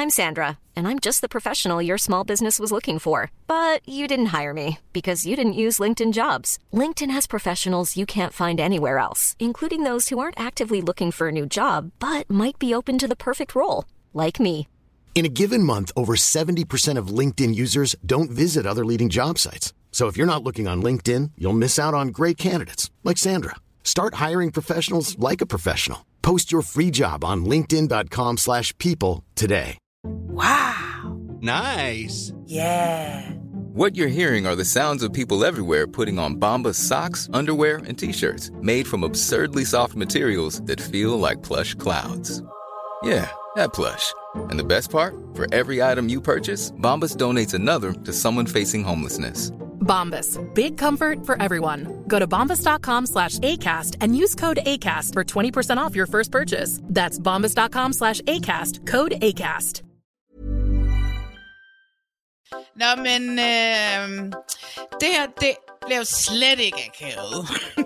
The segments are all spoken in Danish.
I'm Sandra, and I'm just the professional your small business was looking for. But you didn't hire me because you didn't use LinkedIn Jobs. LinkedIn has professionals you can't find anywhere else, including those who aren't actively looking for a new job, but might be open to the perfect role, like me. In a given month, over 70% of LinkedIn users don't visit other leading job sites. So if you're not looking on LinkedIn, you'll miss out on great candidates like Sandra. Start hiring professionals like a professional. Post your free job on linkedin.com/people today. Wow. Nice. Yeah. What you're hearing are the sounds of people everywhere putting on Bombas socks, underwear, and T-shirts made from absurdly soft materials that feel like plush clouds. Yeah, that plush. And the best part? For every item you purchase, Bombas donates another to someone facing homelessness. Bombas. Big comfort for everyone. Go to bombas.com/ACAST and use code ACAST for 20% off your first purchase. That's bombas.com/ACAST. Code ACAST. Nå, men det her, det blev slet ikke akavet.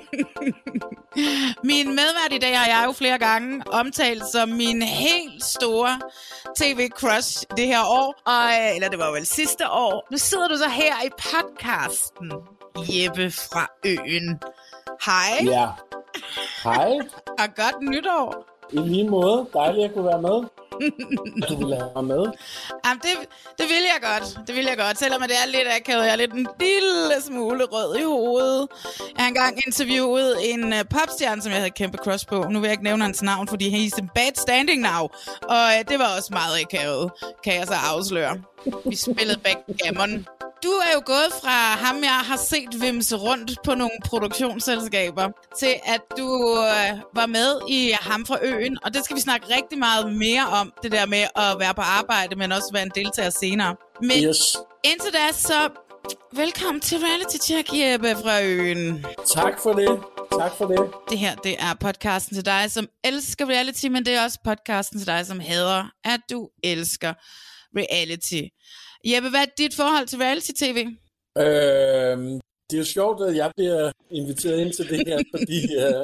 Min medvært i dag har jeg jo flere gange omtalt som min helt store tv-crush det her år, eller det var vel sidste år. Nu sidder du så her i podcasten, Jeppe fra Øen. Hej. Ja. Hej. Og godt nytår. I lige måde. Dejligt at kunne være med. Du vil have mig med. Jamen, det vil jeg godt. Det vil jeg godt. Selvom det er lidt akavet. Jeg er lidt en lille smule rød i hovedet. Jeg har engang interviewet en popstjerne, som jeg havde kæmpe crush på. Nu vil jeg ikke nævne hans navn, fordi han er in bad standing now. Og det var også meget akavet, kan jeg så afsløre. Vi spillede backgammon. Du er jo gået fra ham, jeg har set vimse rundt på nogle produktionsselskaber, til at du var med i Ham fra Øen. Og det skal vi snakke rigtig meget mere om, det der med at være på arbejde, men også være en deltager senere. Men indtil da, så velkommen til Reality Check, Jeppe fra Øen. Tak for det. Tak for det. Det her, det er podcasten til dig, som elsker reality, men det er også podcasten til dig, som hader, at du elsker reality. Jeppe, hvad er dit forhold til reality-tv? Det er jo sjovt, at jeg bliver inviteret ind til det her, fordi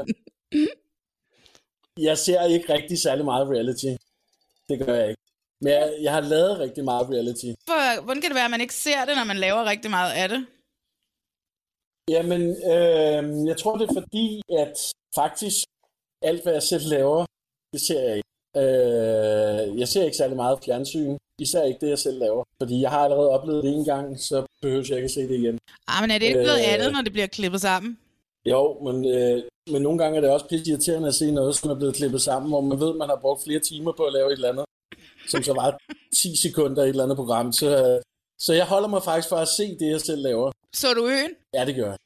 jeg ser ikke rigtig særlig meget reality. Det gør jeg ikke. Men jeg har lavet rigtig meget reality. Hvordan kan det være, at man ikke ser det, når man laver rigtig meget af det? Jamen, jeg tror, det er fordi, at faktisk alt, hvad jeg selv laver, det ser jeg ikke. Jeg ser ikke særlig meget fjernsyn. Især ikke det, jeg selv laver. Fordi jeg har allerede oplevet det en gang, så behøver jeg ikke at se det igen. Men er det ikke noget andet, når det bliver klippet sammen? Jo, men nogle gange er det også pisse irriterende at se noget, som er blevet klippet sammen, hvor man ved, at man har brugt flere timer på at lave et eller andet, som så var 10 sekunder i et eller andet program. Så jeg holder mig faktisk for at se det, jeg selv laver. Så du Øen? Ja, det gør jeg.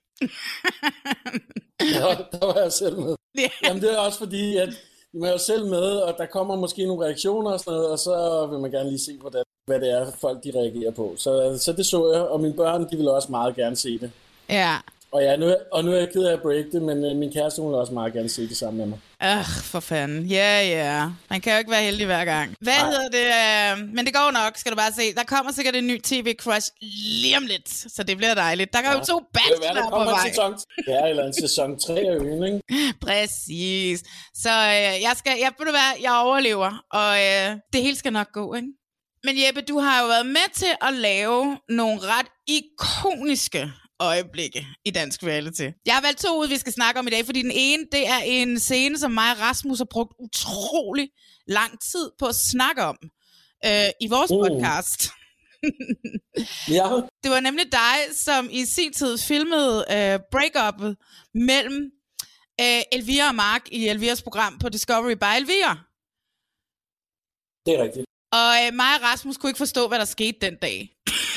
Der var jeg selv med. Yeah. Jamen, det er også fordi, at man er jo selv med, og der kommer måske nogle reaktioner og sådan noget, og så vil man gerne lige se, hvad det er, folk de reagerer på. Så det så jeg, og mine børn, de vil også meget gerne se det. Ja. Og nu er jeg ked af at break det, men min kæreste, hun vil også meget gerne se det sammen med mig. For fanden. Ja. Man kan jo ikke være heldig hver gang. Hvad hedder det? Men det går nok, skal du bare se. Der kommer sikkert en ny TV-crush lige om lidt, så det bliver dejligt. Der kan jo 2 bachelor på vej. Eller en sæson 3 af Øen, ikke? Præcis. Så jeg overlever, og det hele skal nok gå, ikke? Men Jeppe, du har jo været med til at lave nogle ret ikoniske øjeblikke i dansk reality. Jeg har valgt 2 ud, vi skal snakke om i dag, fordi den ene, det er en scene, som mig og Rasmus har brugt utrolig lang tid på at snakke om i vores podcast. Ja. Det var nemlig dig, som i sin tid filmede break-up'et mellem Elvira og Mark i Elviras program på Discovery by Elvira. Det er rigtigt. Og mig og Rasmus kunne ikke forstå, hvad der skete den dag.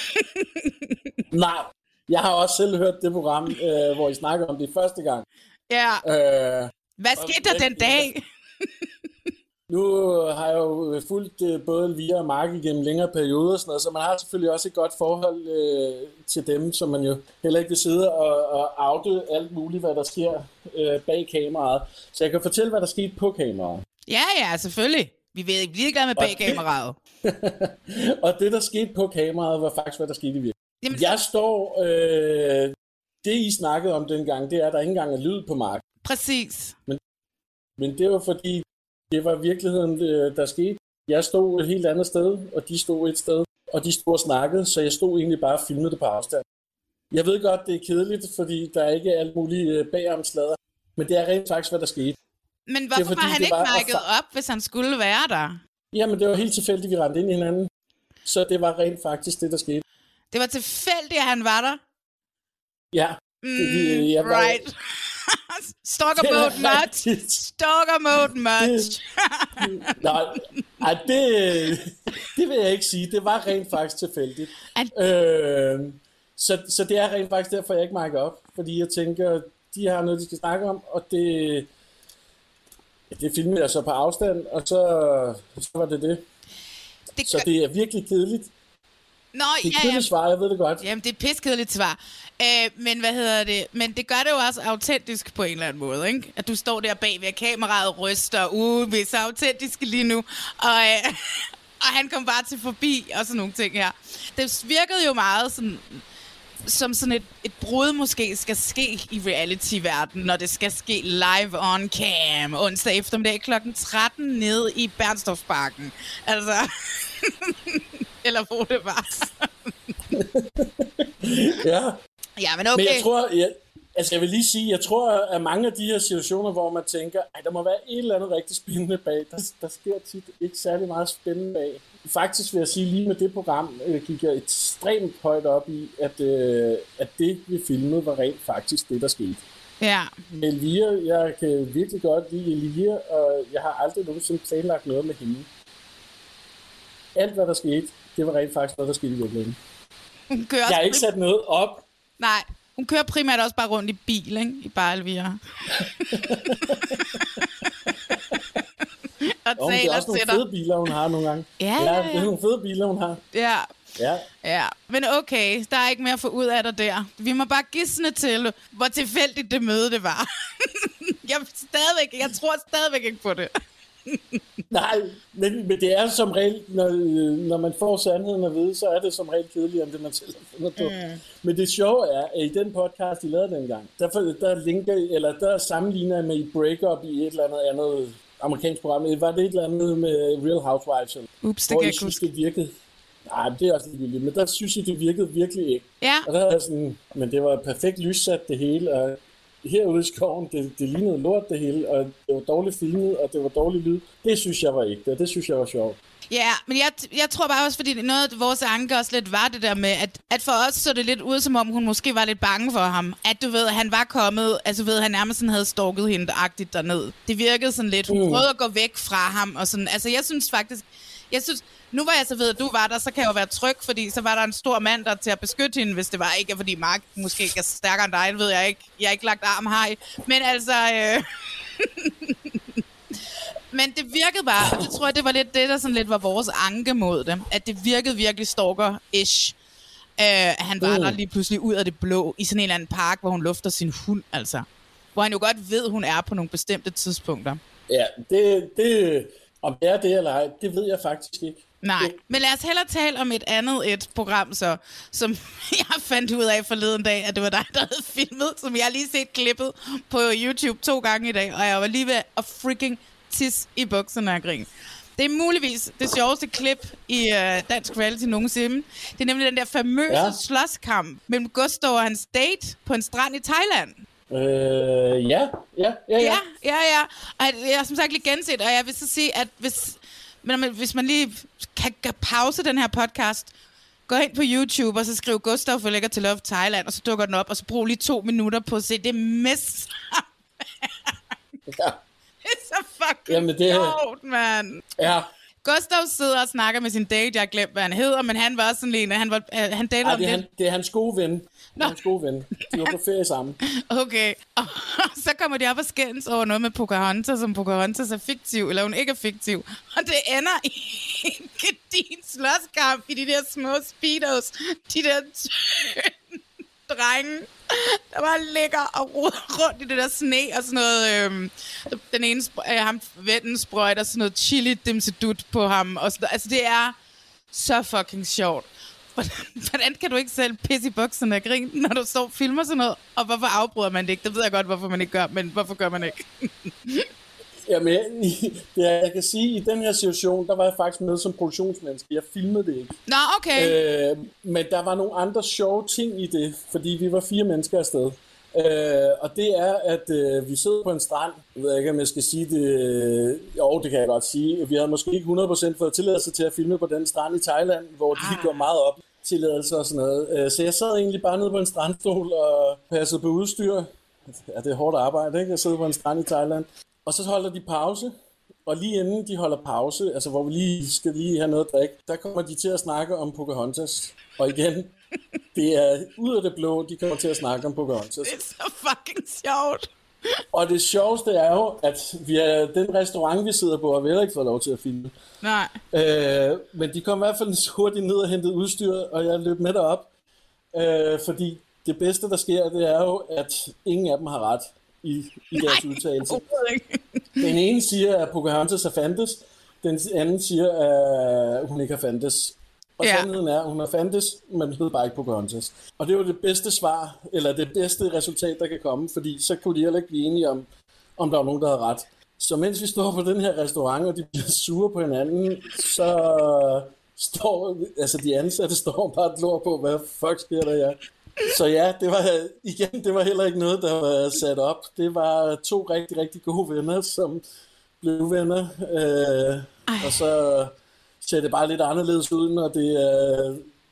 Nej. Jeg har også selv hørt det program, hvor I snakker om det første gang. Ja. Hvad skete der den dag? Nu har jeg jo fulgt både Elvira og Mark igennem længere perioder og sådan noget, så man har selvfølgelig også et godt forhold til dem, så man jo heller ikke vil sidde og oute alt muligt, hvad der sker bag kameraet. Så jeg kan fortælle, hvad der skete på kameraet. Ja, selvfølgelig. Vi er ligeglade med bag kameraet. Og det, der skete på kameraet, var faktisk, hvad der skete i virkeligheden. Jamen, jeg står... det, I snakkede om dengang, det er, at der ikke engang er lyd på Mark. Præcis. Men det var fordi, det var virkeligheden, der skete. Jeg stod et helt andet sted, og de stod et sted, og de stod og snakkede, så jeg stod egentlig bare og filmede det på afstand. Jeg ved godt, det er kedeligt, fordi der er ikke alt muligt bagomslader, men det er rent faktisk, hvad der skete. Men hvorfor var han ikke mic'et op, hvis han skulle være der? Jamen, det var helt tilfældigt, vi rendte ind i hinanden. Så det var rent faktisk det, der skete. Det var tilfældigt, at han var der? Ja. Right. Stalker mode much. Stalker mode much. Nej, det vil jeg ikke sige. Det var rent faktisk tilfældigt. Så det er rent faktisk derfor, jeg ikke mic'er op. Fordi jeg tænker, de har noget, de skal snakke om, og det filmede jeg så på afstand, og så var det. Så det er virkelig kedeligt. Nå, det er kedeligt svar, jeg ved det godt. Jamen, det er piskedeligt svar. Men hvad hedder det? Men det gør det jo også autentisk på en eller anden måde, ikke? At du står der bag ved kameraet og ryster. Vi er så autentiske lige nu. Og han kom bare til forbi og sådan nogle ting her. Det virkede jo meget sådan, som sådan et brud måske skal ske i reality-verdenen, når det skal ske live on cam onsdag eftermiddag kl. 13 nede i Bernstorffsparken. Altså, eller hvor det var. Ja, men okay. Men jeg tror, jeg vil lige sige, jeg tror, at mange af de her situationer, hvor man tænker, der må være et eller andet rigtig spændende bag, der sker tit ikke særlig meget spændende bag. Faktisk vil jeg sige, lige med det program gik jeg ekstremt højt op i, at det, vi filmede, var rent faktisk det, der skete. Ja. Elvira, jeg kan virkelig godt lide Elvira, og jeg har aldrig nogensinde planlagt noget med hende. Alt, hvad der skete, det var rent faktisk noget, der skete i virkeligheden. Jeg har ikke sat noget op. Nej, hun kører primært også bare rundt i bil, ikke? I bare Elvira. Og det er også nogle fede biler, hun har nogle gange. Ja. Det er nogle fede biler, hun har. Ja. Men okay, der er ikke mere at få ud af dig der. Vi må bare gisne til, hvor tilfældigt det møde det var. Jeg tror stadigvæk ikke på det. Nej, men det er som regel, når man får sandheden at vide, så er det som regel kedeligere, end det man selv har fundet på. Men det sjove er, at i den podcast, I lavede dengang, der sammenligner jeg med et break-up i et eller andet amerikansk program. Var det et eller andet med Real Housewives? Ups, det kan jeg huske. Det virkede. Nej, det er også ligegyldigt, men der synes jeg, det virkede virkelig ikke. Ja. Og der er sådan, men det var perfekt lyssat det hele, og herude i skoven, det lignede lort det hele, og det var dårligt filmet, og det var dårlig lyd. Det synes jeg var ægte, og det synes jeg var sjovt. Ja, men jeg tror bare også, fordi noget af vores anke også lidt var det der med, at for os så det lidt ud, som om hun måske var lidt bange for ham. At du ved, han var kommet, altså han nærmest sådan havde stalket hende-agtigt derned. Det virkede sådan lidt, hun prøvede at gå væk fra ham, og sådan, altså jeg synes, nu var jeg så ved, at du var der, så kan jeg jo være tryg, fordi så var der en stor mand der til at beskytte hende, hvis det var ikke, fordi Mark måske ikke er stærkere end dig, ved jeg ikke. Jeg har ikke lagt arm her. Men altså... Men det virkede bare, og det tror jeg, det var lidt det, der sådan lidt var vores anke mod det. At det virkede virkelig stalker-ish. Han var der lige pludselig ud af det blå, i sådan en eller anden park, hvor hun lufter sin hund, altså. Hvor han jo godt ved, hun er på nogle bestemte tidspunkter. Ja, om det er det eller ej, det ved jeg faktisk ikke. Nej, men lad os hellere tale om et program, så, som jeg fandt ud af forleden dag, at det var dig, der havde filmet, som jeg har lige set klippet på YouTube 2 gange i dag, og jeg var lige ved at freaking tisse i bukserne af grin. Det er muligvis det sjoveste klip i dansk reality nogensinde. Det er nemlig den der famøse slåskamp mellem Gustav og hans date på en strand i Thailand. Ja. Og jeg har som sagt lige genset, og jeg vil så sige, at hvis man lige kan pause den her podcast, gå ind på YouTube, og så skriv Gustav for Lækker til Love Thailand, og så dukker den op, og så brug lige 2 minutter på at se det mest. Ja. Det er så fucking sjovt, mand. Ja. Gustav sidder og snakker med sin date, jeg har glemt, hvad han hedder, men han var også sådan en, han dater om lidt. Det er hans gode ven. Hans gode ven. De var på ferie sammen. Okay, og så kommer de op og skændes over noget med Pocahontas, som Pocahontas er fiktiv, eller hun ikke er fiktiv. Og det ender i en gedin slåskamp i de der små speedos, de der drenge, der bare ligger og roder rundt i det der sne og sådan noget. Den ene vennen sprøjter sådan noget chili dimsedut på ham. Og sådan, altså det er så fucking sjovt. Hvordan kan du ikke selv pisse i bukserne og grine, når du står og filmer sådan noget? Og hvorfor afbryder man det ikke? Det ved jeg godt, hvorfor man ikke gør, men hvorfor gør man ikke? Jamen, jeg kan sige, at i den her situation, der var jeg faktisk med som produktionsmenneske. Jeg filmede det ikke. Nå, okay. Men der var nogle andre sjove ting i det, fordi vi var 4 mennesker afsted. Og det er, at vi sidder på en strand. Jeg ved ikke, om jeg skal sige det. Jo, det kan jeg godt sige. Vi havde måske ikke 100% fået tilladelse til at filme på den strand i Thailand, hvor de går meget op tilladelser og sådan noget. Så jeg sad egentlig bare nede på en strandstol og passede på udstyr. Ja, det er hårdt arbejde, ikke? Jeg sidder på en strand i Thailand. Og så holder de pause. Og lige inden de holder pause, altså hvor vi skal have noget at drikke, der kommer de til at snakke om Pocahontas. Og igen, det er ud af det blå, de kommer til at snakke om Pocahontas. Det er så fucking sjovt. Og det sjoveste er jo, at den restaurant, vi sidder på, har vi heller ikke fået lov til at filme. Nej. Men de kom i hvert fald hurtigt ned og hentede udstyr, og jeg løb med derop. Fordi det bedste, der sker, det er jo, at ingen af dem har ret i deres udtalelse. Den ene siger, at Pocahontas er fandtes. Den anden siger, at hun ikke har fandtes. Og sandheden er, at hun har fandtes, men hed bare ikke Pocahontas. Og det var det bedste svar, eller det bedste resultat, der kan komme, fordi så kunne de heller ikke blive enige om der var nogen, der havde ret. Så mens vi står på den her restaurant, og de bliver sure på hinanden, så står, altså de ansatte står bare og glor på, hvad fuck sker der, ja. Så ja, det var heller ikke noget, der var sat op. Det var 2 rigtig, rigtig gode venner, som blev venner. Og så ser det bare lidt anderledes ud, når det er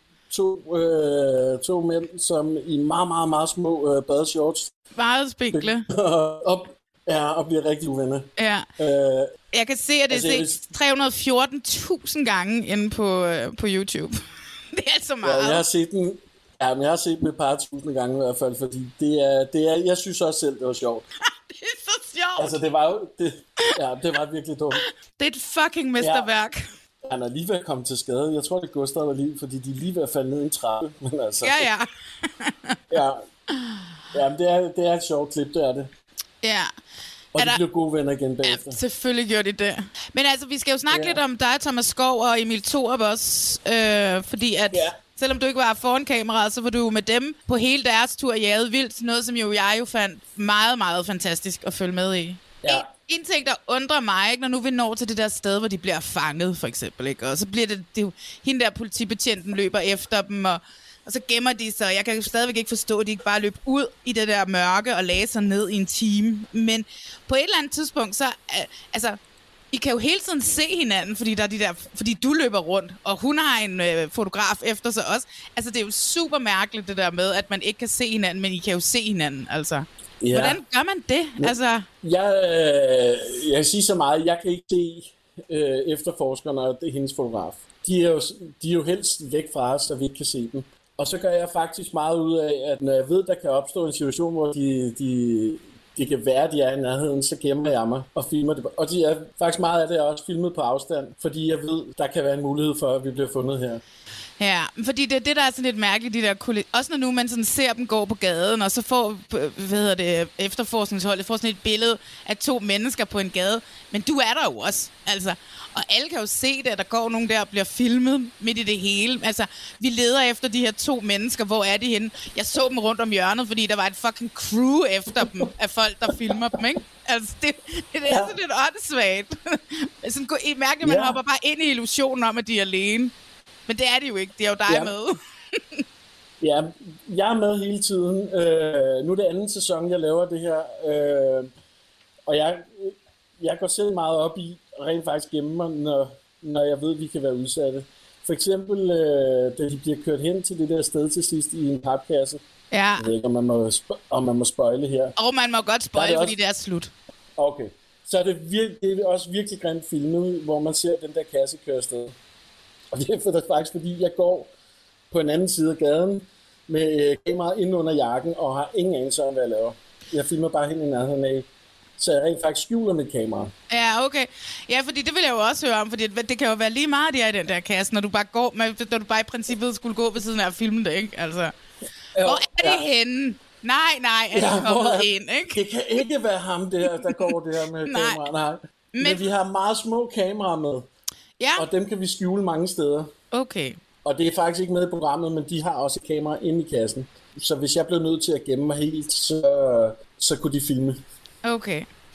to mænd, som i meget, meget, meget små badeshorts. Meget spinkle. Og bliver rigtig uvenner. Ja. Jeg kan se, at det er set 314.000 gange inde på YouTube. Det er altså meget. Ja, jeg har set den. Ja, men jeg har set den et par tusind gange i hvert fald, fordi det er, jeg synes også selv, det var sjovt. Det er så sjovt. Altså, det var jo, det var virkelig dumt. Det er et fucking mesterværk. Ja, han er lige ved at komme til skade. Jeg tror, det Gustav var lige, fordi de er lige ved at falde ned i en trappe. Men altså, ja, men det er et sjovt klip, det er det. Ja. Og de blev gode venner igen bagefter. Ja, selvfølgelig gjorde de det. Men altså, vi skal jo snakke lidt om dig, Thomas Skov og Emil Thorup også, fordi at... Ja. Selvom du ikke var foran kameraet, så var du med dem på hele deres tur jaget vildt. Noget, som jeg fandt meget, meget fantastisk at følge med i. Ja. En ting, der undrer mig, ikke, når nu vi når til det der sted, hvor de bliver fanget, for eksempel. Ikke? Og så bliver det jo, hende der politibetjenten løber efter dem, og så gemmer de sig. Jeg kan jo stadigvæk ikke forstå, at de ikke bare løb ud i det der mørke og lagde sig ned i en time. Men på et eller andet tidspunkt, så... altså, I kan jo hele tiden se hinanden, fordi du løber rundt, og hun har en fotograf efter sig også. Altså, det er jo super mærkeligt, det der med, at man ikke kan se hinanden, men I kan jo se hinanden, altså. Ja. Hvordan gør man det? Men, altså... Jeg kan sige så meget, jeg kan ikke se efterforskerne og hendes fotograf. De er jo helst væk fra os, så vi ikke kan se dem. Og så gør jeg faktisk meget ud af, at når jeg ved, der kan opstå en situation, hvor det kan være, at de er i nærheden, så gemmer jeg mig og filmer det. Og de er faktisk meget af det er også filmet på afstand, fordi jeg ved, der kan være en mulighed for, at vi bliver fundet her. Ja, fordi det er det, der er sådan lidt mærkeligt, de der også når nu man sådan ser dem gå på gaden, og så får, efterforskningsholdet får sådan et billede af 2 mennesker på en gade. Men du er der jo også, altså. Og alle kan jo se det, at der går nogen der og bliver filmet midt i det hele. Altså, vi leder efter de her 2 mennesker. Hvor er de henne? Jeg så dem rundt om hjørnet, fordi der var et fucking crew efter dem af folk, der filmer dem, ikke? Altså, det er sådan lidt åndssvagt. Sådan mærkeligt, at man hopper bare ind i illusionen om, at de er alene. Men det er de jo ikke. Det er jo dig med. Ja, jeg er med hele tiden. Nu er det 2. sæson, jeg laver det her. Og jeg går selv meget op i rent faktisk gemme mig, når jeg ved, at vi kan være udsatte. For eksempel, da de bliver kørt hen til det der sted til sidst i en papkasse. Ja. Jeg ved ikke, om man må spoile her. Og man må godt spoile, fordi det er slut. Okay. Så er det er også virkelig grimt filmet, hvor man ser den der kasse køre afsted. Og det er faktisk, fordi jeg går på en anden side af gaden med kameraet inde under jakken og har ingen anelse om, hvad jeg laver. Jeg filmer bare hen i nærheden af, så jeg rent faktisk skjuler mit kamera. Ja, okay. Ja, fordi det vil jeg jo også høre om, fordi det kan jo være lige meget, de er i den der kasse, når du bare i princippet skulle gå ved siden af at filme det, ikke? Altså, hvor er det henne? Nej, er det kommet ind, ikke? Det kan ikke være ham der går der med kamera, nej. Men vi har meget små kameraer med. Ja. Og dem kan vi skjule mange steder. Okay. Og det er faktisk ikke med i programmet, men de har også et kamera inde i kassen. Så hvis jeg blev nødt til at gemme mig helt, så kunne de filme. Okay.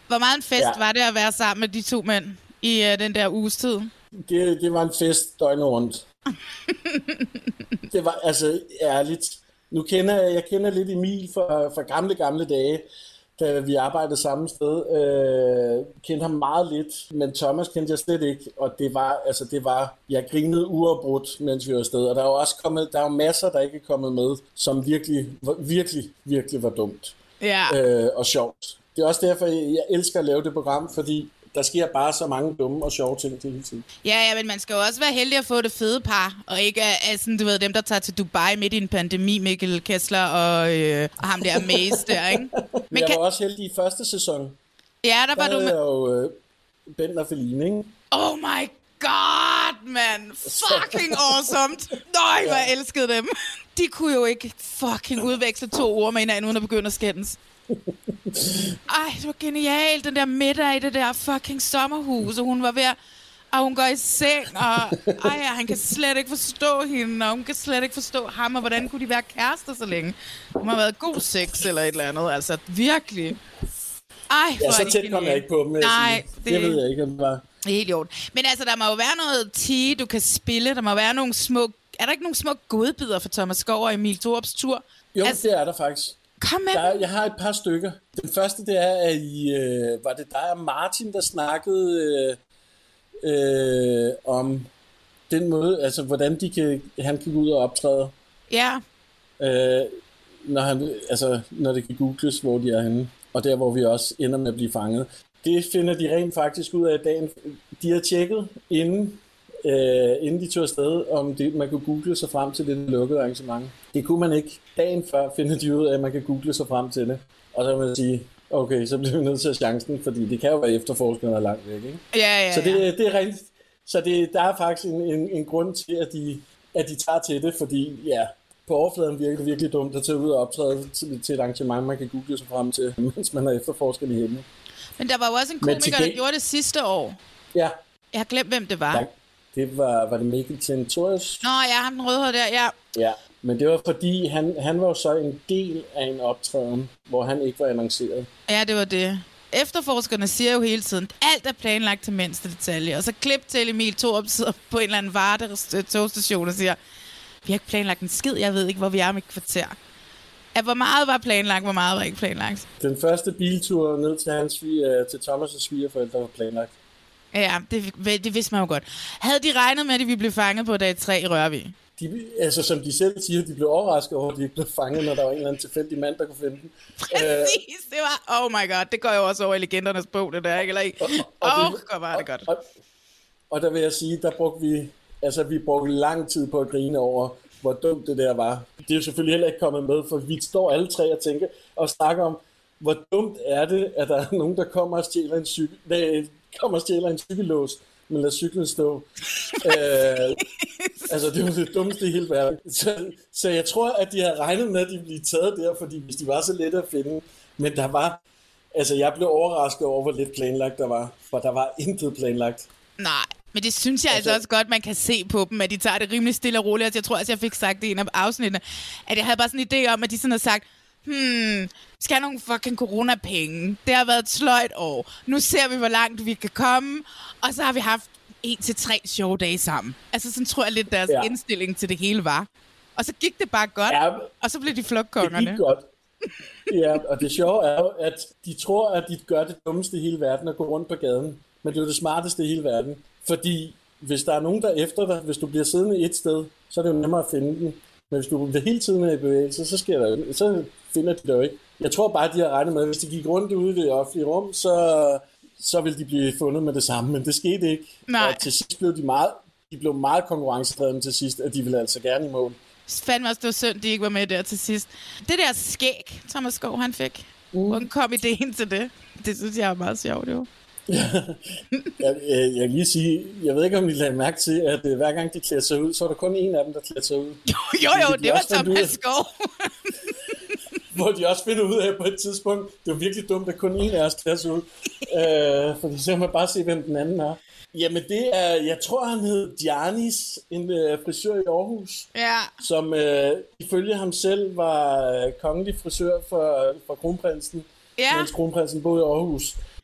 Hvor meget en fest var det at være sammen med de to mænd i den der uges tid? Det var en fest døgnet rundt. Det var altså ærligt. Nu jeg kender lidt Emil fra gamle dage, da vi arbejdede samme sted. Kendte ham meget lidt, men Thomas kendte jeg slet ikke. Og det var jeg grinede uafbrudt, mens vi var afsted. Og der er jo også der er masser, der ikke er kommet med, som virkelig var dumt. Ja. Og sjovt. Det er også derfor, jeg elsker at lave det program, fordi der sker bare så mange dumme og sjove ting til hele tiden. Ja, men man skal jo også være heldig at få det fede par, og ikke sådan, du ved, dem, der tager til Dubai midt i en pandemi, Mikkel Kessler og ham der Mace der, ikke? Men jeg var også heldig i første sæson. Ja, der var du med. Jo Bent og Feline, ikke? Oh my god, man! Fucking awesome! Nøj, hvor jeg elskede dem. De kunne jo ikke fucking udveksle 2 ord med hinanden, uden at begynde at skændes. Ej, det var genialt, den der middag i det der fucking sommerhus, og hun var ved at hun går i seng, og han kan slet ikke forstå hende, og hun kan slet ikke forstå ham, og hvordan kunne de være kærester så længe? Hun har været god sex eller et eller andet, altså virkelig. Så tæt kom jeg ikke på dem. Nej, det ved jeg ikke, om det var. Helt gjort. Men altså, der må jo være noget tige, du kan spille, der må være nogle små, er der ikke nogle små godbidder for Thomas Skov og Emil Thorups tur? Jo, altså, det er der faktisk. Kom med. Jeg har et par stykker. Den første, det er, at var det dig og Martin, der snakkede om den måde, altså hvordan han kan gå ud og optræde. Ja. Når det kan googles, hvor de er henne. Og der, hvor vi også ender med at blive fanget. Det finder de rent faktisk ud af i dagen. De har tjekket inden de tog afsted, om man kunne google sig frem til det lukkede arrangement. Det kunne man ikke. Dagen før finder de ud af, at man kan google sig frem til det. Og så vil man sige, okay, så bliver vi nødt til at chancen, fordi det kan jo være efterforskerne er langt væk, ikke? Ja. Så det er rent. Så der er faktisk en grund til, at de tager til det, fordi på overfladen virker det virkelig dumt at tage ud og optræde til et arrangement, man kan google sig frem til, mens man er efterforskerne i hænderne. Men der var jo også en komiker, der gjorde det sidste år. Ja. Jeg har glemt, hvem det var. Ja. Det var det Mikkel Tentorius? Nå ja, ham den rødhårede der, ja. Ja, men det var fordi, han var jo så en del af en optræden, hvor han ikke var annonceret. Ja, det var det. Efterforskerne siger jo hele tiden, alt er planlagt til mindste detalje. Og så klip til Emil Thorup sidder på en eller anden togstation og siger, vi har ikke planlagt en skid, jeg ved ikke, hvor vi er om et kvarter. Hvor meget var planlagt, hvor meget var ikke planlagt? Den første biltur ned til Thomas' svigerforældre var planlagt. Ja, det vidste man jo godt. Havde de regnet med, at vi blev fanget på dag 3 i Rørvig? Som de selv siger, de blev overrasket over, at de ikke blev fanget, når der var en eller anden tilfældig mand, der kunne finde dem. Præcis, det var, oh my god, det går jo også over i legendernes bog, det der, ikke? Eller ikke? Var det godt. Og der vil jeg sige, vi brugte lang tid på at grine over, hvor dumt det der var. Det er jo selvfølgelig heller ikke kommet med, for vi står alle tre og tænker og snakker om, hvor dumt er det, at der er nogen, der kommer og stjæler en cykellås, men lader cyklen stå. Det var det dummeste i hele verden. Så jeg tror, at de har regnet med, at de ville taget der, fordi hvis de var så lette at finde. Men der var, jeg blev overrasket over, hvor lidt planlagt der var, for der var intet planlagt. Nej. Men det synes jeg altså også godt, man kan se på dem, at de tager det rimelig stille og roligt. Altså, jeg tror også, jeg fik sagt det i en af afsnittene, at jeg havde bare sådan en idé om, at de sådan har sagt, vi skal have nogle fucking coronapenge. Det har været et sløjt år. Nu ser vi, hvor langt vi kan komme. Og så har vi haft 1 til 3 sjove dage sammen. Altså, sådan tror jeg lidt, deres indstilling til det hele var. Og så gik det bare godt, og så blev de flugtkongerne. Det gik godt. Ja, og det sjove er jo, at de tror, at de gør det dummeste i hele verden at gå rundt på gaden. Men det er jo det smarteste i hele verden. Fordi hvis der er nogen, der er efter dig, hvis du bliver siddende et sted, så er det jo nemmere at finde den. Men hvis du hele tiden er i bevægelse, så finder de det jo ikke. Jeg tror bare, at de har regnet med, at hvis de gik rundt ude i det offentlige rum, så ville de blive fundet med det samme. Men det skete ikke. Nej. Og til sidst blev de blev meget konkurrencedrevne til sidst, at de ville altså gerne i mål. Fandme også, det var synd, de ikke var med der til sidst. Det der skæg, Thomas Skov, han fik. Hvordan kom ideen til det? Det synes jeg er meget sjovt, jo. Jeg kan lige sige, jeg ved ikke, om I lagde mærke til, at hver gang de klæder sig ud, så er der kun en af dem, der klæder sig ud. Jo, det var Thomas Skov. Hvor de også finder ud af på et tidspunkt, det var virkelig dumt, at kun en af os klæder sig ud. Fordi så kan man bare se, hvem den anden er. Jamen det er, jeg tror han hed Giannis, en frisør i Aarhus. Ja. Som ifølge ham selv var kongelig frisør for kronprinsen. Ja. Mens kronprinsen boede i Aarhus.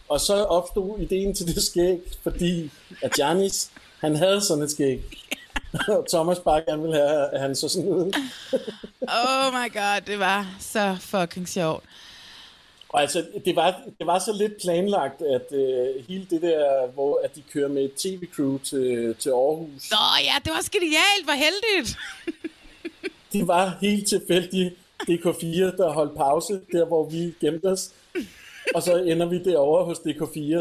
Og så opstod ideen til det skæg, fordi at Giannis, han havde sådan et skæg. Og Thomas bare gerne ville have, at han så sådan ud. Oh my god, det var så fucking sjovt. Og altså, det var så lidt planlagt, at hele det der, hvor at de kører med et tv-crew til Aarhus. Nå ja, det var genialt, hvor heldigt. Det var helt tilfældigt DK4, der holdt pause, der hvor vi gemte os. Og så ender vi derovre hos DK4.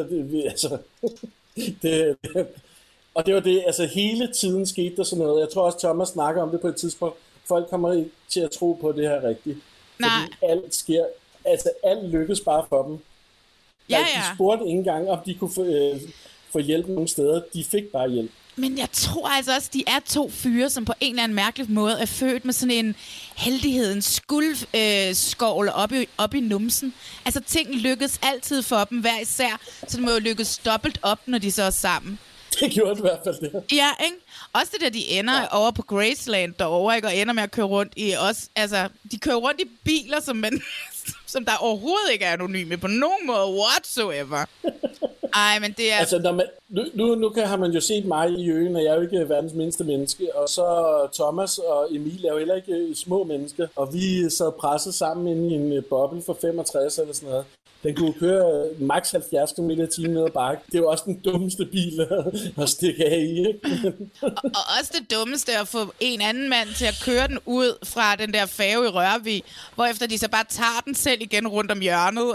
Og det var det, altså hele tiden skete der sådan noget. Jeg tror også, Thomas snakker om det på et tidspunkt. Folk kommer ikke til at tro på det her rigtigt. Nej. Fordi alt sker, altså alt lykkes bare for dem. Ja. De spurgte ikke engang, om de kunne få hjælp nogle steder. De fik bare hjælp. Men jeg tror altså også, de er to fyre, som på en eller anden mærkelig måde er født med sådan en heldighedens skovl op i numsen. Altså ting lykkes altid for dem hver især, så det må jo lykkes dobbelt op, når de så er sammen. Det gjorde det i hvert fald, det. Ja, ikke? Også det der, de ender over på Graceland derovre, ikke? Og ender med at køre rundt i også... Altså, de kører rundt i biler, som der overhovedet ikke er anonyme på nogen måde whatsoever. Ej, men det er... Altså, når man, nu har man jo set mig i øen, og jeg er jo ikke verdens mindste menneske, og så Thomas og Emil er jo heller ikke små mennesker, og vi sad presset sammen inde i en boble for 65 eller sådan noget. Den kunne køre maks 70 km/t ned ad bakke. Det er jo også den dummeste bil at stikke af i, ikke? og også det dummeste at få en anden mand til at køre den ud fra den der færge i Rørvig, hvorefter de så bare tager den selv igen rundt om hjørnet.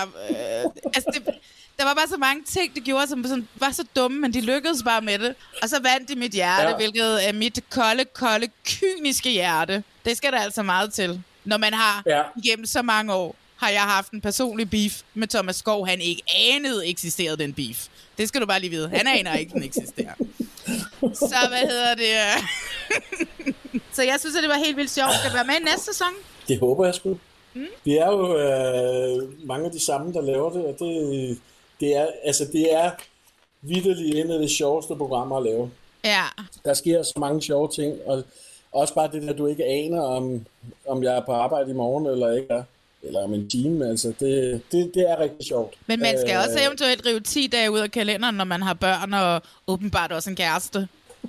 Der var bare så mange ting, det gjorde, som var så dumme, men de lykkedes bare med det. Og så vandt de mit hjerte, hvilket er mit kolde, kyniske hjerte. Det skal der altså meget til, når man har igennem så mange år har jeg haft en personlig beef med Thomas Skov. Han ikke anede eksisterede den beef. Det skal du bare lige vide. Han aner ikke, den eksisterer. Så hvad hedder det? Så jeg synes, at det var helt vildt sjovt. Skal du være med i næste sæson? Det håber jeg sgu. Det er jo mange af de samme, der laver det, og det er vitterligt en af de sjoveste programmer at lave. Ja. Der sker så mange sjove ting, og også bare det der, du ikke aner, om jeg er på arbejde i morgen, eller ikke er. Eller om en time, altså det er rigtig sjovt. Men man skal også eventuelt rive 10 dage ud af kalenderen, når man har børn og åbenbart også en kæreste.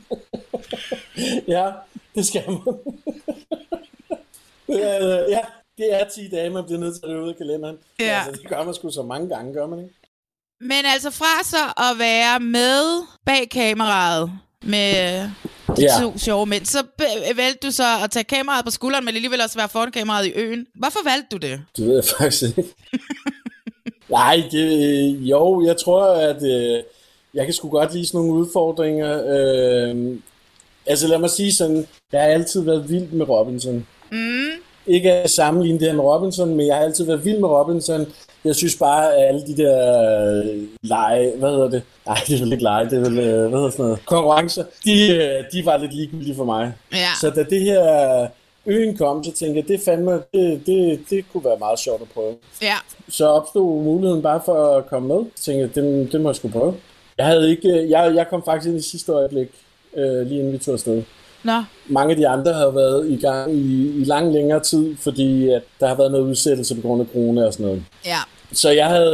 Ja, det skal man. Ja, det er 10 dage, man bliver nødt til at rive ud af kalenderen. Ja. Altså, det gør man sgu så mange gange, gør man ikke? Men altså fra så at være med bag kameraet med de to sjove mænd, så valgte du så at tage kameraet på skulderen, men alligevel også være foran kameraet i øen. Hvorfor valgte du det? Det ved jeg faktisk ikke. Nej, jeg tror, at jeg kan sgu godt lide sådan nogle udfordringer. Altså lad mig sige sådan, jeg har altid været vild med Robinson. Ikke at sammenligne det her med Robinson, men jeg har altid været vild med Robinson. Jeg synes bare, at alle de der lege, hvad hedder det? Nej, det er vel ikke lege, det er vel, hvad hedder sådan noget? Konkurrencer. De var lidt ligegyldige for mig. Ja. Så da det her øen kom, så tænkte jeg, det fandme, det kunne være meget sjovt at prøve. Ja. Så opstod muligheden bare for at komme med. Så tænkte jeg, det må jeg sgu prøve. Jeg kom faktisk ind i sidste øjeblik, lige inden vi tog afsted. Nå. Mange af de andre har været i gang i lang længere tid, fordi at der har været noget udsættelse på grund af corona og sådan noget. Ja. Så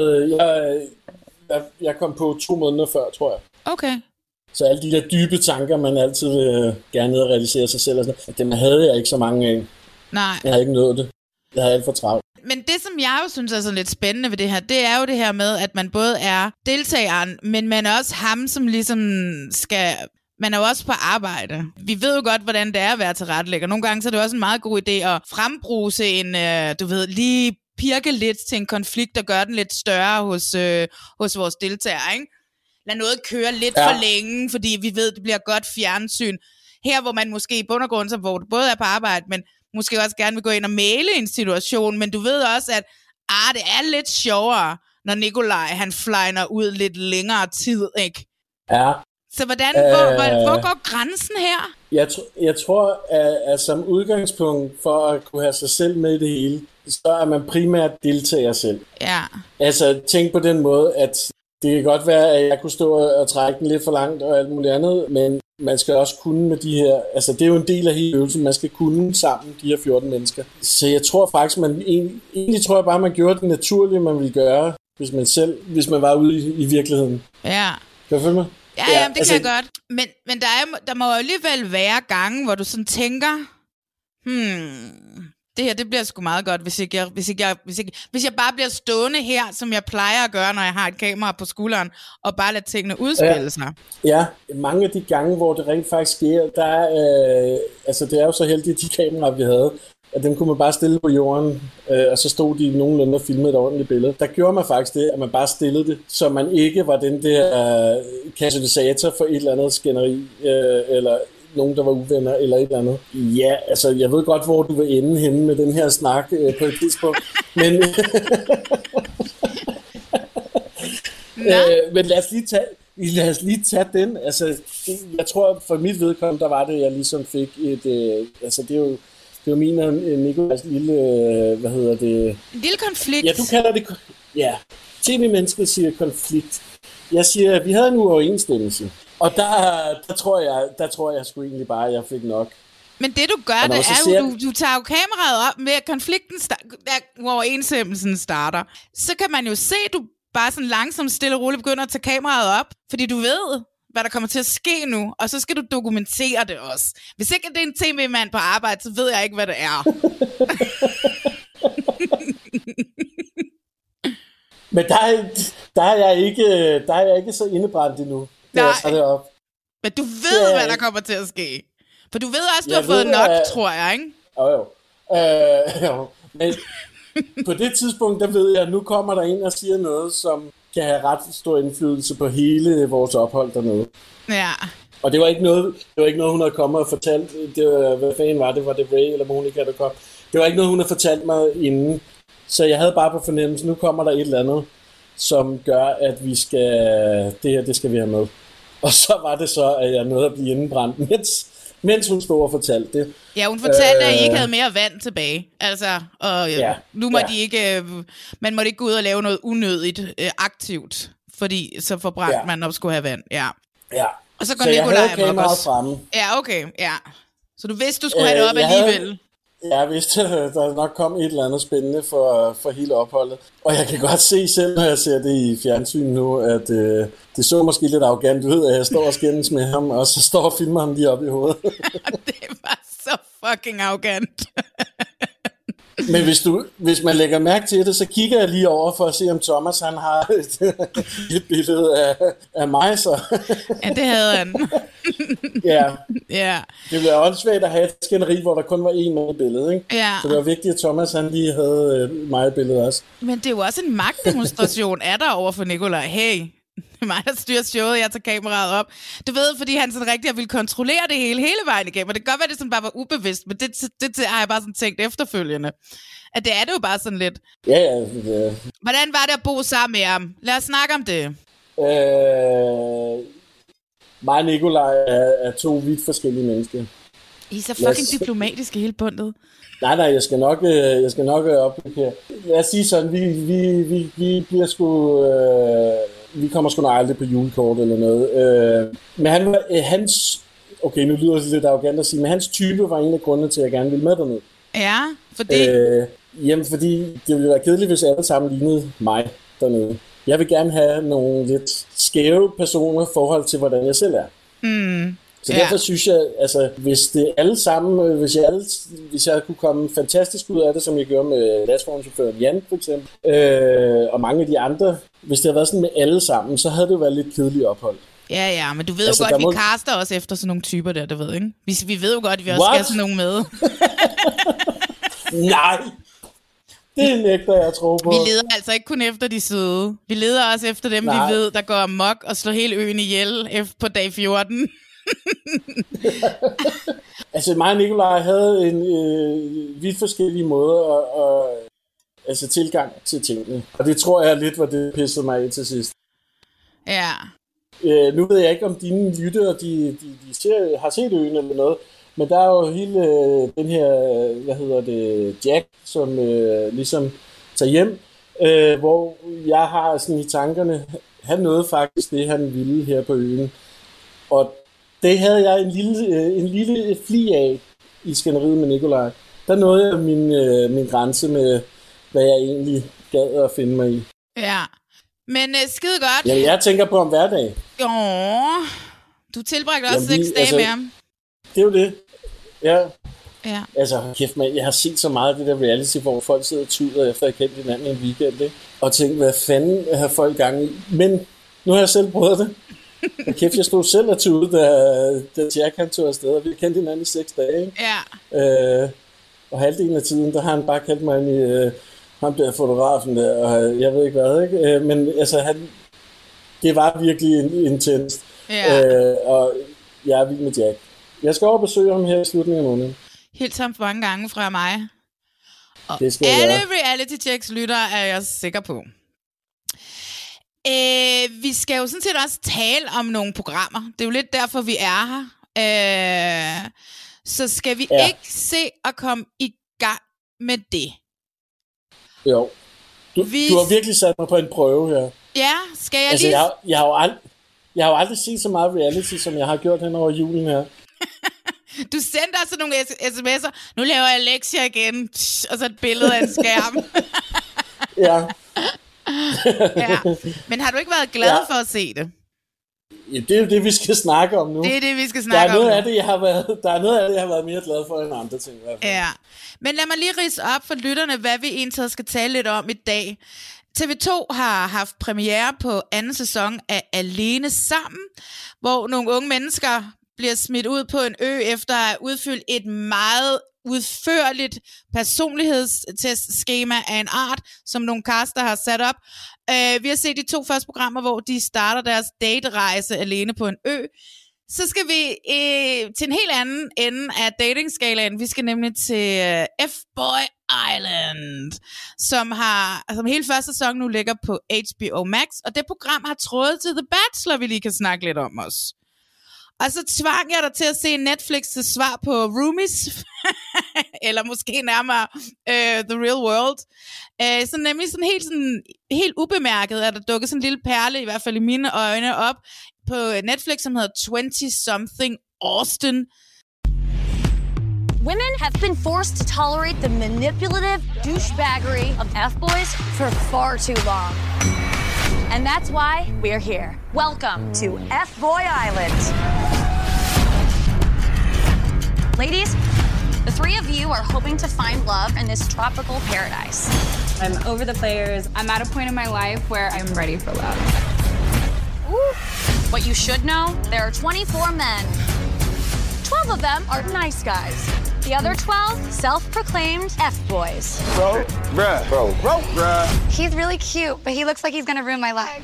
jeg kom på 2 måneder før, tror jeg. Okay. Så alle de der dybe tanker, man altid vil gerne ned og realisere sig selv og sådan noget, dem havde jeg ikke så mange af. Nej. Jeg havde ikke nået det. Jeg havde alt for travlt. Men det, som jeg jo synes er sådan lidt spændende ved det her, det er jo det her med, at man både er deltageren, men man er også ham, som ligesom skal... Man er jo også på arbejde. Vi ved jo godt, hvordan det er at være tilrettelægger. Nogle gange så er det også en meget god idé at frembruse en, lige pirke lidt til en konflikt, der gør den lidt større hos vores deltagere, ikke? Lad noget køre lidt for længe, fordi vi ved, det bliver godt fjernsyn. Her, hvor man måske i bund og grund, så hvor du både er på arbejde, men måske også gerne vil gå ind og male en situation, men du ved også, at det er lidt sjovere, når Nikolaj, han flyner ud lidt længere tid, ikke? Ja. Så hvor går grænsen her? Jeg tror, at som udgangspunkt for at kunne have sig selv med i det hele, så er man primært deltager selv. Ja. Altså tænk på den måde, at det kan godt være, at jeg kunne stå og trække den lidt for langt og alt muligt andet, men man skal også kunne med de her, altså det er jo en del af hele øvelsen, man skal kunne sammen, de her 14 mennesker. Så jeg tror faktisk, egentlig tror jeg bare, man gjorde det naturlige, man ville gøre. hvis man var ude i virkeligheden. Ja. Kan du følge mig? Ja, det altså, kan jeg godt. Men der må jo alligevel være gange, hvor du sådan tænker, det her, det bliver sgu meget godt, hvis jeg bare bliver stående her, som jeg plejer at gøre, når jeg har et kamera på skulderen, og bare lader tingene udspille sig. Ja, mange af de gange, hvor det rent faktisk sker, der er, det er jo så heldigt, de kameraer, vi havde, at dem kunne man bare stille på jorden, og så stod de nogenlunde og filmede et ordentligt billede. Der gjorde man faktisk det, at man bare stillede det, så man ikke var den der katalysator for et eller andet skænderi, eller nogen, der var uvenner, eller et eller andet. Ja, altså, jeg ved godt, hvor du vil ende henne med den her snak på et tidspunkt, men... men lad os lige tage den. Altså, jeg tror, for mit vedkommende, der var det, jeg ligesom fik et... det er jo min og Nikolajs lille... En lille konflikt. Ja, du kalder det... Ja, tv-mennesket siger konflikt. Jeg siger, at vi havde en uoverensstemmelse. Og der tror jeg sgu egentlig bare, at jeg fik nok. Men det du gør, det er jo, du tager jo kameraet op med, at konflikten, hvor overensstemmelsen starter. Så kan man jo se, at du bare sådan langsomt, stille og roligt begynder at tage kameraet op, fordi du ved, hvad der kommer til at ske nu, og så skal du dokumentere det også. Hvis ikke det er en tv-mand på arbejde, så ved jeg ikke, hvad det er. Men der er jeg ikke så indebrændt endnu. Nej, men du ved, hvad der kommer til at ske. For du ved også, du har fået nok, tror jeg, ikke? Jo. Men på det tidspunkt, der ved jeg, at nu kommer der en og siger noget, som kan have ret stor indflydelse på hele vores ophold dernede. Ja. Og det var ikke noget, hun havde kommet og fortalt. Hvad fanden var det? Var det Ray eller Monica, der kom? Det var ikke noget, hun havde fortalt mig inden. Så jeg havde bare på fornemmelsen, nu kommer der et eller andet, som gør, at vi skal... Det skal vi have med. Og så var det så, at jeg nåede at blive indebrændt, mens hun stod og fortalte det. Ja, hun fortalte, at I ikke havde mere vand tilbage. Altså, og nu må de ikke... Man måtte ikke gå ud og lave noget unødigt aktivt, fordi så forbrændte man op skulle have vand. Ja. Og så går Nikolaj nok også. Fremme. Ja, okay, ja. Så du vidste, du skulle have det op alligevel. Jeg vidste, at der nok kom et eller andet spændende for hele opholdet. Og jeg kan godt se selv, når jeg ser det i fjernsyn nu, at det så måske lidt arrogant ud, at jeg står og skændes med ham, og så står og filmer ham lige op i hovedet. Det var så fucking arrogant. Men hvis man lægger mærke til det, så kigger jeg lige over for at se, om Thomas han har et billede af mig. Så. Ja, det havde han. Ja. Det blev åndssvagt at have et skænderi, hvor der kun var én med i billedet. Ikke? Ja. Så det var vigtigt, at Thomas han lige havde mig i billedet også. Men det er jo også en magtdemonstration af der over for Nikolaj. Hey, det er mig, der styrer showet, jeg tager kameraet op. Du ved, fordi han sådan rigtig ville kontrollere det hele vejen igennem. Og det kan godt være, det sådan bare var ubevidst, men det har jeg bare sådan tænkt efterfølgende. At det er det jo bare sådan lidt. Ja. Hvordan var det at bo sammen med ham? Lad os snakke om det. Mig og Nikolaj er to vidt forskellige mennesker. I er så fucking diplomatiske hele bundet. Nej, jeg skal nok op her. Lad os sige sådan, vi bliver sgu... vi kommer sgu nok aldrig på julekort eller noget. Men hans... Okay, nu lyder det lidt arrogant at sige, men hans type var en af grundene til, at jeg gerne ville med dernede. Ja, fordi... Jamen, fordi det ville være kedeligt, hvis alle sammen lignede mig dernede. Jeg vil gerne have nogle lidt skæve personer i forhold til, hvordan jeg selv er. Så derfor synes jeg, altså, hvis det alle sammen, hvis jeg kunne komme fantastisk ud af det, som jeg gjorde med lastvognchaufføren Jan, for eksempel, og mange af de andre, hvis det havde været sådan med alle sammen, så havde det jo været lidt kedeligt ophold. Ja, men du ved jo godt, vi caster også efter sådan nogle typer der, du ved, ikke? Vi ved jo godt, at vi også skal have sådan nogle med. Nej! Det nægter jeg at tro på. Vi leder altså ikke kun efter de søde. Vi leder også efter dem, vi ved, der går amok og slår hele øen ihjel på dag 14. Altså mig og Nikolaj havde en vidt forskellige måder altså tilgang til tingene. Og det tror jeg lidt var det pissede mig af til sidst. Ja. Nu ved jeg ikke, om dine lyttere de har set øen eller noget, men der er jo hele den her, Jack, som ligesom tager hjem, hvor jeg har sådan i tankerne, han nåede faktisk det, han ville her på øen. Og det havde jeg en lille fli af i skænderiet med Nikolaj. Der nåede jeg min grænse med, hvad jeg egentlig gad at finde mig i. Ja, Men skide godt. Ja, jeg tænker på om hverdag. Du tilbragte også 6 dage med ham. Det er jo det. Ja. Ja. Altså, kæft man, jeg har set så meget af det der reality, hvor folk sidder og tuder efter at have kendt hinanden en weekend, ikke? Og tænkt, hvad fanden har folk gang i? Men nu har jeg selv prøvet det. Og kæft, jeg stod selv og tude, da Jack han tog afsted, og vi har kendt hinanden i 6 dage, ikke? Ja. Og halvdelen af tiden, der har han bare kaldt mig ind i ham der fotografen der, og jeg ved ikke hvad, ikke? Men altså, det var virkelig intenst. Ja. Og jeg er vild med Jack. Jeg skal over og besøge ham her i slutningen af måneden. Helt samt mange gange fra mig. Og det alle reality checks lyttere er jeg sikker på. Vi skal jo sådan set også tale om nogle programmer. Det er jo lidt derfor, vi er her. Så skal vi ikke se at komme i gang med det? Jo. Du har virkelig sat mig på en prøve her. Ja, skal jeg altså, lige... Jeg har jo aldrig set så meget reality, som jeg har gjort hen over julen her. Du sendte altså nogle sms'er. Nu laver jeg lektier igen. Og så et billede af en skærm. Ja. Ja. Men har du ikke været glad for at se det? Ja, det er jo det, vi skal snakke om nu. Det er det, vi skal snakke om nu. Der er noget af det, jeg har været mere glad for end andre ting. Ja. Men lad mig lige ridse op for lytterne, hvad vi egentlig skal tale lidt om i dag. TV2 har haft premiere på 2. sæson af Alene Sammen, hvor nogle unge mennesker bliver smidt ud på en ø efter at have udfyldt et meget udførligt personlighedstestskema af en art, som nogle caster har sat op. Vi har set de 2 første programmer, hvor de starter deres daterejse alene på en ø. Så skal vi til en helt anden ende af datingskalaen. Vi skal nemlig til F-Boy Island, som hele første sæson nu ligger på HBO Max. Og det program har trådet til The Bachelor, vi lige kan snakke lidt om os. Og så tvang jeg dig til at se Netflix' svar på Roomies, eller måske nærmere The Real World. Så nemlig helt ubemærket, at der dukker sådan en lille perle, i hvert fald i mine øjne, op på Netflix, som hedder 20-something Austin. Women have been forced to tolerate the manipulative douchebaggery of F-boys for far too long. And that's why we're here. Welcome to F-Boy Island. Ladies, the 3 of you are hoping to find love in this tropical paradise. I'm over the players. I'm at a point in my life where I'm ready for love. Ooh. What you should know, there are 24 men. 12 of them are nice guys. The other 12, self-proclaimed F-boys. Bro, bruh. He's really cute, but he looks like he's gonna ruin my life.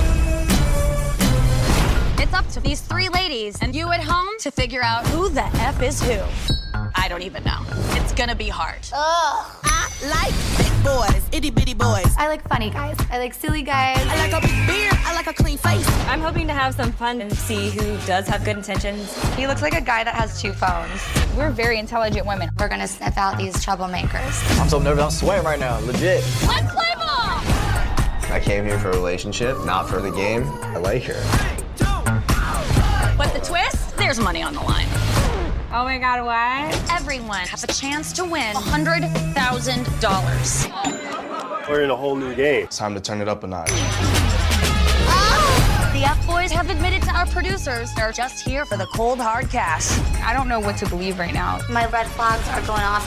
It's up to these 3 ladies and you at home to figure out who the F is who. I don't even know. It's gonna be hard. I like big boys, itty bitty boys. I like funny guys. I like silly guys. I like a big beard. I like a clean face. I'm hoping to have some fun and see who does have good intentions. He looks like a guy that has 2 phones. We're very intelligent women. We're gonna sniff out these troublemakers. I'm so nervous, I'm sweating right now, legit. Let's play ball! I came here for a relationship, not for the game. I like her. But the twist? There's money on the line. Oh my God, what? Everyone has a chance to win $100,000. We're in a whole new game. It's time to turn it up a notch. The F-boys have admitted to our producers they're just here for the cold, hard cash. I don't know what to believe right now. My red flags are going off.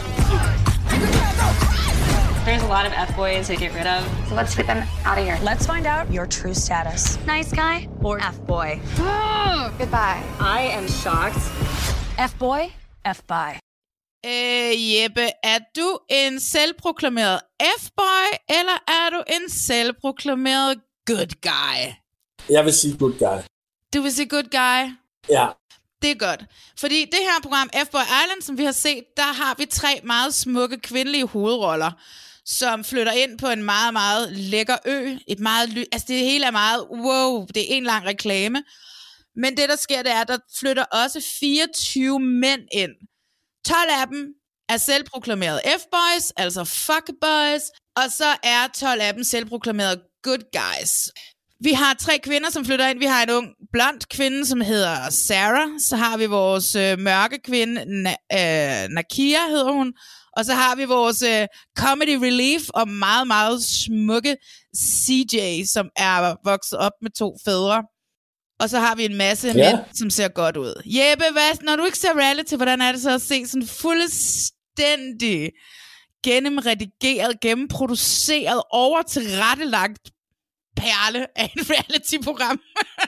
There's a lot of F-boys to get rid of. So let's get them out of here. Let's find out your true status. Nice guy or F-boy? Goodbye. I am shocked. F-boy, F-boy. Jeppe, er du en selvproklameret F-boy, eller er du en selvproklameret good guy? Jeg vil sige good guy. Du vil sige good guy? Ja. Det er godt. Fordi det her program, F-Boy Island, som vi har set, der har vi 3 meget smukke kvindelige hovedroller, som flytter ind på en meget, meget lækker ø. Det hele er meget, wow, det er en lang reklame. Men det, der sker, det er, at der flytter også 24 mænd ind. 12 af dem er selvproklamerede F-boys, altså fuckboys, og så er 12 af dem selvproklamerede good guys. Vi har 3 kvinder, som flytter ind. Vi har en ung, blond kvinde, som hedder Sarah. Så har vi vores mørke kvinde, Nakia hedder hun. Og så har vi vores comedy relief og meget, meget smukke CJ, som er vokset op med 2 fædre. Og så har vi en masse mænd, som ser godt ud. Jeppe, når du ikke ser reality, hvordan er det så at se sådan fuldstændig gennemredigeret, gennemproduceret, overtilrettelagt perle af en reality-program?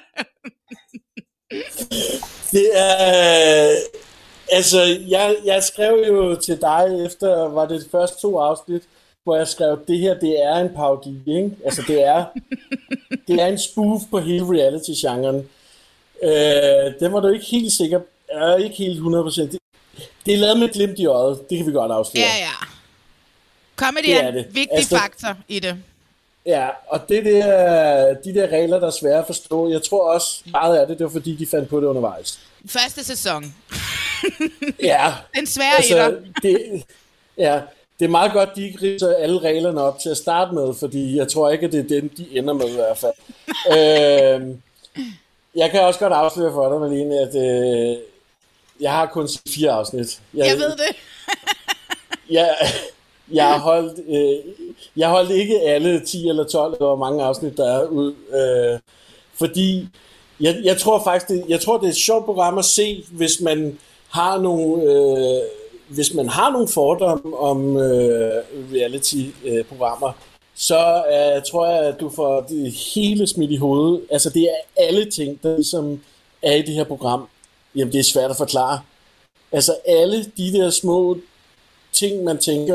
Det er... Altså, jeg skrev jo til dig efter, var det de første 2 afsnit, hvor jeg skrev, det her, det er en parodi, ikke? Altså, det er en spoof på hele reality-genren. Den var du ikke helt sikker, ikke helt 100%. Det er lavet med glimt i øjet, det kan vi godt afsløre. Ja. Comedy er en vigtig faktor i det. Ja, og de der regler, der er svære at forstå, jeg tror også meget af det var fordi, de fandt på det undervejs. Første sæson. Ja. Den svære etter. Det er meget godt, de ikke ridser alle reglerne op til at starte med, fordi jeg tror ikke, at det er dem, de ender med i hvert fald. Jeg kan også godt afsløre for dig, Malene, at jeg har kun 4 afsnit. Jeg ved det. Jeg holdt ikke alle 10 eller 12, eller hvor mange afsnit der er ud, fordi jeg tror faktisk, det er et sjovt program at se, hvis man har nogle fordomme om reality-programmer, så tror jeg, at du får det hele smidt i hovedet. Altså det er alle ting, der ligesom er i det her program. Jamen det er svært at forklare. Altså alle de der små ting, man tænker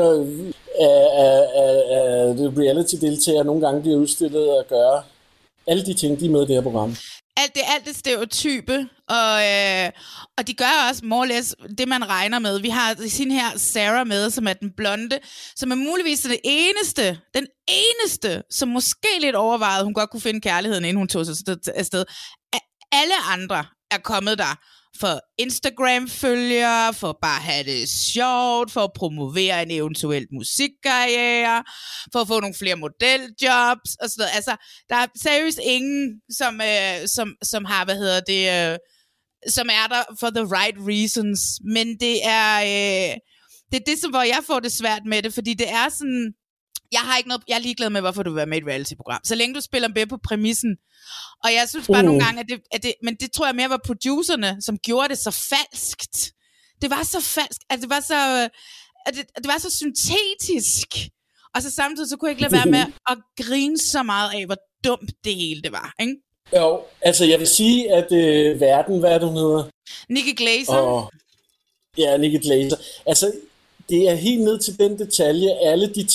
af reality-deltagere nogle gange bliver udstillet at gøre. Alle de ting, de er med i det her program. Alt det stereotype, og de gør også more or less det, man regner med. Vi har sin her Sarah med, som er den blonde, som er muligvis den eneste, som måske lidt overvejede, hun godt kunne finde kærligheden, inden hun tog sig afsted. Alle andre er kommet der for Instagram-følgere, for bare at have det sjovt, for at promovere en eventuel musikkarriere, for at få nogle flere modeljobs og sådan noget. Altså, der er seriøst ingen, som har, som er der for the right reasons. Men det er det, hvor jeg får det svært med det, fordi det er sådan, jeg er ligeglad med, hvorfor du vil være med i et reality-program. Så længe du spiller med på præmissen. Og jeg synes bare nogle gange, at det, men det tror jeg mere var producerne, som gjorde det så falskt. Det var så falsk, at det var så syntetisk. Og så samtidig så kunne jeg ikke lade være med at grine så meget af, hvor dumt det hele det var, ikke? Jo, altså jeg vil sige, at verden, hvad er det, hun hedder? Nikki Glaser. Ja, Nikki Glaser. Altså, det er helt ned til den detalje, alle de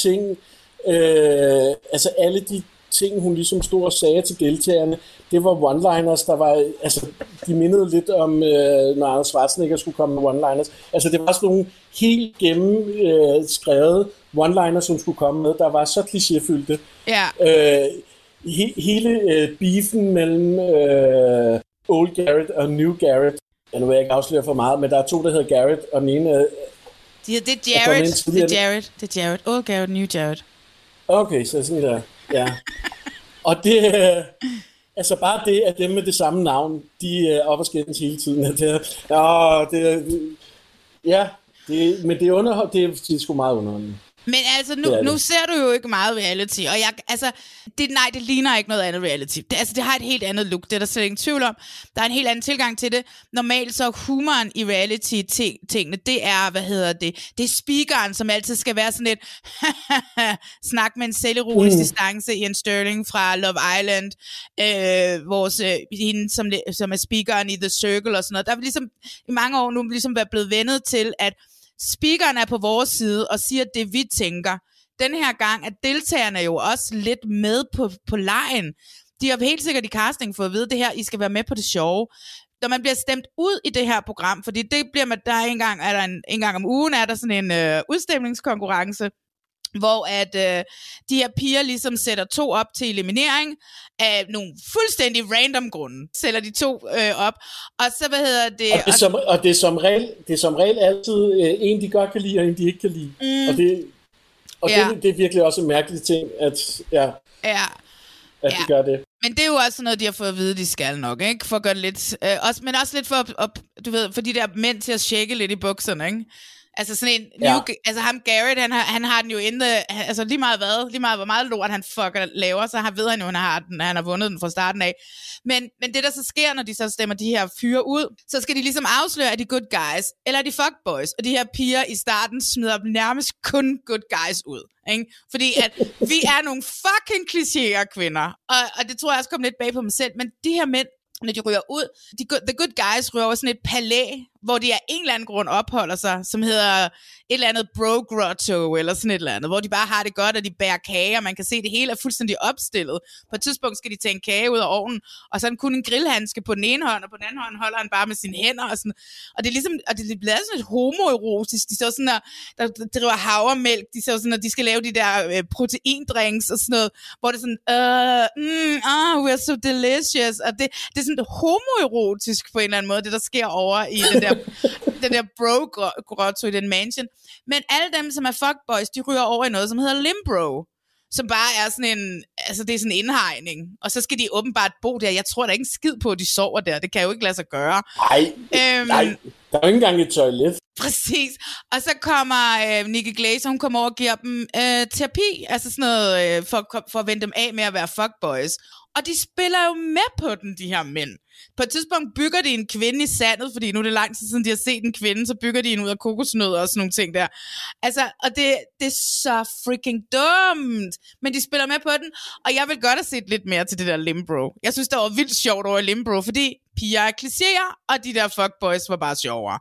ting, hun ligesom stod og sagde til deltagerne, det var one-liners, der var, altså, de mindede lidt om, når Arnold Schwarzenegger skulle komme med one-liners. Altså, det var sådan nogle helt gennemskrevet one-liners, som skulle komme med, der var så klichéfyldte. Ja. Hele beefen mellem Old Garrett og New Garrett, nu vil jeg ikke afsløre for meget, men der er 2, der hedder Garrett, og den ene det er Jared. Old Garrett, New Garrett. Okay, så sådan der. Ja. Og det altså bare det, at dem med det samme navn, de er op og skændes hele tiden. Men det er sgu meget underholdende. Men altså, nu ser du jo ikke meget reality, og det ligner ikke noget andet reality. Det har et helt andet look, det er der slet ingen tvivl om. Der er en helt anden tilgang til det. Normalt så humoren i reality-tingene, det er, det er speakeren, som altid skal være sådan lidt snak med en selvironisk distance, Ian Sterling fra Love Island, hende, som er speakeren i The Circle og sådan noget. Der er ligesom i mange år nu ligesom været blevet vendet til, at speakeren er på vores side og siger det, vi tænker. Den her gang er deltagerne jo også lidt med på lejen. De har helt sikkert i casting fået at vide det her, I skal være med på det sjove. Når man bliver stemt ud i det her program, fordi det bliver man, en gang om ugen er der sådan en udstemningskonkurrence, hvor at de her piger ligesom sætter 2 op til eliminering af nogle fuldstændig random grunde. Sætter de 2 op, og så Og det er som regel altid en, de godt kan lide, og en, de ikke kan lide. Og det er virkelig også en mærkelig ting, at de gør det. Men det er jo også noget, de har fået at vide, de skal nok, ikke? For at gøre det lidt... men også lidt for de der mænd til at shake lidt i bukserne, ikke? Altså sådan en... Altså ham Garrett, han har den jo altså lige meget hvor meget lort han laver, så ved han jo, han har vundet den fra starten af. Men det, der så sker, når de så stemmer de her fyre ud, så skal de ligesom afsløre, at de good guys, eller er de fuckboys. Og de her piger i starten smider nærmest kun good guys ud. Ikke? Fordi at vi er nogle fucking klichéer, kvinder. Og det tror jeg også kom lidt bag på mig selv. Men de her mænd, når de ryger ud, the good guys ryger over sådan et palæ, hvor de af en eller anden grund opholder sig, som hedder et eller andet bro grotto, eller sådan et eller andet, hvor de bare har det godt, og de bærer kage, og man kan se, at det hele er fuldstændig opstillet. På et tidspunkt skal de tage en kage ud af ovnen, og så er den kun en grillhandske på den ene hånd, og på den anden hånd holder han bare med sine hænder, og sådan. Og det er ligesom, og det bliver sådan lidt homoerotisk. De står sådan, der driver havremælk, de står sådan, og de skal lave de der proteindrinks og sådan noget, hvor det er sådan, we're so delicious, og det er sådan homoerotisk på en eller anden måde, det der sker over i den der bro-grotto i den mansion. Men alle dem, som er fuckboys, de ryger over i noget, som hedder limbro, som bare er sådan en, altså det er sådan en indhegning. Og så skal de åbenbart bo der. Jeg tror, der er ikke en skid på, at de sover der. Det kan jo ikke lade sig gøre. Nej, der er jo ikke engang et toilet. Præcis. Og så kommer Nikki Glaser, hun kommer over og giver dem terapi, altså sådan noget, for at vende dem af med at være fuckboys. Og de spiller jo med på den, de her mænd. På et tidspunkt bygger de en kvinde i sandet, fordi nu er det lang tid siden, de har set en kvinde, så bygger de en ud af kokosnødder og sådan nogle ting der. Altså, og det er så freaking dumt. Men de spiller med på den, og jeg vil godt have set lidt mere til det der limbro. Jeg synes, det var vildt sjovt over limbro, fordi piger er klichéer, og de der fuckboys var bare sjovere.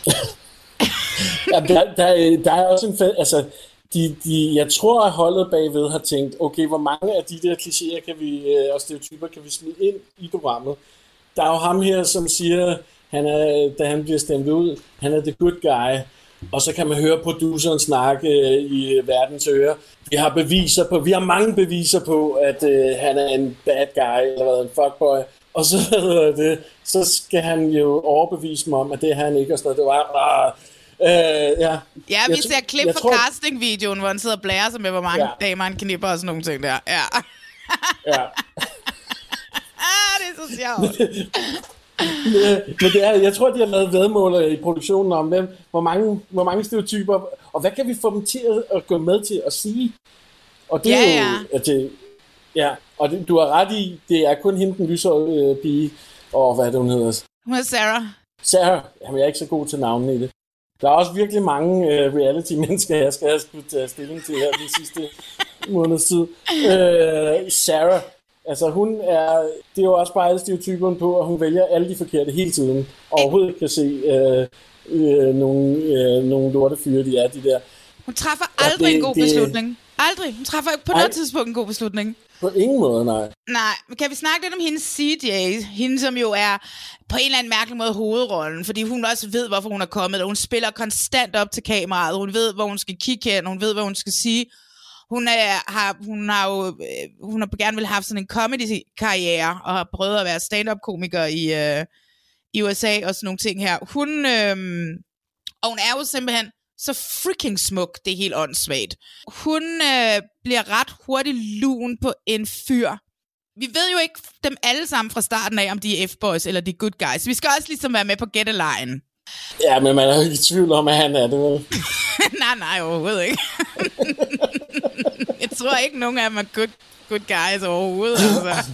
Ja, der er også en altså... Jeg tror, at holdet bagved har tænkt, okay, hvor mange af de der klichéer og stereotyper kan vi smide ind i programmet? Der er jo ham her, som siger, da han bliver stemt ud, han er the good guy, og så kan man høre produceren snakke i verdens ører. Vi har mange beviser på, at han er en bad guy, eller en fuckboy, og så skal han jo overbevise mig om, at det er han ikke, og sådan noget. Det var ja, vi ser klip fra castingvideoen, hvor han sidder og blærer sig med, hvor mange damer han knipper og sådan nogle ting der. Ja. Det er så sjovt. Men det er, jeg tror, de har lavet væddemål i produktionen om dem, hvor mange stereotyper, og hvad kan vi få dem til at gå med til at sige? Og det er jo, og du har ret i, det er kun hende, den lyshårede pige, og hvad er det, hun hedder? Hun er Sarah. Jamen, jeg er ikke så god til navnene i det. Der er også virkelig mange reality-mennesker, jeg skal tage stilling til her den sidste måneds tid. Sarah, altså det er jo også bare alle stereotyperne på, at hun vælger alle de forkerte hele tiden, og overhovedet ikke kan se nogle lortefyre, de er, de der. Hun træffer aldrig en god beslutning. Aldrig. Hun træffer ikke på noget tidspunkt en god beslutning. På ingen måde, nej. Nej, men kan vi snakke lidt om hendes CJ? Hende, som jo er på en eller anden mærkelig måde hovedrollen, fordi hun også ved, hvorfor hun er kommet, og hun spiller konstant op til kameraet. Hun ved, hvor hun skal kigge hen, hun ved, hvad hun skal sige. Hun har gerne vil have sådan en comedy-karriere, og har prøvet at være stand-up-komiker i USA og sådan nogle ting her. Hun er jo simpelthen så freaking smuk, det er helt åndssvagt. Hun bliver ret hurtigt lun på en fyr. Vi ved jo ikke dem alle sammen fra starten af, om de er F-boys eller de er good guys. Vi skal også ligesom være med på get a line. Ja, men man er jo ikke i tvivl om, at han er det, vel? nej, overhovedet ikke. Jeg tror ikke, nogen af dem er good guys overhovedet. Altså.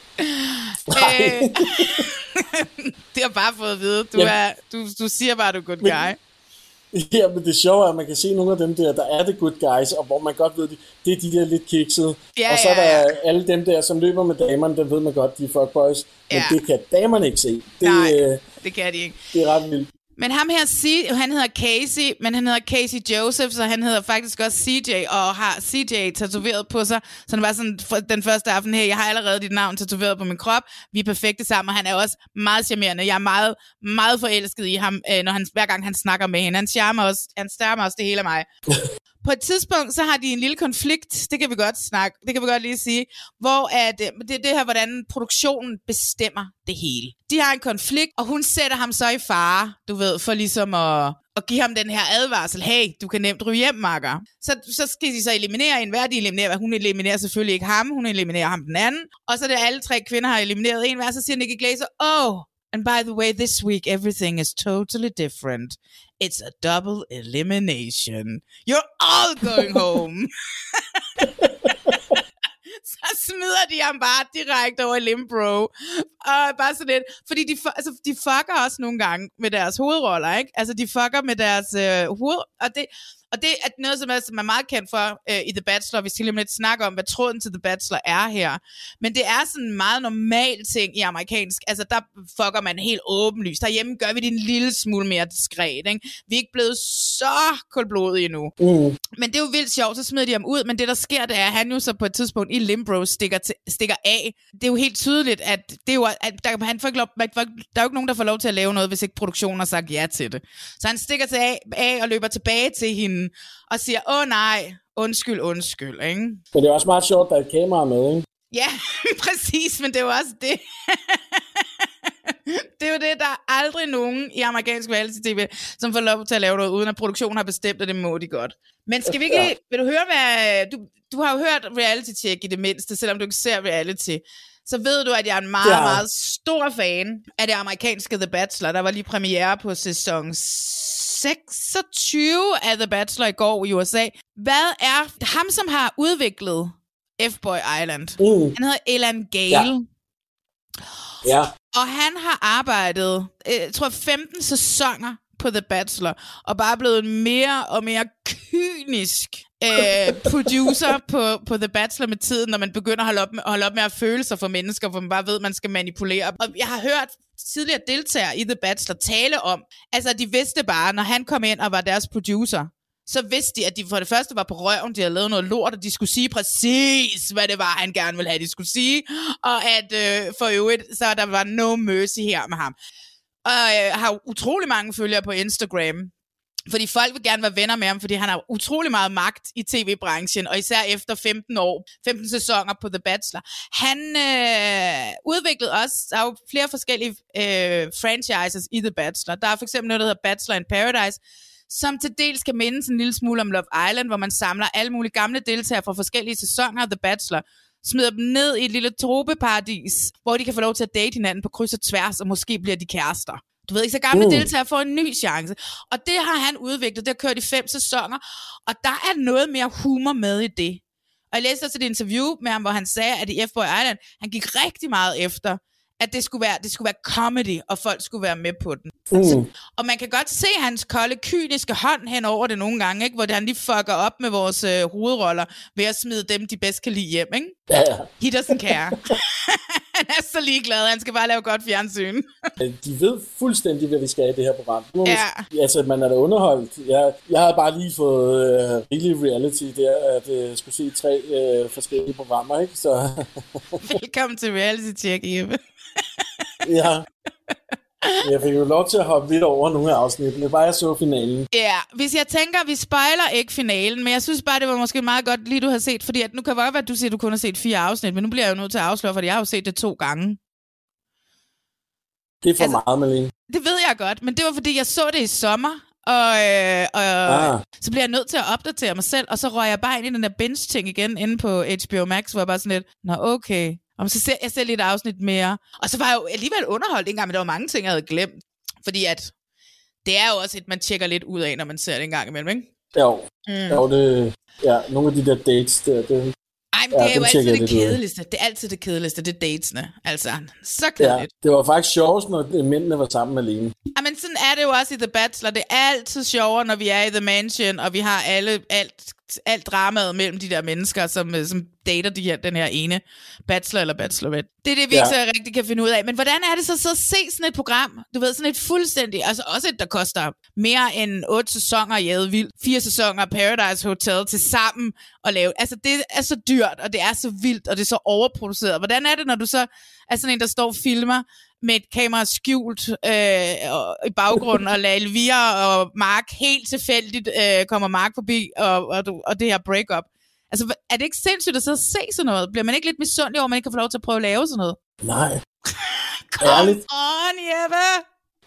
Det har bare fået at vide. Du siger bare, at du er good guy. Ja, men det sjove er, at man kan se nogle af dem der er the good guys, og hvor man godt ved, det er de der lidt kiksede. Ja, og så er der alle dem der, som løber med damerne, der ved man godt, de er fuckboys. Men det kan damerne ikke se. Nej, det kan de ikke. Det er ret vildt. Men ham her, han hedder Casey, men han hedder Casey Joseph, så han hedder faktisk også CJ, og har CJ tatoveret på sig. Så det var sådan den første aften her, jeg har allerede dit navn tatoveret på min krop. Vi er perfekte sammen, og han er også meget charmerende. Jeg er meget, meget forelsket i ham, hver gang han snakker med hende. Han charmer også det hele af mig. På et tidspunkt, så har de en lille konflikt, det kan vi godt lige sige, hvor det er det her, hvordan produktionen bestemmer det hele. De har en konflikt, og hun sætter ham så i fare, du ved, for ligesom og give ham den her advarsel. Hey, du kan nemt ryge hjem, makker. Så skal de så eliminere en hver. De eliminerer, hun eliminerer selvfølgelig ikke ham, hun eliminerer ham den anden. Og så er det alle 3 kvinder har elimineret en hver, så siger Nikki Glaser, and by the way, this week everything is totally different. It's a double elimination. You're all going home. Så smider de ham bare direkte over i Limbro. Og bare sådan lidt. Fordi de fucker også nogle gange med deres hovedroller, ikke? Altså, de fucker med deres hoved... Og det er noget, som er meget kendt for i The Bachelor. Vi skal lige lidt snakke om, hvad tråden til The Bachelor er her. Men det er sådan en meget normal ting i amerikansk. Altså, der fucker man helt åbenlyst. Derhjemme gør vi det en lille smule mere diskret, ikke? Vi er ikke blevet så koldblodige endnu. Men det er jo vildt sjovt, så smider de ham ud. Men det, der sker, det er, at han jo så på et tidspunkt i Limbro stikker af. Det er jo helt tydeligt, at det er jo, at der er jo ikke nogen, der får lov til at lave noget, hvis ikke produktionen har sagt ja til det. Så han stikker af og løber tilbage til hende og siger, nej, undskyld, ikke? Men det er også meget sjovt, der er et kamera med, ikke? Ja, præcis, men det er jo også det. Det er jo det, der er aldrig nogen i amerikansk reality-tv, som får lov til at lave noget, uden at produktionen har bestemt, at det må de godt. Men skal vi ikke vil du høre, hvad... Du har jo hørt reality-check i det mindste, selvom du ikke ser reality. Så ved du, at jeg er en meget, meget stor fan af det amerikanske The Bachelor. Der var lige premiere på sæson 26 af The Bachelor i går i USA. Hvad er ham, som har udviklet F-Boy Island? Han hedder Elan Gale. Ja. Og han har arbejdet, jeg tror 15 sæsoner på The Bachelor, og bare blevet mere og mere kynisk producer på The Bachelor med tiden, når man begynder at holde op med at føle sig for mennesker, hvor man bare ved, at man skal manipulere. Og jeg har hørt tidligere deltagere i The Bachelor tale om, altså de vidste bare, når han kom ind og var deres producer, så vidste de, at de for det første var på røven, de havde lavet noget lort, og de skulle sige præcis, hvad det var, han gerne ville have, de skulle sige, og at for øvrigt, så der var no mercy her med ham. Og har utrolig mange følgere på Instagram, fordi folk vil gerne være venner med ham, fordi han har utrolig meget magt i tv-branchen, og især efter 15 sæsoner på The Bachelor. Han udviklede også, der er jo flere forskellige franchises i The Bachelor. Der er for eksempel noget, der hedder Bachelor in Paradise, som til dels kan mindes en lille smule om Love Island, hvor man samler alle mulige gamle deltagere fra forskellige sæsoner af The Bachelor, smider dem ned i et lille tropeparadis, hvor de kan få lov til at date hinanden på kryds og tværs, og måske bliver de kærester. Du ved ikke, så gamle deltagere får en ny chance. Og det har han udviklet. Det har kørt i 5 sæsoner. Og der er noget mere humor med i det. Og jeg læste også et interview med ham, hvor han sagde, at i F-Boy Island, han gik rigtig meget efter, at det skulle være comedy, og folk skulle være med på den. Og man kan godt se hans kolde, kyniske hånd hen over det nogle gange, ikke? Hvor han lige fucker op med vores hovedroller, ved at smide dem, de bedst kan lide hjem, ikke? Ja. He doesn't care. Han er så ligeglad, han skal bare lave godt fjernsyn. De ved fuldstændig, hvad vi skal i det her program. Altså, man er da underholdt. Jeg har bare lige fået rigelig reality der, at skulle se 3 forskellige programmer, ikke? Så... Velkommen til Reality Check, Jeppe. Ja. Jeg fik jo lov til at hoppe lidt over nogle af afsnittene, bare jeg så finalen. Ja, hvis jeg tænker, vi spoiler ikke finalen, men jeg synes bare, det var måske meget godt lige du har set, fordi at nu kan det godt være, at du siger, at du kun har set 4 afsnit, men nu bliver jeg jo nødt til at afsløre, fordi jeg har jo set det 2 gange. Det er for meget, Malene. Det ved jeg godt, men det var fordi, jeg så det i sommer, og så bliver jeg nødt til at opdatere mig selv, og så røg jeg bare ind i den der binge-ting igen inde på HBO Max, hvor jeg bare sådan lidt, nå okay. Og så ser jeg selv lidt afsnit mere. Og så var jeg jo alligevel underholdt engang, men der var mange ting, jeg havde glemt. Fordi at det er jo også et, man tjekker lidt ud af, når man ser det en gang imellem, ikke? Jo, nogle af de der dates der, ej, men det er jo altid det kedeligste. Det er altid det kedeligste, det er datesene. Altså, så kedeligt. Ja, det var faktisk sjovest, når mændene var sammen alene. Ja, men sådan er det jo også i The Bachelor. Det er altid sjovere, når vi er i The Mansion, og vi har alt dramaet mellem de der mennesker, som dater den her ene bachelor eller bachelorette. Det er det, vi ikke så rigtig kan finde ud af. Men hvordan er det så at se sådan et program? Du ved, sådan et fuldstændig, altså også et, der koster mere end 8 sæsoner i Advild, 4 sæsoner af Paradise Hotel til sammen at lave. Altså det er så dyrt, og det er så vildt, og det er så overproduceret. Hvordan er det, når du så er sådan en, der står og filmer med et kamera skjult i baggrunden, og lader Elvira og Mark helt tilfældigt kommer Mark forbi, og det her break-up. Altså, er det ikke sindssygt at sidde og se sådan noget? Bliver man ikke lidt misundelig over, at man ikke kan få lov til at prøve at lave sådan noget? Nej. Come on, Jeppe!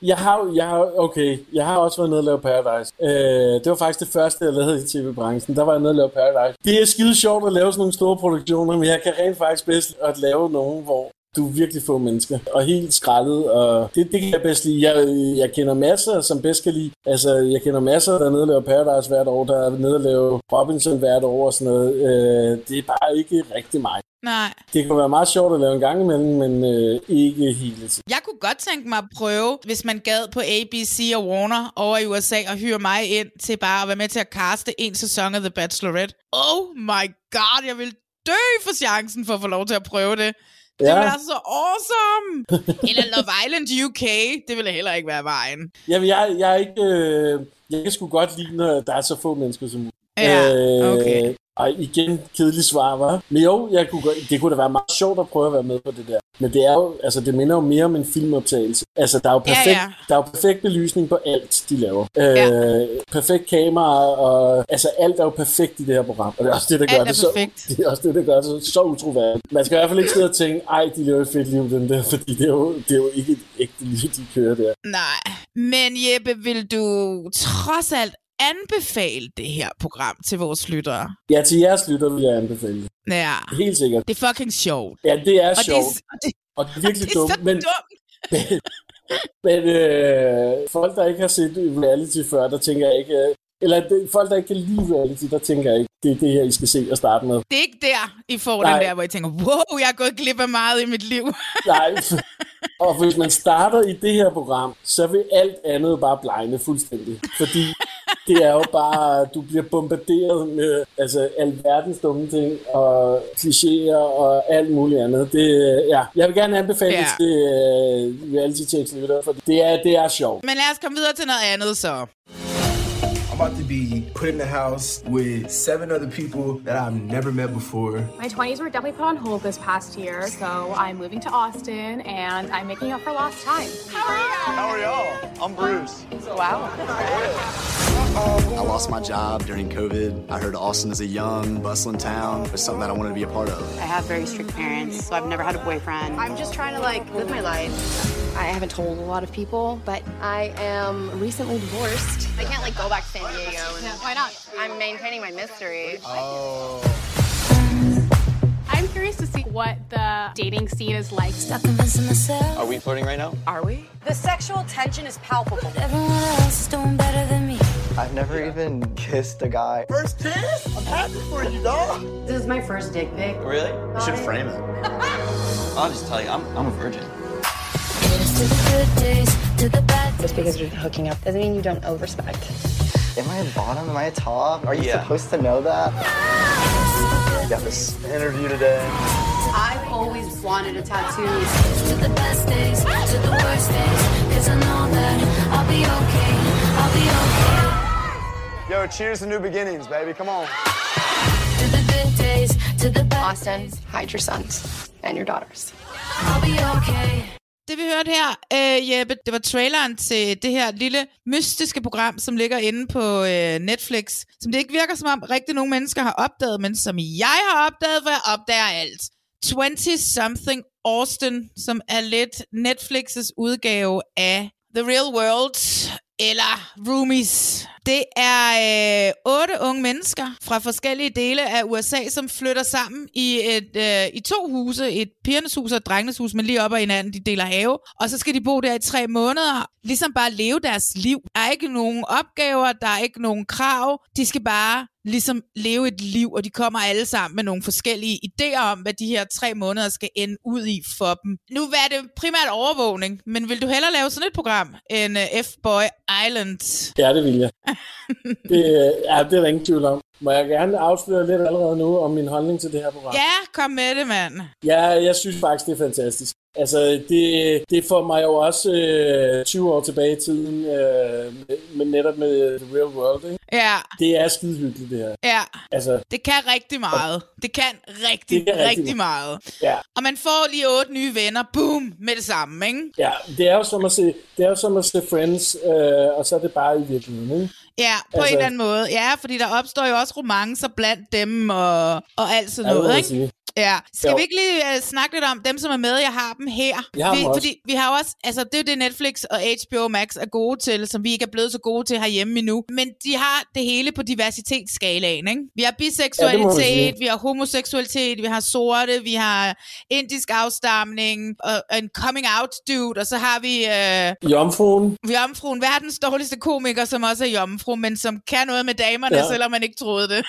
Jeg har også været nede og lave Paradise. Det var faktisk det første, jeg lavede i tv-branchen. Der var jeg nede og lave Paradise. Det er skide sjovt at lave sådan nogle store produktioner, men jeg kan rent faktisk bedst at lave nogen, hvor du er virkelig få mennesker, og helt skrællet, og det kan jeg bedst lide. Jeg kender masser, som bedst kan lide. Altså, jeg kender masser, der er nede og laver Paradise hvert år, der er nede og lave Robinson hvert år og sådan noget. Det er bare ikke rigtig mig. Nej. Det kan være meget sjovt at lave en gang imellem, men ikke hele tiden. Jeg kunne godt tænke mig at prøve, hvis man gad på ABC og Warner over i USA og hyre mig ind til bare at være med til at caste en sæson af The Bachelorette. Oh my god, jeg vil dø for chancen for at få lov til at prøve det. Det ville være så awesome! Eller Love Island UK, det ville heller ikke være vejen. Jamen, jeg kan sgu godt lide, når der er så få mennesker som muligt. Ja, okay. Og igen, kedelig svar, var. Men jo, det kunne da være meget sjovt at prøve at være med på det der. Men det er jo, altså det minder jo mere om en filmoptagelse. Altså der er jo der er jo perfekt belysning på alt, de laver. Perfekt kamera, og altså alt er jo perfekt i det her program. Og det er også det, der gør det så utroværdigt. Man skal i hvert fald ikke sidde og tænke, ej, de lever et fedt liv, den der, fordi det er jo ikke et ægte liv, de kører der. Nej, men Jeppe, vil du trods alt anbefale det her program til vores lyttere? Ja, til jeres lyttere vil jeg anbefale det. Ja. Helt sikkert. Det er fucking sjovt. Ja, det er sjovt. Og det er virkelig dumt. Men folk, der ikke har set reality før, der tænker jeg ikke... Eller folk, der ikke kan lide reality, der tænker jeg ikke, det er det her, I skal se og starte med. Det er ikke der, I får den der, hvor I tænker, wow, jeg er gået glip af meget i mit liv. Nej, og hvis man starter i det her program, så vil alt andet bare blegne fuldstændig. Fordi det er jo bare, du bliver bombarderet med alverdens dumme ting og klichéer og alt muligt andet. Jeg vil gerne anbefale det til reality-tekstlytter, for det er sjovt. Men lad os komme videre til noget andet så. I'm about to be put in the house with 7 other people that I've never met before. My 20s were definitely put on hold this past year, so I'm moving to Austin and I'm making up for lost time. How are y'all? I'm Bruce. Wow. I lost my job during COVID. I heard Austin is a young, bustling town. It's something that I wanted to be a part of. I have very strict parents, so I've never had a boyfriend. I'm just trying to live my life. I haven't told a lot of people, but I am recently divorced. I can't go back to San Diego. Why not? I'm maintaining my mystery. Oh. I'm curious to see what the dating scene is like. Are we flirting right now? Are we? The sexual tension is palpable. Everyone else is doing better than me. I've never even kissed a guy. First kiss? I'm happy for you, dog. This is my first dick pic. Really? You should frame it. I'll just tell you, I'm a virgin. Just because you're hooking up doesn't mean you don't owe respect. Am I a bottom? Am I a top? Are you supposed to know that? I got this interview today. I've always wanted a tattoo. To the best days, to the worst days, 'cause I know that I'll be okay, I'll be okay. Yo, cheers to new beginnings, baby. Come on. To the good days, to the bad. Austin, hide your sons and your daughters. I'll be okay. Det vi hørte her, Jeppe, det var traileren til det her lille mystiske program, som ligger inde på Netflix, som det ikke virker som om rigtig nogle mennesker har opdaget, men som jeg har opdaget, for jeg opdager alt. 20-something Austin, som er lidt Netflix's udgave af The Real World, eller Roomies. Det er 8 unge mennesker fra forskellige dele af USA, som flytter sammen i 2 huse. Et pigernes hus og et drengenes hus, men lige op ad hinanden, de deler have. Og så skal de bo der i 3 måneder, ligesom bare leve deres liv. Der er ikke nogen opgaver, der er ikke nogen krav. De skal bare ligesom leve et liv, og de kommer alle sammen med nogle forskellige idéer om, hvad de her 3 måneder skal ende ud i for dem. Nu er det primært overvågning, men vil du hellere lave sådan et program end F-Boy Island? Ja, det vil jeg. Det er der ingen tvivl om. Må jeg gerne afsløre lidt allerede nu om min holdning til det her program? Ja, kom med det, mand. Ja, jeg synes faktisk, det er fantastisk. Altså, det får mig jo også 20 år tilbage i tiden, men netop med The Real World, ikke? Ja. Det er skide hyggeligt, det her. Ja, altså, det kan rigtig meget. Det kan rigtig meget. Ja. Og man får lige 8 nye venner, boom, med det samme, ikke? Ja, det er jo som at se Friends, og så er det bare i virkeligheden, ikke? Ja, på en eller anden måde. Ja, fordi der opstår jo også romancer blandt dem og alt sådan noget, ikke? Ja. Skal vi ikke lige snakke lidt om dem, som er med? Jeg har dem her. Fordi vi har jo også, altså det er jo det Netflix og HBO Max er gode til, som vi ikke er blevet så gode til herhjemme endnu. Men de har det hele på diversitetsskalaen, ikke? Vi har biseksualitet, vi har homoseksualitet, vi har sorte, vi har indisk afstamning, og en coming out dude, og så har vi... Jomfruen, verdens dårligste komiker, som også er jomfru, men som kan noget med damerne, selvom man ikke troede det.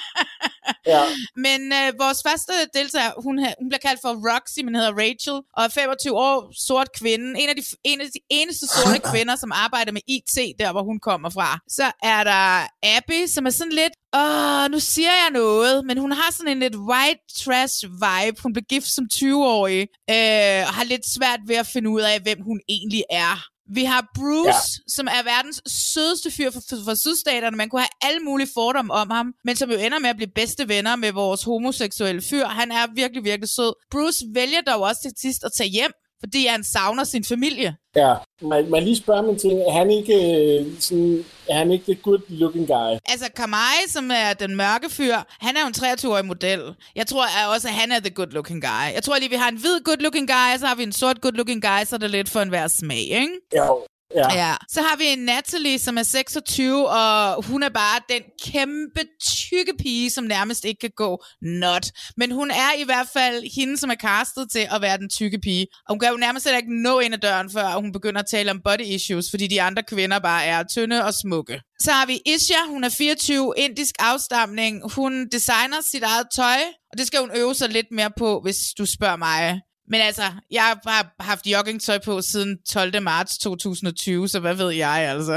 Men vores første deltager, hun bliver kaldt for Roxy, men hedder Rachel, og er 25 år, sort kvinde. En af de eneste sorte kvinder, som arbejder med IT, der hvor hun kommer fra. Så er der Abby, som er sådan lidt, nu siger jeg noget, men hun har sådan en lidt white trash vibe. Hun blev gift som 20-årig, og har lidt svært ved at finde ud af, hvem hun egentlig er. Vi har Bruce, som er verdens sødeste fyr for sydstaterne. Man kunne have alle mulige fordomme om ham, men som jo ender med at blive bedste venner med vores homoseksuelle fyr. Han er virkelig, virkelig sød. Bruce vælger dog også til sidst at tage hjem, fordi han savner sin familie. Ja, man lige spørger mig til, er han ikke the good looking guy? Altså Kamai, som er den mørke fyr, han er jo en 23-årig model. Jeg tror også, at han er the good looking guy. Jeg tror lige, vi har en hvid good looking guy, og så har vi en sort good looking guy, så er det lidt for enhver smag, ikke? Ja. Så har vi en Natalie, som er 26, og hun er bare den kæmpe tykke pige, som nærmest ikke kan gå not. Men hun er i hvert fald hende, som er castet til at være den tykke pige. Og hun kan jo nærmest ikke nå ind ad døren, før hun begynder at tale om body issues, fordi de andre kvinder bare er tynde og smukke. Så har vi Isha, hun er 24, indisk afstamning. Hun designer sit eget tøj, og det skal hun øve sig lidt mere på, hvis du spørger mig. Men altså, jeg har haft joggingtøj på siden 12. marts 2020, så hvad ved jeg altså?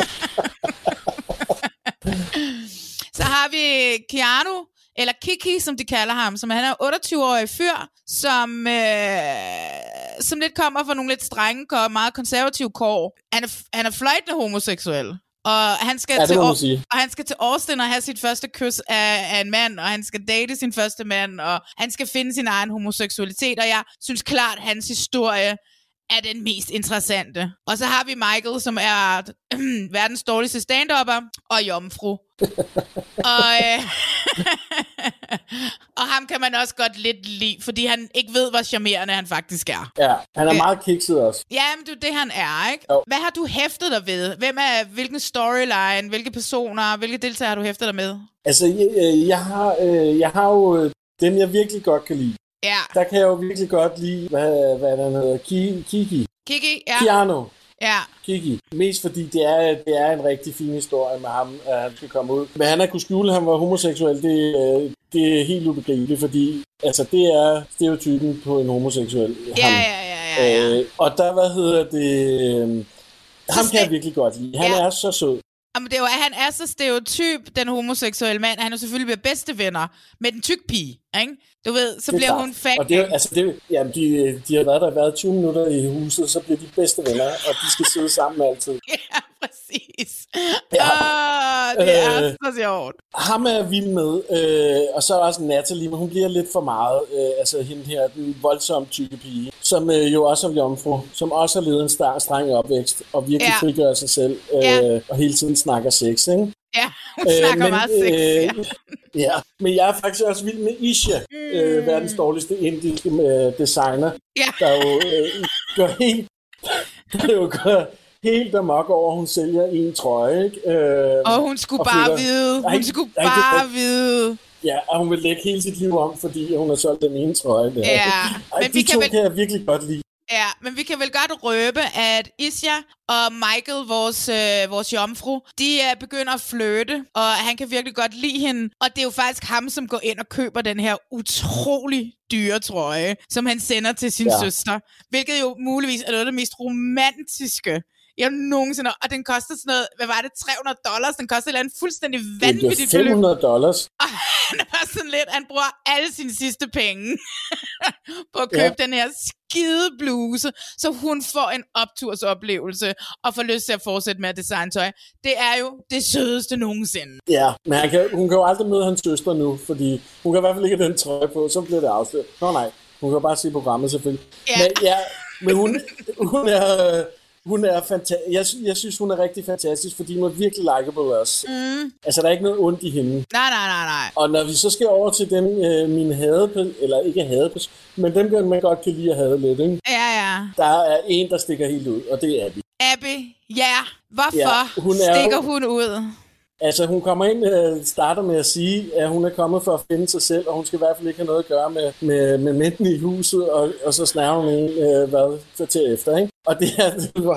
Så har vi Keanu, eller Kiki, som de kalder ham, som han er 28-årig fyr, som lidt kommer fra nogle lidt strenge kår, meget konservative kår. Han er fløjtende homoseksuel. Og han skal, til Austin og have sit første kys af en mand, og han skal date sin første mand, og han skal finde sin egen homoseksualitet, og jeg synes klart, at hans historie er den mest interessante. Og så har vi Michael, som er verdens dårligste stand-upper, og jomfru. Og ham kan man også godt lidt lide, fordi han ikke ved, hvor charmerende han faktisk er. Ja, han er meget kikset også. Ja, men det han er, ikke? Jo. Hvad har du hæftet dig ved? Hvilken storyline, hvilke personer, hvilke deltagere har du hæftet dig med? Altså, jeg har jo dem, jeg virkelig godt kan lide. Ja. Der kan jeg jo virkelig godt lide, hvad der hedder, Kiki, ja. Keanu. Ja. Kiki. Mest fordi det er en rigtig fin historie med ham, at han skal komme ud. Men han har kunnet skjule, at han var homoseksuel. Det er helt ubegribeligt, fordi altså, det er stereotypen på en homoseksuel. Ja. Og der, ham kan jeg virkelig godt lide. Han er så sød. Jamen, det er jo, at han er så stereotyp, den homoseksuelle mand, at han jo selvfølgelig bliver bedste venner med den tyk pige, ikke? Du ved, så bliver hun fake. Og de har været 20 minutter i huset, så bliver de bedste venner, og de skal sidde sammen altid. Ja, præcis. Ja. Det er så sjovt. Ham er vild med, og så også Natalie, men hun bliver lidt for meget, altså hende her, den voldsomme tykke pige, som jo også er jomfru, som også har levet en streng opvækst, og virkelig frigør sig selv, og hele tiden snakker sex, ikke? Ja, hun snakker meget sex, ja. Men jeg er faktisk også vild med Isha, verdens dårligste indiske designer, der jo gør helt amok over, hun sælger en trøje, ikke? Og hun skulle bare vide. Ja, og hun vil lægge hele sit liv om, fordi hun har solgt den ene trøje. Der. Ja, men de to kan jeg virkelig godt lide. Ja, men vi kan vel godt røbe, at Isha og Michael, vores jomfru, de begynder at flirte, og han kan virkelig godt lide hende. Og det er jo faktisk ham, som går ind og køber den her utrolig dyre trøje, som han sender til sin søster. Hvilket jo muligvis er noget af det mest romantiske, jeg nogensinde, og den koster sådan noget, hvad var det, $300? Den koster et eller andet fuldstændig vanvittigt beløb. $500. Og han er bare sådan lidt, han bruger alle sine sidste penge på at købe den her skide bluse, så hun får en optursoplevelse og får lyst til at fortsætte med at designe tøj. Det er jo det sødeste nogensinde. Ja, men hun kan jo aldrig møde hans søster nu, fordi hun kan i hvert fald ikke have den trøje på, så bliver det afsløret. Nå nej, hun kan bare se programmet selvfølgelig. Ja. Men hun er... Hun er fantastisk. Jeg synes, hun er rigtig fantastisk, fordi hun er virkelig likeable også. Altså, der er ikke noget ondt i hende. Nej. Og når vi så skal over til dem, mine eller ikke hadepersoner, men dem, man godt kan lide at hade lidt, ikke? Ja. Der er en, der stikker helt ud, og det er Abby. Abby, ja. Hvorfor stikker hun ud? Altså, hun kommer ind, starter med at sige, at hun er kommet for at finde sig selv, og hun skal i hvert fald ikke have noget at gøre med mændene i huset, og så snærer hun en, kvarter efter, ikke? Og det er,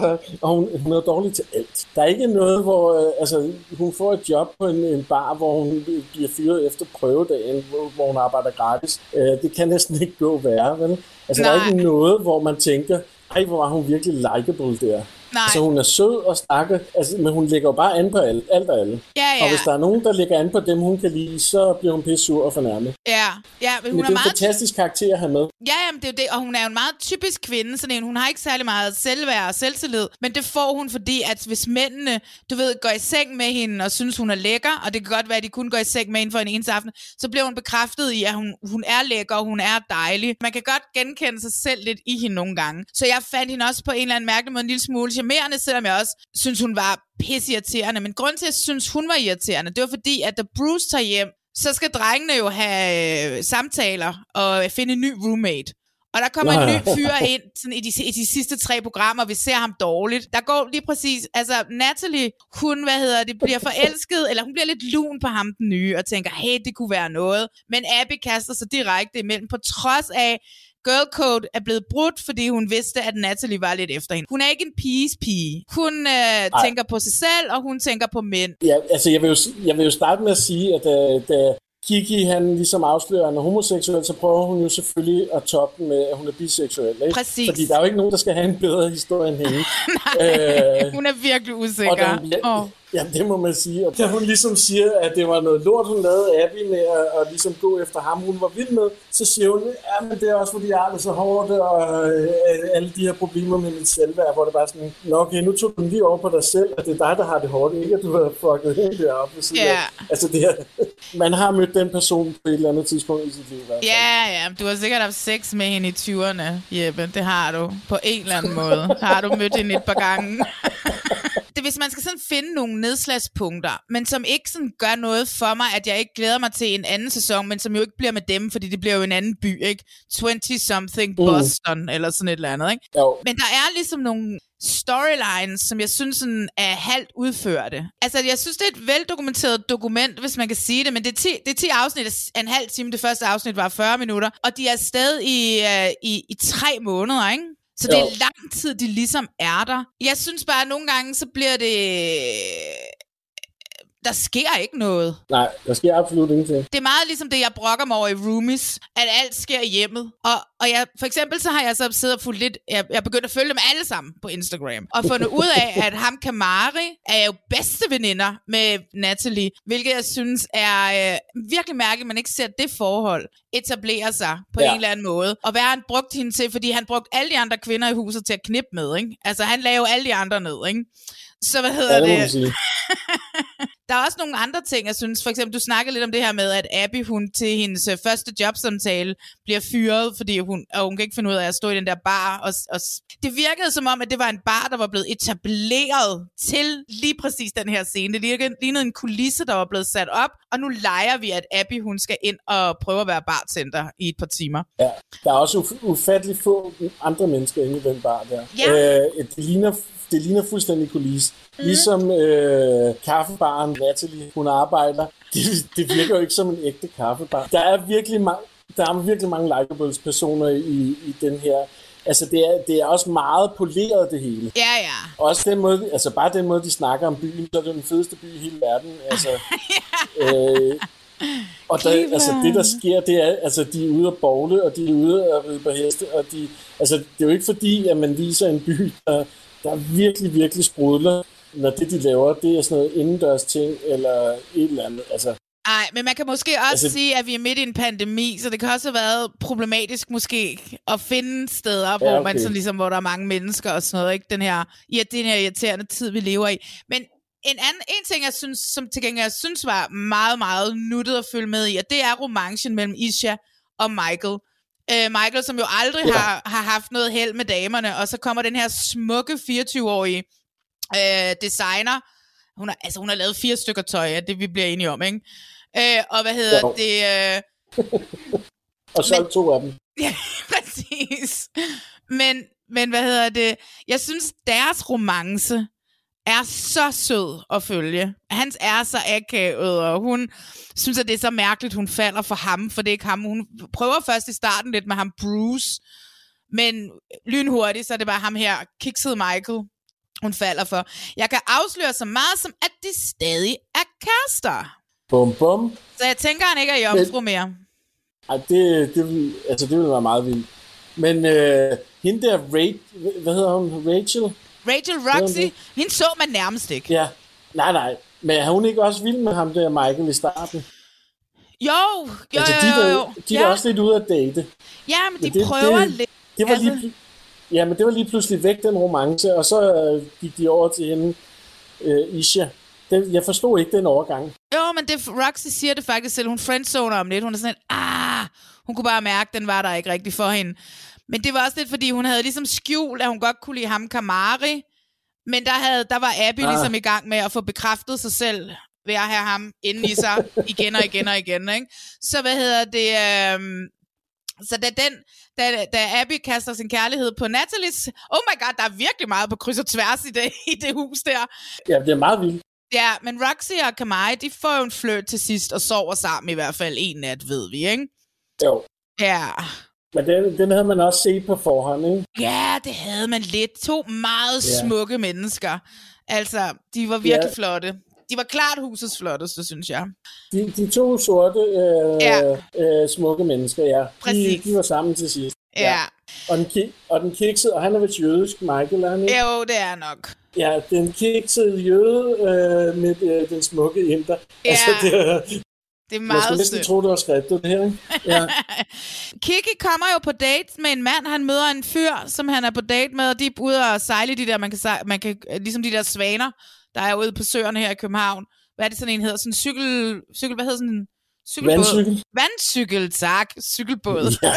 og hun er dårlig til alt. Der er ikke noget, hvor hun får et job på en bar, hvor hun bliver fyret efter prøvedagen, hvor hun arbejder gratis. Det kan næsten ikke gå værre, vel? Altså, der er ikke noget, hvor man tænker, ej, hvor var hun virkelig likeable der. Nej. Så hun er sød og stakker, men hun lægger jo bare an på alt og alle. Ja. Og hvis der er nogen, der lægger an på dem, hun kan lide, så bliver hun pisse sur og fornærmet. Ja, men hun det er en fantastisk karakter at have med. Ja, men det er jo det, og hun er jo en meget typisk kvinde, sådan en, hun har ikke særlig meget selvværd og selvtillid, men det får hun, fordi at hvis mændene, går i seng med hende og synes, hun er lækker, og det kan godt være, at de kun går i seng med hende for en eneste aften, så bliver hun bekræftet i, at hun er lækker, og hun er dejlig. Man kan godt genkende sig selv lidt i hende nogle gange. Så jeg fandt hende også på en eller anden mærkelig måde en lille smule charmerende, selvom jeg også synes, hun var pisseirriterende. Men grunden til, at jeg synes, hun var irriterende, det var fordi, at da Bruce tager hjem, så skal drengene jo have samtaler og finde en ny roommate. Og der kommer en ny fyr ind sådan i de sidste 3 programmer, vi ser ham dårligt. Der går lige præcis, Natalie, hun, bliver forelsket, eller hun bliver lidt lun på ham, den nye, og tænker, hey, det kunne være noget. Men Abby kaster sig direkte imellem, på trods af, Girl Code er blevet brudt, fordi hun vidste, at Natalie var lidt efter hende. Hun er ikke en pige. Hun tænker på sig selv, og hun tænker på mænd. Ja, altså jeg vil jo starte med at sige, at da Kiki, han ligesom afslører, at han er homoseksuel, så prøver hun jo selvfølgelig at toppe med, at hun er biseksuel. Ikke? Præcis. Fordi der er jo ikke nogen, der skal have en bedre historie end hende. Nej, hun er virkelig usikker. Ja, det må man sige. Og da hun ligesom siger, at det var noget lort, hun lavede Abby med at ligesom gå efter ham, hun var vild med, så siger hun, ja, men det er også fordi, jeg har det så hårdt, og alle de her problemer med mit selvværd, hvor det bare sådan, nå okay, nu tog du lige over på dig selv, at det er dig, der har det hårdt, ikke at du har fucket hende deroppe. Altså det her, man har mødt den person på et eller andet tidspunkt i sit liv. Ja, du har sikkert haft sex med hende i 20'erne, Jeppe, det har du, på en eller anden måde. Har du mødt hende et par gange. Hvis man skal sådan finde nogle nedslagspunkter, men som ikke sådan gør noget for mig, at jeg ikke glæder mig til en anden sæson, men som jo ikke bliver med dem, fordi det bliver jo en anden by, ikke? 20-something Boston, eller sådan et eller andet, ikke? Jo. Men der er ligesom nogle storylines, som jeg synes sådan er halvt udførte. Altså, jeg synes, det er et veldokumenteret dokument, hvis man kan sige det, men det er 10 afsnit af en halv time. Det første afsnit var 40 minutter, og de er stadig i 3 måneder, ikke? Så det er lang tid, de ligesom er der. Jeg synes bare, at nogle gange, så bliver det... Der sker ikke noget. Nej, der sker absolut ingenting. Det er meget ligesom det, jeg brokker mig over i Roomies, at alt sker i hjemmet. Og jeg, for eksempel så har jeg så siddet og fulgt lidt... Jeg begyndt at følge dem alle sammen på Instagram. Og fundet ud af, at ham Kamari er jo bedste veninder med Natalie. Hvilket jeg synes er virkelig mærkeligt, at man ikke ser det forhold etablere sig på en eller anden måde. Og hvad har han brugt hende til? Fordi han brugte alle de andre kvinder i huset til at knippe med, ikke? Altså han lagde jo alle de andre ned, ikke? Så hvad hedder det? Der er også nogle andre ting, jeg synes. For eksempel, du snakker lidt om det her med, at Abby, hun til hendes første jobsamtale bliver fyret, fordi hun kan ikke finde ud af at stå i den der bar. Og det virkede som om, at det var en bar, der var blevet etableret til lige præcis den her scene. Det lignede en kulisse, der var blevet sat op, og nu leger vi, at Abby, hun skal ind og prøve at være bartender i et par timer. Ja, der er også ufattelig få andre mennesker inde i den bar der. Ja. Det ligner fuldstændig kulisse. Ligesom kaffebaren Natalie, hun arbejder. Det virker jo ikke som en ægte kaffebar. Der er virkelig mange likeable personer i den her. Altså det er også meget poleret det hele. Ja. Også den måde, altså bare den måde de snakker om byen, så er det den fedeste by i hele verden. Altså. Og det der sker, det er, altså de er ude at bowle, og de er ude at ride på heste, og det er jo ikke fordi, at man viser en by, der virkelig, virkelig sprudler, når det de laver, det er sådan noget indendørs ting, eller et eller andet, altså. Nej, men man kan måske også sige, at vi er midt i en pandemi, så det kan også have været problematisk måske at finde steder, hvor man sådan ligesom, hvor der er mange mennesker og sådan noget, ikke? Den her irriterende tid, vi lever i. Men en ting, jeg synes, som til gengæld jeg synes var meget, meget nuttet at følge med i, og det er romancen mellem Isha og Michael. Michael, som jo aldrig har haft noget held med damerne, og så kommer den her smukke 24-årige designer. Hun har lavet 4 stykker tøj, det vi bliver enige om, ikke? Og hvad hedder det? Og så 2 af dem. Ja, præcis. Men hvad hedder det? Jeg synes, deres romance er så sød at følge. Hans er så akavet, og hun synes, at det er så mærkeligt, hun falder for ham, for det er ikke ham. Hun prøver først i starten lidt med ham, Bruce, men lynhurtigt, så er det bare ham her, kiksede Michael, hun falder for. Jeg kan afsløre så meget som, at de stadig er kærester. Bum, bum. Så jeg tænker, han ikke er jomfru mere. Ej, det vil være meget vildt. Men hende der, hvad hedder hun? Rachel Roxy, hende så man nærmest ikke. Ja, nej. Men er hun ikke også vild med ham der, Michael, i starten? Jo. De er også lidt ude at date. Ja, men de prøver lidt. Det var men det var lige pludselig væk, den romance, og så gik de over til hende, Isha. Jeg forstod ikke den overgang. Jo, men Roxy siger det faktisk selv. Hun friendzoner om lidt. Hun er sådan hun kunne bare mærke, at den var der ikke rigtig for hende. Men det var også lidt, fordi hun havde ligesom skjult, at hun godt kunne lide ham, Kamari. Men der var Abby ligesom i gang med at få bekræftet sig selv ved at have ham inde i sig igen og igen og igen, ikke? Så hvad hedder det? Så da Abby kaster sin kærlighed på Nathalies, oh my god, der er virkelig meget på kryds og tværs i det hus der. Ja, det er meget vildt. Ja, men Roxy og Kamari, de får jo en flirt til sidst og sover sammen i hvert fald en nat, ved vi, ikke? Jo. Ja. Men den havde man også set på forhånd, ikke? Ja, det havde man lidt. 2 meget smukke mennesker. Altså, de var virkelig flotte. De var klart husets flotteste, synes jeg. De 2 sorte smukke mennesker, Præcis. De var sammen til sidst. Ja. Og den kiksede, og han er vist jødisk, Michael, er han ikke? Jo, det er nok. Ja, den kiksede jøde med den smukke inder. Ja. Altså, det er meget jeg skulle næsten tro, det var skriftet, det her, ikke? Ja. Kiki kommer jo på date med en mand. Han møder en fyr, som han er på date med, og de er ude og sejle de der, man kan ligesom de der svaner, der er ude på søerne her i København. Hvad er det sådan en hedder? Sådan en cykel, hvad hedder sådan en cykelbåd? Vandcykel. Vandcykel, tak. Cykelbåd. Ja.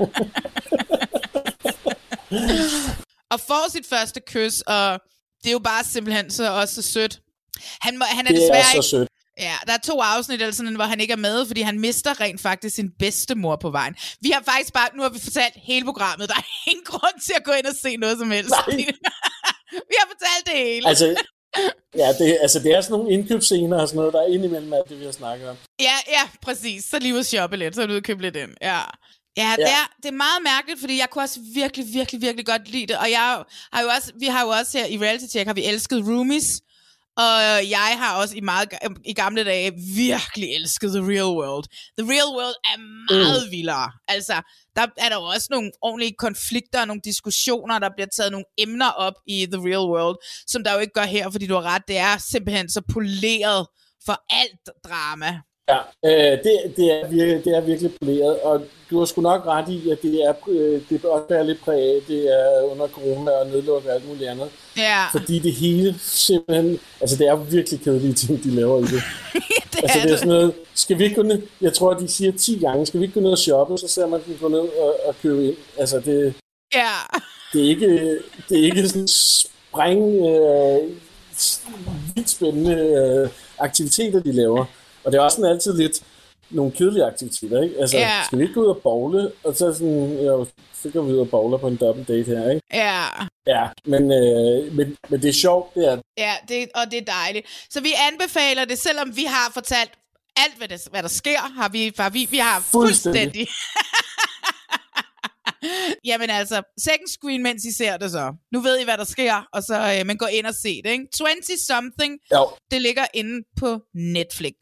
Og får sit første kys, og det er jo bare simpelthen så sødt. Han er desværre så sødt. Ja, der er 2 afsnit, eller sådan, hvor han ikke er med, fordi han mister rent faktisk sin bedstemor på vejen. Vi har faktisk nu har vi fortalt hele programmet. Der er ingen grund til at gå ind og se noget som helst. Vi har fortalt det hele. Det er sådan nogle indkøbsscener og sådan noget, der er indimellem alt det, vi har snakket om. Ja, præcis. Så lige ud shoppe lidt, så er du ude og købe lidt ind. Ja. Ja, det er meget mærkeligt, fordi jeg kunne også virkelig, virkelig, virkelig godt lide det. Og vi har jo også her i Reality Check, har vi elsket Roomies. Og jeg har også i gamle dage virkelig elsket The Real World. The Real World er meget vildere. Altså, der er der jo også nogle ordentlige konflikter og nogle diskussioner, der bliver taget nogle emner op i The Real World, som der jo ikke gør her, fordi du har ret, det er simpelthen så poleret for alt drama. Ja, det er virkelig poleret, og du har sgu nok ret i, at det også er lidt præget, det er under corona og nedlukket og alt muligt andet. Ja. Fordi det hele simpelthen, altså det er virkelig kedelige ting, de laver i det. Det er sådan noget, skal vi ikke gå ned, jeg tror, de siger 10 gange, skal vi ikke gå ned og shoppe, så ser man, gå ned og købe ind. Altså det er ikke sådan vildt spændende aktiviteter, de laver. Og det er også sådan altid lidt nogle kedelige aktiviteter, ikke? Altså, skal vi ikke gå ud og bowle? Og så sådan, så går vi ud og bowler på en double date her, ikke? Ja. Ja, men det er sjovt, det er. Ja, og det er dejligt. Så vi anbefaler det, selvom vi har fortalt alt, hvad der sker, vi har fuldstændig. Jamen altså, second screen, mens I ser det så. Nu ved I, hvad der sker, og så men gå ind og se det, ikke? 20-something, det ligger inde på Netflix.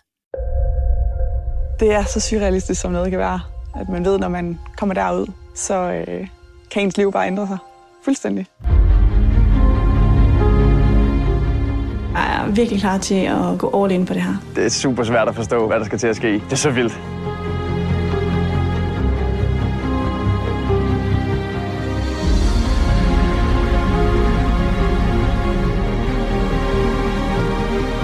Det er så surrealistisk, som noget kan være. At man ved, når man kommer derud, så kan ens liv bare ændre sig. Fuldstændig. Jeg er virkelig klar til at gå all in på det her. Det er super svært at forstå, hvad der skal til at ske. Det er så vildt.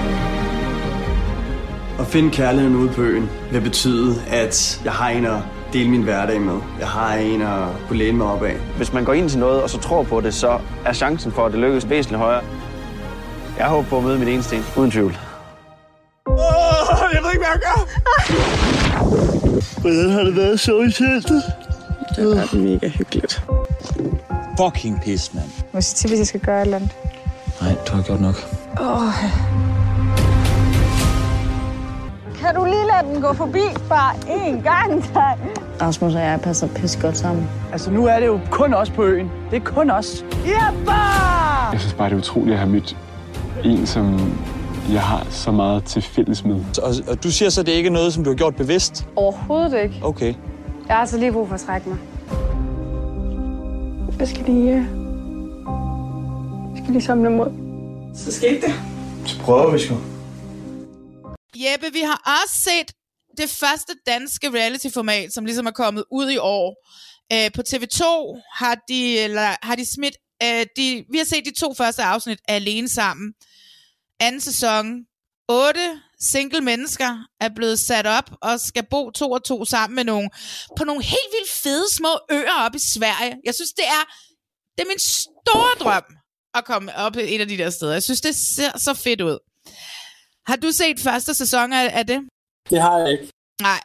At finde kærligheden ude på øen vil betyde, at jeg har en at dele min hverdag med. Jeg har en at kunne læne mig op af. Hvis man går ind til noget, og så tror på det, så er chancen for, at det lykkes væsentligt højere. Jeg håber på at møde mit eneste en, uden tvivl. Jeg ved ikke, hvad jeg gør. Hvordan har det været så i teltet? Det har været mega hyggeligt. Fucking pis, mand. Må jeg sige til, hvis jeg skal gøre et eller andet? Nej, du har gjort nok. Kan du lige lade den gå forbi bare én gang, tak? Rasmus og jeg passer pisse godt sammen. Altså, nu er det jo kun os på øen. Det er kun os. Jeg synes bare, det er utroligt at have mødt en, som jeg har så meget til fælles med. Og du siger så, at det ikke er noget, som du har gjort bevidst? Overhovedet ikke. Okay. Jeg har altså lige brug for at trække mig. Jeg skal lige samle mod. Så skete det. Så prøver vi sgu. Jeppe, vi har også set det første danske reality-format, som ligesom er kommet ud i år. På TV2 har de smidt... vi har set de 2 første afsnit Alene Sammen. Anden sæson. 8 single mennesker er blevet sat op og skal bo 2 og 2 sammen med på nogle helt vildt fede små øer op i Sverige. Jeg synes, det er min store drøm at komme op i et af de der steder. Jeg synes, det ser så fedt ud. Har du set første sæson af det? Det har jeg ikke. Nej.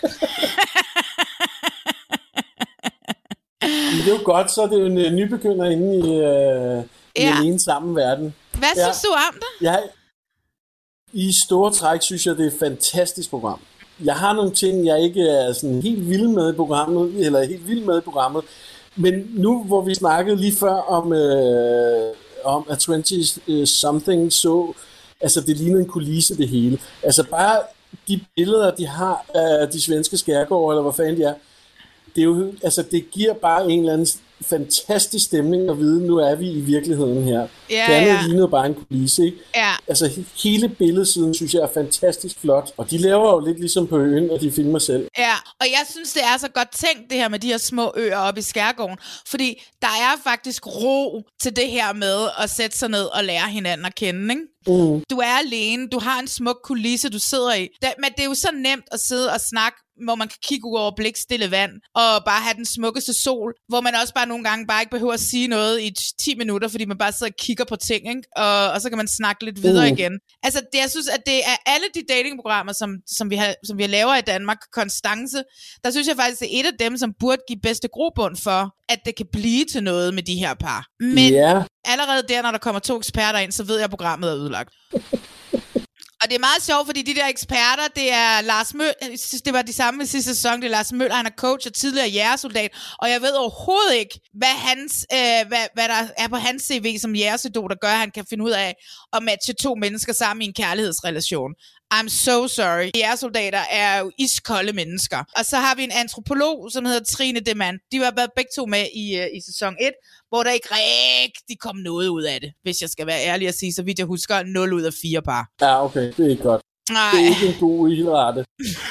Men det er jo godt, så er det jo en nybegynder inde i Alene Sammen verden. Hvad synes du om det? I store træk synes jeg, det er et fantastisk program. Jeg har nogle ting, jeg ikke er sådan helt vild med i programmet, men nu, hvor vi snakkede lige før om at 20-something så, altså det ligner en kulisse det hele. Altså bare de billeder, de har af de svenske skærgårde, eller hvad fanden de er, det er jo, altså det giver bare en eller anden fantastisk stemning at vide, nu er vi i virkeligheden her. Ja, det andet ligner bare en kulisse, ikke? Ja. Altså hele billedsiden synes jeg er fantastisk flot, og de laver jo lidt ligesom på øen, og de filmer selv. Ja, og jeg synes, det er så godt tænkt, det her med de her små øer oppe i skærgården, fordi der er faktisk ro til det her med at sætte sig ned og lære hinanden at kende, ikke? Du er alene, du har en smuk kulisse, du sidder i. Men det er jo så nemt at sidde og snakke, hvor man kan kigge ud over blikstille vand, og bare have den smukkeste sol, hvor man også bare nogle gange bare ikke behøver at sige noget i 10 minutter, fordi man bare sidder og kigger på ting, ikke? Og så kan man snakke lidt videre igen. Altså, jeg synes, at det er alle de datingprogrammer, som vi laver i Danmark, Konstance, der synes jeg faktisk, det er et af dem, som burde give bedste grobund for, at det kan blive til noget med de her par. Men allerede der, når der kommer 2 eksperter ind, så ved jeg, at programmet er ødelagt. Og det er meget sjovt, fordi de der eksperter, det er Lars Møller, det var de samme i sidste sæson, det er Lars Møller, han er coach og tidligere jægersoldat, og jeg ved overhovedet ikke, hvad der er på hans CV som jægersoldat, der gør, at han kan finde ud af at matche 2 mennesker sammen i en kærlighedsrelation. I'm so sorry. Jægersoldater er jo iskolde mennesker. Og så har vi en antropolog, som hedder Trine Demann. De var begge 2 med i sæson 1, hvor der ikke rigtig kom noget ud af det, hvis jeg skal være ærlig at sige, så vidt jeg husker, 0 ud af 4 par. Ja, okay, det er ikke godt. Nej. Det er ikke en god ildrate.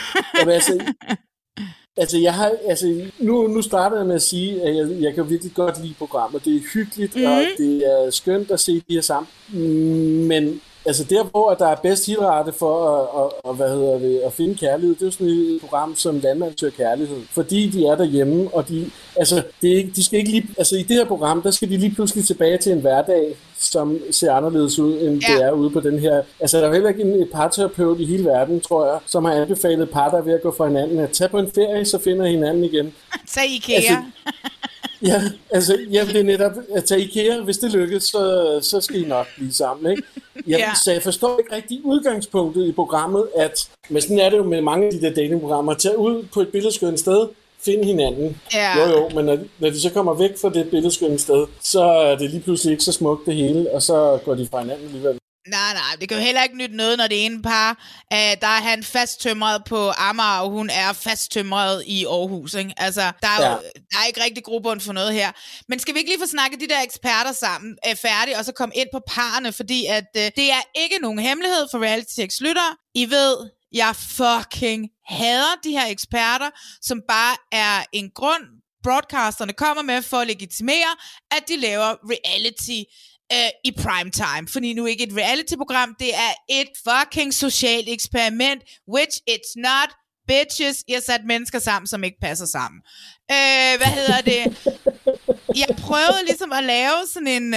Nu starter jeg med at sige, at jeg kan virkelig godt lide programmet. Det er hyggeligt, og det er skønt at se de her sammen. Men altså der, hvor der er bedst hilrate for at finde kærlighed, det er jo sådan et program som Landmand søger kærlighed. Fordi de er derhjemme, og de skal ikke lige, altså i det her program, der skal de lige pludselig tilbage til en hverdag, som ser anderledes ud, end det er ude på den her. Altså der er jo heller ikke en parterapeut i hele verden, tror jeg, som har anbefalet par, der er ved at gå fra hinanden, at tage på en ferie, så finder hinanden igen. Tag IKEA. Det er netop at tage IKEA, hvis det lykkes, så skal I nok blive sammen, ikke? Så jeg forstår ikke rigtig udgangspunktet i programmet, men sådan er det jo med mange af de der datingprogrammer, tage ud på et billedskønt sted, finde hinanden. Men når de så kommer væk fra det billedskønne sted, så er det lige pludselig ikke så smukt det hele, og så går de fra hinanden alligevel. Nej, det kan jo heller ikke nytte noget, når det ene par, der er han fasttømret på Amager, og hun er fasttømret i Aarhus, ikke? Altså, der er ikke rigtig grobund for noget her. Men skal vi ikke lige få snakket de der eksperter sammen færdigt, og så komme ind på parerne, fordi at det er ikke nogen hemmelighed for reality-lyttere. I ved, jeg fucking hader de her eksperter, som bare er en grund, broadcasterne kommer med for at legitimere, at de laver reality i primetime. Fordi nu ikke et reality-program, det er et fucking socialt eksperiment, which it's not bitches, I har sat mennesker sammen, som ikke passer sammen. Hvad hedder det? Jeg prøvede ligesom at lave sådan en...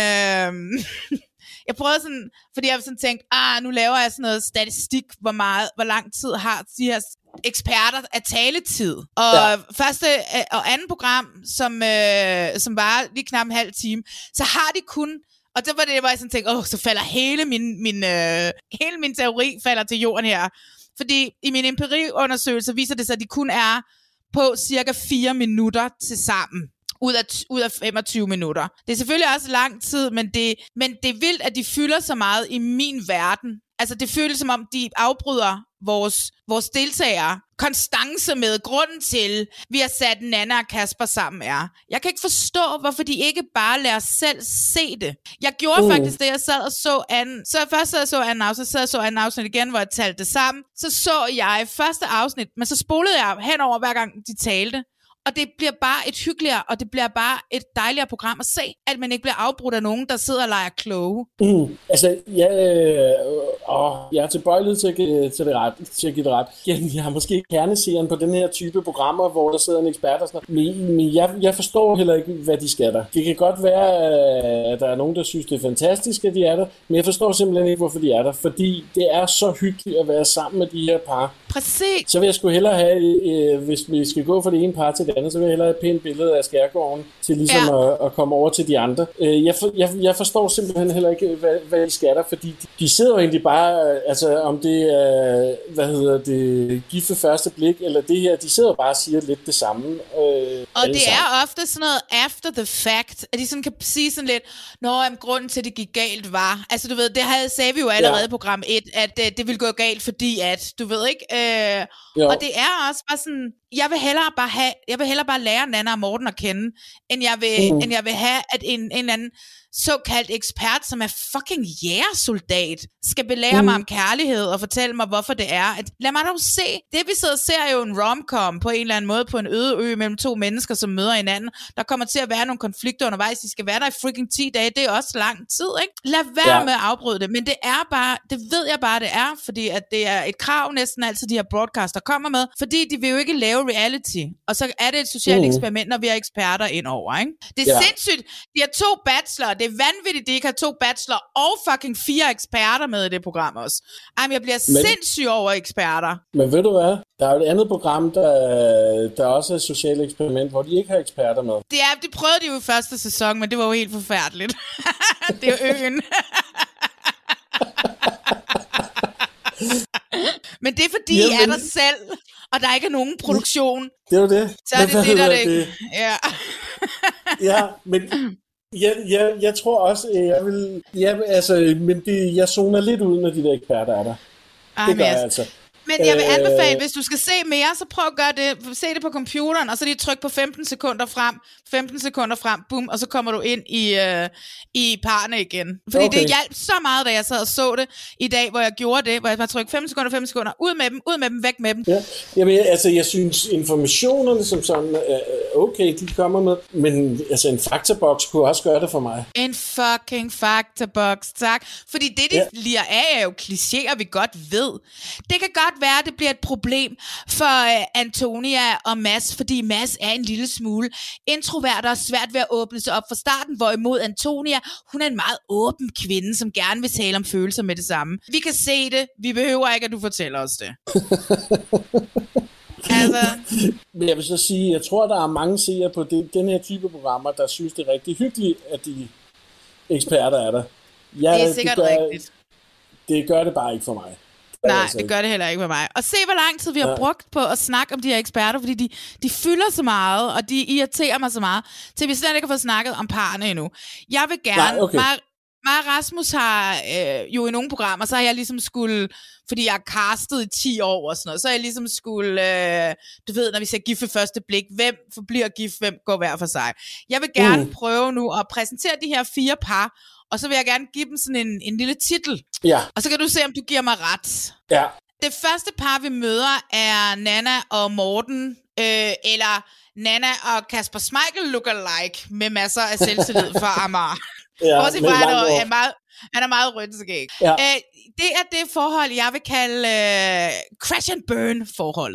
Jeg prøvede sådan, fordi jeg sådan tænkt, nu laver jeg sådan noget statistik, hvor lang tid har de her eksperter af taletid. Og første og anden program, som var lige knap en halv time, så har de kun, og det var det, hvor jeg sådan tænkte, så falder hele min teori falder til jorden her. Fordi i min empiriundersøgelse viser det sig, at de kun er på cirka 4 minutter til sammen. Ud af 25 minutter. Det er selvfølgelig også lang tid, men det er vildt, at de fylder så meget i min verden. Altså, det føles som om, de afbryder vores deltagere konstance med grunden til, vi har sat Nanna og Kasper sammen er. Jeg kan ikke forstå, hvorfor de ikke bare lader selv se det. Jeg gjorde faktisk det, jeg sad og så anden. Så først sad jeg så anden afsnit, så så anden afsnit igen, hvor jeg talte det sammen. Så jeg første afsnit, men så spolede jeg henover hver gang de talte. Og det bliver bare et hyggeligere, og det bliver bare et dejligere program at se, at man ikke bliver afbrudt af nogen, der sidder og leger kloge. Altså, jeg er tilbøjelig til at give det ret. Jeg har måske kerneserien på den her type programmer, hvor der sidder en ekspert og sådan noget. Men jeg forstår heller ikke, hvad de skal der. Det kan godt være, at der er nogen, der synes, det er fantastisk, at de er der, men jeg forstår simpelthen ikke, hvorfor de er der. Fordi det er så hyggeligt at være sammen med de her par. Præcis. Så vil jeg sgu hellere have, hvis vi skal gå fra det ene par til det andet, så vil jeg hellere have et pænt billede af skærgården til ligesom at komme over til de andre. Jeg forstår simpelthen heller ikke, hvad de skal der, fordi de sidder jo egentlig bare, altså om det er, gift ved første blik, eller det her, de sidder bare og siger lidt det samme. Og det er ofte sådan noget after the fact, at de sådan kan sige sådan lidt, grunden til, at det gik galt var, altså du ved, det sagde vi jo allerede i program 1, at det ville gå galt, fordi at, du ved ikke, og det er også bare sådan, jeg vil hellere bare lære Nanna og Morten at kende, end jeg vil have, at en eller anden såkaldt ekspert, som er fucking jægersoldat, skal belære mig om kærlighed og fortælle mig, hvorfor det er. Lad mig dog se. Det vi sidder og ser er jo en rom-com på en eller anden måde på en øde ø mellem to mennesker, som møder hinanden. Der kommer til at være nogle konflikter undervejs. De skal være der i freaking 10 dage. Det er også lang tid, ikke? Lad være med at afbryde det. Men det er bare, det ved jeg bare, det er, fordi at det er et krav næsten altid, de her broadcaster kommer med, fordi de vil jo ikke lave reality. Og så er det et socialt eksperiment, når vi har eksperter ind over, ikke? Det er sindssygt. De har 2 bachelorer. Det er vanvittigt, de ikke har 2 bachelor og fucking 4 eksperter med i det program også. Jeg bliver sindssyg over eksperter. Men ved du hvad? Der er jo et andet program, der også er et socialt eksperiment, hvor de ikke har eksperter med. Det prøvede de jo i første sæson, men det var jo helt forfærdeligt. Det er jo øen. Men det er fordi, I er der selv, og der ikke er nogen produktion. Det er jo det. Så er det der ikke. Ja. Ja, men... Jeg tror også, jeg zoner lidt ud, når de der eksperter er der. Det gør jeg altså. Men jeg vil anbefale, hvis du skal se mere, så prøv at gøre det. Se det på computeren, og så lige tryk på 15 sekunder frem, boom, og så kommer du ind i parne igen. Fordi det hjalp så meget, da jeg sad og så det i dag, hvor jeg gjorde det, hvor jeg bare trykkede 5 sekunder, ud med dem, væk med dem. Ja. Jamen, altså, jeg synes, informationerne som sådan, okay, de kommer med, men altså, en faktaboks kunne også gøre det for mig. En fucking faktaboks, tak. Fordi det liger af, er jo klichéer, vi godt ved. Det kan godt være, at det bliver et problem for Antonia og Mads, fordi Mads er en lille smule introvert og svært ved at åbne sig op fra starten, hvorimod Antonia, hun er en meget åben kvinde, som gerne vil tale om følelser med det samme. Vi kan se det, vi behøver ikke, at du fortæller os det. Altså. Men jeg vil så sige, jeg tror, der er mange seere på den her type programmer, der synes, det er rigtig hyggeligt, at de eksperter er der. Det er sikkert rigtigt. Det gør det bare ikke for mig. Nej, det gør det heller ikke for mig. Og se, hvor lang tid vi har brugt på at snakke om de her eksperter, fordi de fylder så meget, og de irriterer mig så meget, til vi slet ikke har fået snakket om parerne endnu. Jeg vil gerne... Mig og Rasmus har jo i nogle programmer, så har jeg ligesom skulle, fordi jeg har castet i 10 år og sådan noget, så har jeg ligesom skulle, du ved, når vi ser gift ved første blik, hvem forbliver gift, hvem går hver for sig. Jeg vil gerne prøve nu at præsentere de her 4 par, og så vil jeg gerne give dem sådan en lille titel. Ja. Og så kan du se, om du giver mig ret. Ja. Det første par, vi møder, er Nanna og Morten, eller Nanna og Kasper Schmeichel lookalike, med masser af selvtillid fra Amager. Ja, også fra, han er meget rødskæg. Ja. Det er det forhold, jeg vil kalde crash and burn forholdet.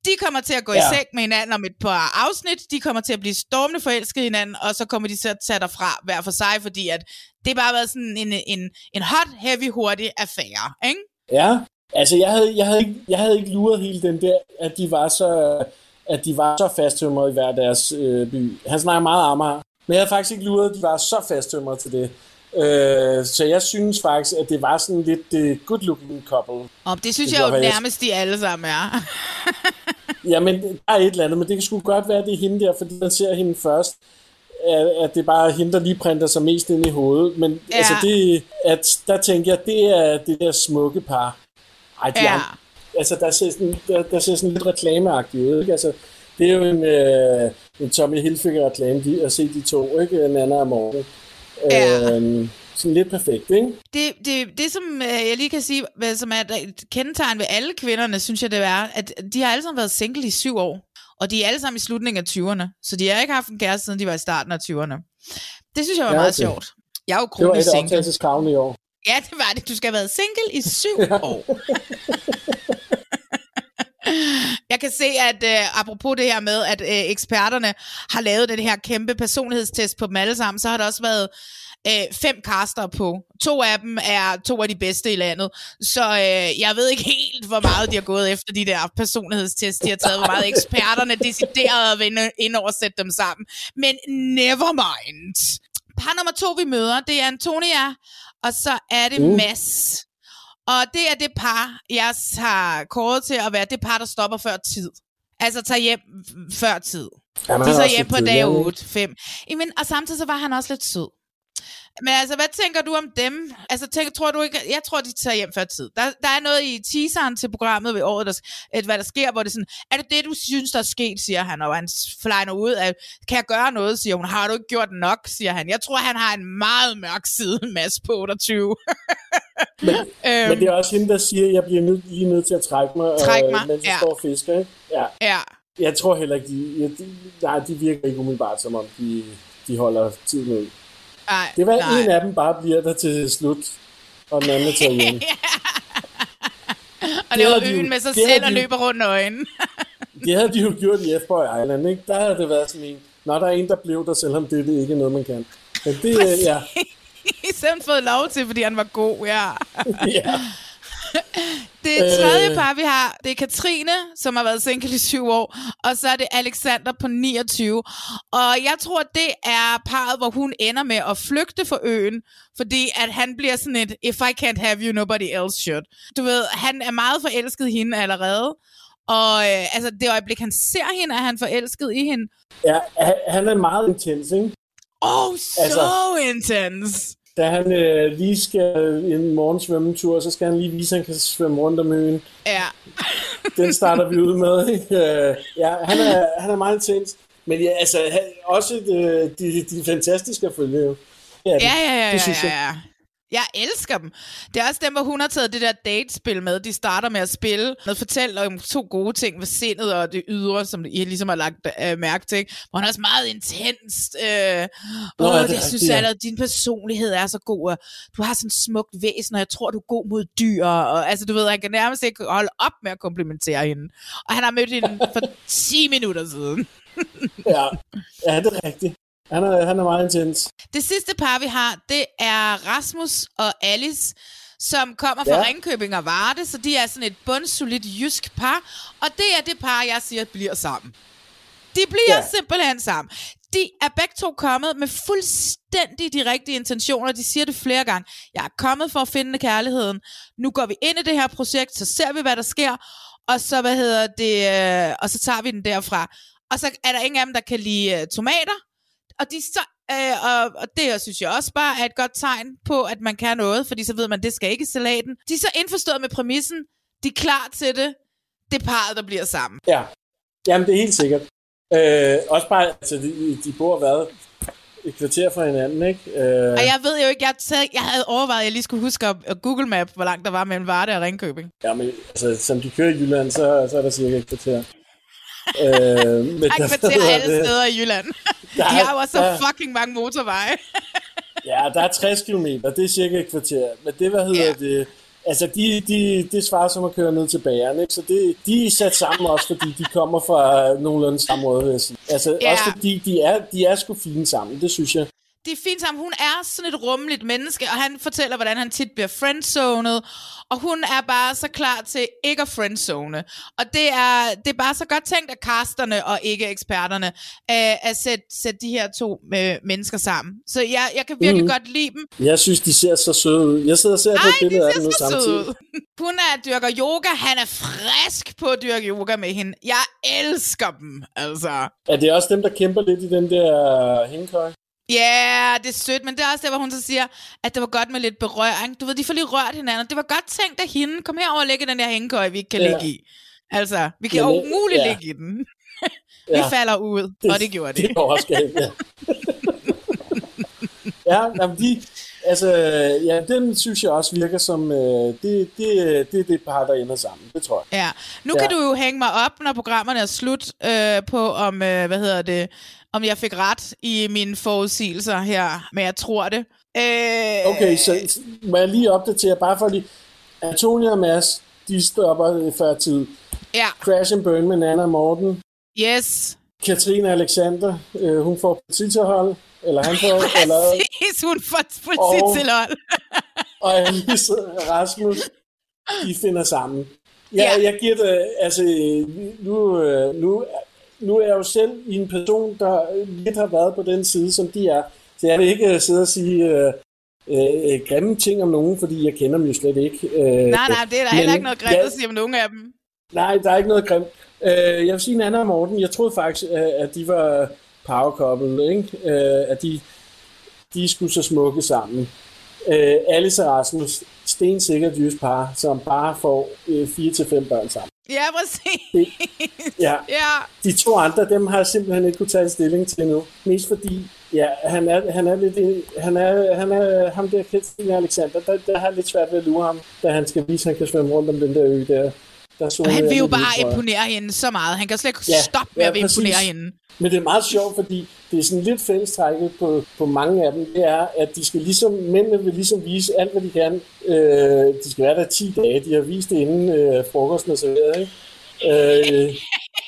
De kommer til at gå i seng med hinanden om et par afsnit, de kommer til at blive stormende forelskede i hinanden, og så kommer de til at tage derfra hver for sig, fordi at det bare været sådan en hot, heavy, hurtig affære, ikke? Ja, altså jeg havde ikke luret hele den der, at de var så fasttømrede i hver deres by. Han snakker meget Amager, men jeg havde faktisk ikke luret, at de var så fasttømrede til det. Så jeg synes faktisk, at det var sådan lidt good-looking couple. Det synes jeg jo nærmest de alle sammen er. Jamen, der er et eller andet, men det kan sgu godt være, at det er hende der, fordi man ser hende først, at det bare er hende, der lige printer sig mest ind i hovedet. Men altså, der tænker jeg, det er det der smukke par. Ej, altså, der ser sådan lidt reklameagtigt ud, ikke? Altså, det er jo en Tommy Hilfiger-reklame at se de to, ikke? Nanna og Morten. Sådan lidt perfekt, ikke? Det som jeg lige kan sige, som er et kendetegn ved alle kvinderne, synes jeg det er, at de har alle sammen været single i 7 år. Og de er alle sammen i slutningen af 20'erne. Så de har ikke haft en kæreste, siden de var i starten af 20'erne. Det synes jeg var meget sjovt. Jeg er jo kronisk single. Det var et optagelseskravene i år. Ja, det var det. Du skal have været single i 7 år. Jeg kan se, at apropos det her med, at eksperterne har lavet den her kæmpe personlighedstest på dem alle sammen, så har der også været 5 caster på. 2 af dem er 2 af de bedste i landet. Så jeg ved ikke helt, hvor meget de har gået efter de der personlighedstest, de har taget, hvor meget eksperterne decideret at indoversætte dem sammen. Men never mind. Par nummer 2, vi møder, det er Antonia, og så er det Mads. Og det er det par, jeg har kåret til at være det par, der stopper før tid. Altså tager hjem før tid. De tager hjem på dag 8, 5. Og samtidig så var han også lidt sød. Men altså, hvad tænker du om dem? Altså, tror du ikke... Jeg tror, de tager hjem før tid. Der er noget i teaseren til programmet ved året, hvad der sker, hvor det sådan... Er det, du synes, der er sket, siger han, og han flyner ud af... Kan jeg gøre noget, siger hun. Har du ikke gjort nok, siger han. Jeg tror, han har en meget mørk side, Mads på 28. men det er også hende, der siger, at jeg bliver lige nødt til at trække mig, mens jeg står og fisker, ikke? Ja. Jeg tror heller ikke, de virker ikke umiddelbart, som om de holder tiden ud. Det var en af dem bare bliver der til slut, og den anden tager hjem. Og laver øen med sig selv og løber rundt nøgen. Det havde de jo gjort i F-Boy Island, ikke? Der havde det været sådan en, der er en, der blev der, selvom det ikke er noget, man kan. Men det, ja. Selv fået lov til, fordi han var god, ja. Ja. Det tredje par, vi har, det er Katrine, som har været single i 7 år, og så er det Alexander på 29. Og jeg tror, det er parret, hvor hun ender med at flygte fra øen, fordi at han bliver sådan et, if I can't have you, nobody else should. Du ved, han er meget forelsket i hende allerede, og altså det øjeblik, han ser hende, er han forelsket i hende. Ja, han er meget intens, ikke? So intense! Da han lige skal en morgensvømmetur, så skal han lige vise, at han kan svømme rundt om øen. Ja. Den starter vi ud med, ikke? Ja, han er meget intens. Men ja, altså, også de fantastiske at følge jo. Ja. Det synes jeg. Jeg elsker dem. Det er også dem, hvor hun har taget det der datespil med. De starter med at spille og fortæller om 2 gode ting ved sindet og det ydre, som I ligesom har lagt mærke til. Hvor han er også meget intenst. Jeg synes, at din personlighed er så god. Du har sådan et smukt væsen, og jeg tror, du er god mod dyr. Og, altså, du ved, han kan nærmest ikke holde op med at komplimentere hende. Og han har mødt hende for 10 minutter siden. Ja, det er rigtigt. Han er meget intens. Det sidste par, vi har, det er Rasmus og Alice, som kommer fra Ringkøbing og Varde, så de er sådan et bundsolidt jysk par, og det er det par, jeg siger, bliver sammen. De bliver simpelthen sammen. De er begge to kommet med fuldstændig de rigtige intentioner. De siger det flere gange. Jeg er kommet for at finde kærligheden. Nu går vi ind i det her projekt, så ser vi, hvad der sker, og så, og så tager vi den derfra. Og så er der ingen af dem, der kan lide tomater. Og og det synes jeg også bare er et godt tegn på, at man kan noget, fordi så ved man, det skal ikke i salaten. De er så indforstået med præmissen, de er klar til det. Det er parret, der bliver sammen. Ja, jamen det er helt sikkert. Også bare, altså de bor været et kvarter fra hinanden, ikke? Og jeg ved jo ikke, jeg havde overvejet, at jeg lige skulle huske at Google Map, hvor langt der var mellem Varde og Ringkøbing. Ja, men altså, som de kører i Jylland, så er der cirka et kvarter. Der er kvarter alle steder i Jylland. De har jo også så fucking mange motorveje. Ja, der er 60 kilometer, det er cirka et kvarter. Men det, Altså, det svarer som at køre ned til bageren, ikke? Så de er sat sammen også, fordi de kommer fra nogenlunde samme måde, vil jeg sige. Altså, også fordi de er sgu fine sammen, det synes jeg. Det er fint sammen. Hun er sådan et rummeligt menneske, og han fortæller, hvordan han tit bliver friendzonet, og hun er bare så klar til ikke at friendzone. Og det er bare så godt tænkt af casterne og ikke eksperterne at sætte de her to mennesker sammen. Så jeg kan virkelig godt lide dem. Jeg synes, de ser så søde ud. Jeg sidder og ser på et billede af dem nu samtidig. Hun dyrker yoga. Han er frisk på at dyrke yoga med hende. Jeg elsker dem, altså. Er det også dem, der kæmper lidt i den der hængekøj? Ja, det er sødt, men det er også der, hvor hun så siger, at det var godt med lidt berøring. Du ved, de får lige rørt hinanden. Det var godt tænkt af hende. Kom herover og lægge den der hængekøj, vi ikke kan ligge i. Altså, vi kan umuligt ligge i den. Vi falder ud, og det gjorde det. Det var også galt, ja. Den synes jeg også virker som, det er det par, der ender sammen. Det tror jeg. Ja, nu kan du jo hænge mig op, når programmerne er slut, på om, om jeg fik ret i mine forudsigelser her, men jeg tror det. Okay, så må jeg lige opdatere, bare fordi Antonia og Mads, de stopper før tid. Ja. Crash and Burn med Nana og Morten. Yes. Katrine Alexander, hun får polititilhold. Eller han får... Præcis, hun får polititilhold. Og Alice Rasmus, de finder sammen. Jeg giver det... Altså, nu er jeg jo selv i en person, der lidt har været på den side, som de er. Så jeg vil ikke sidde og sige grimme ting om nogen, fordi jeg kender dem jo slet ikke. Nej, det er der heller ikke noget grimt at sige om nogen af dem. Nej, der er ikke noget grimt. Jeg vil sige Nana og Morten. Jeg troede faktisk, at de var power couple, ikke? At de skulle så smukke sammen. Alice og Rasmus, stensikkert just par, som bare får 4-5 børn sammen. Ja, præcis. Ja. De to andre, dem har jeg simpelthen ikke kunne tage stilling til nu. Mest fordi, han er ham der Katrine Alexander, der har lidt svært ved at lure ham, da han skal vise, at han kan svømme rundt om den der ø der. Og han vil jo bare imponere hende så meget. Han kan slet ikke stoppe med at imponere hende. Men det er meget sjovt, fordi det er sådan lidt fællestrækket på mange af dem. Det er, at de skal ligesom, mændene vil ligesom vise alt, hvad de kan. De skal være der 10 dage. De har vist det inden frokosten er serveret, ikke?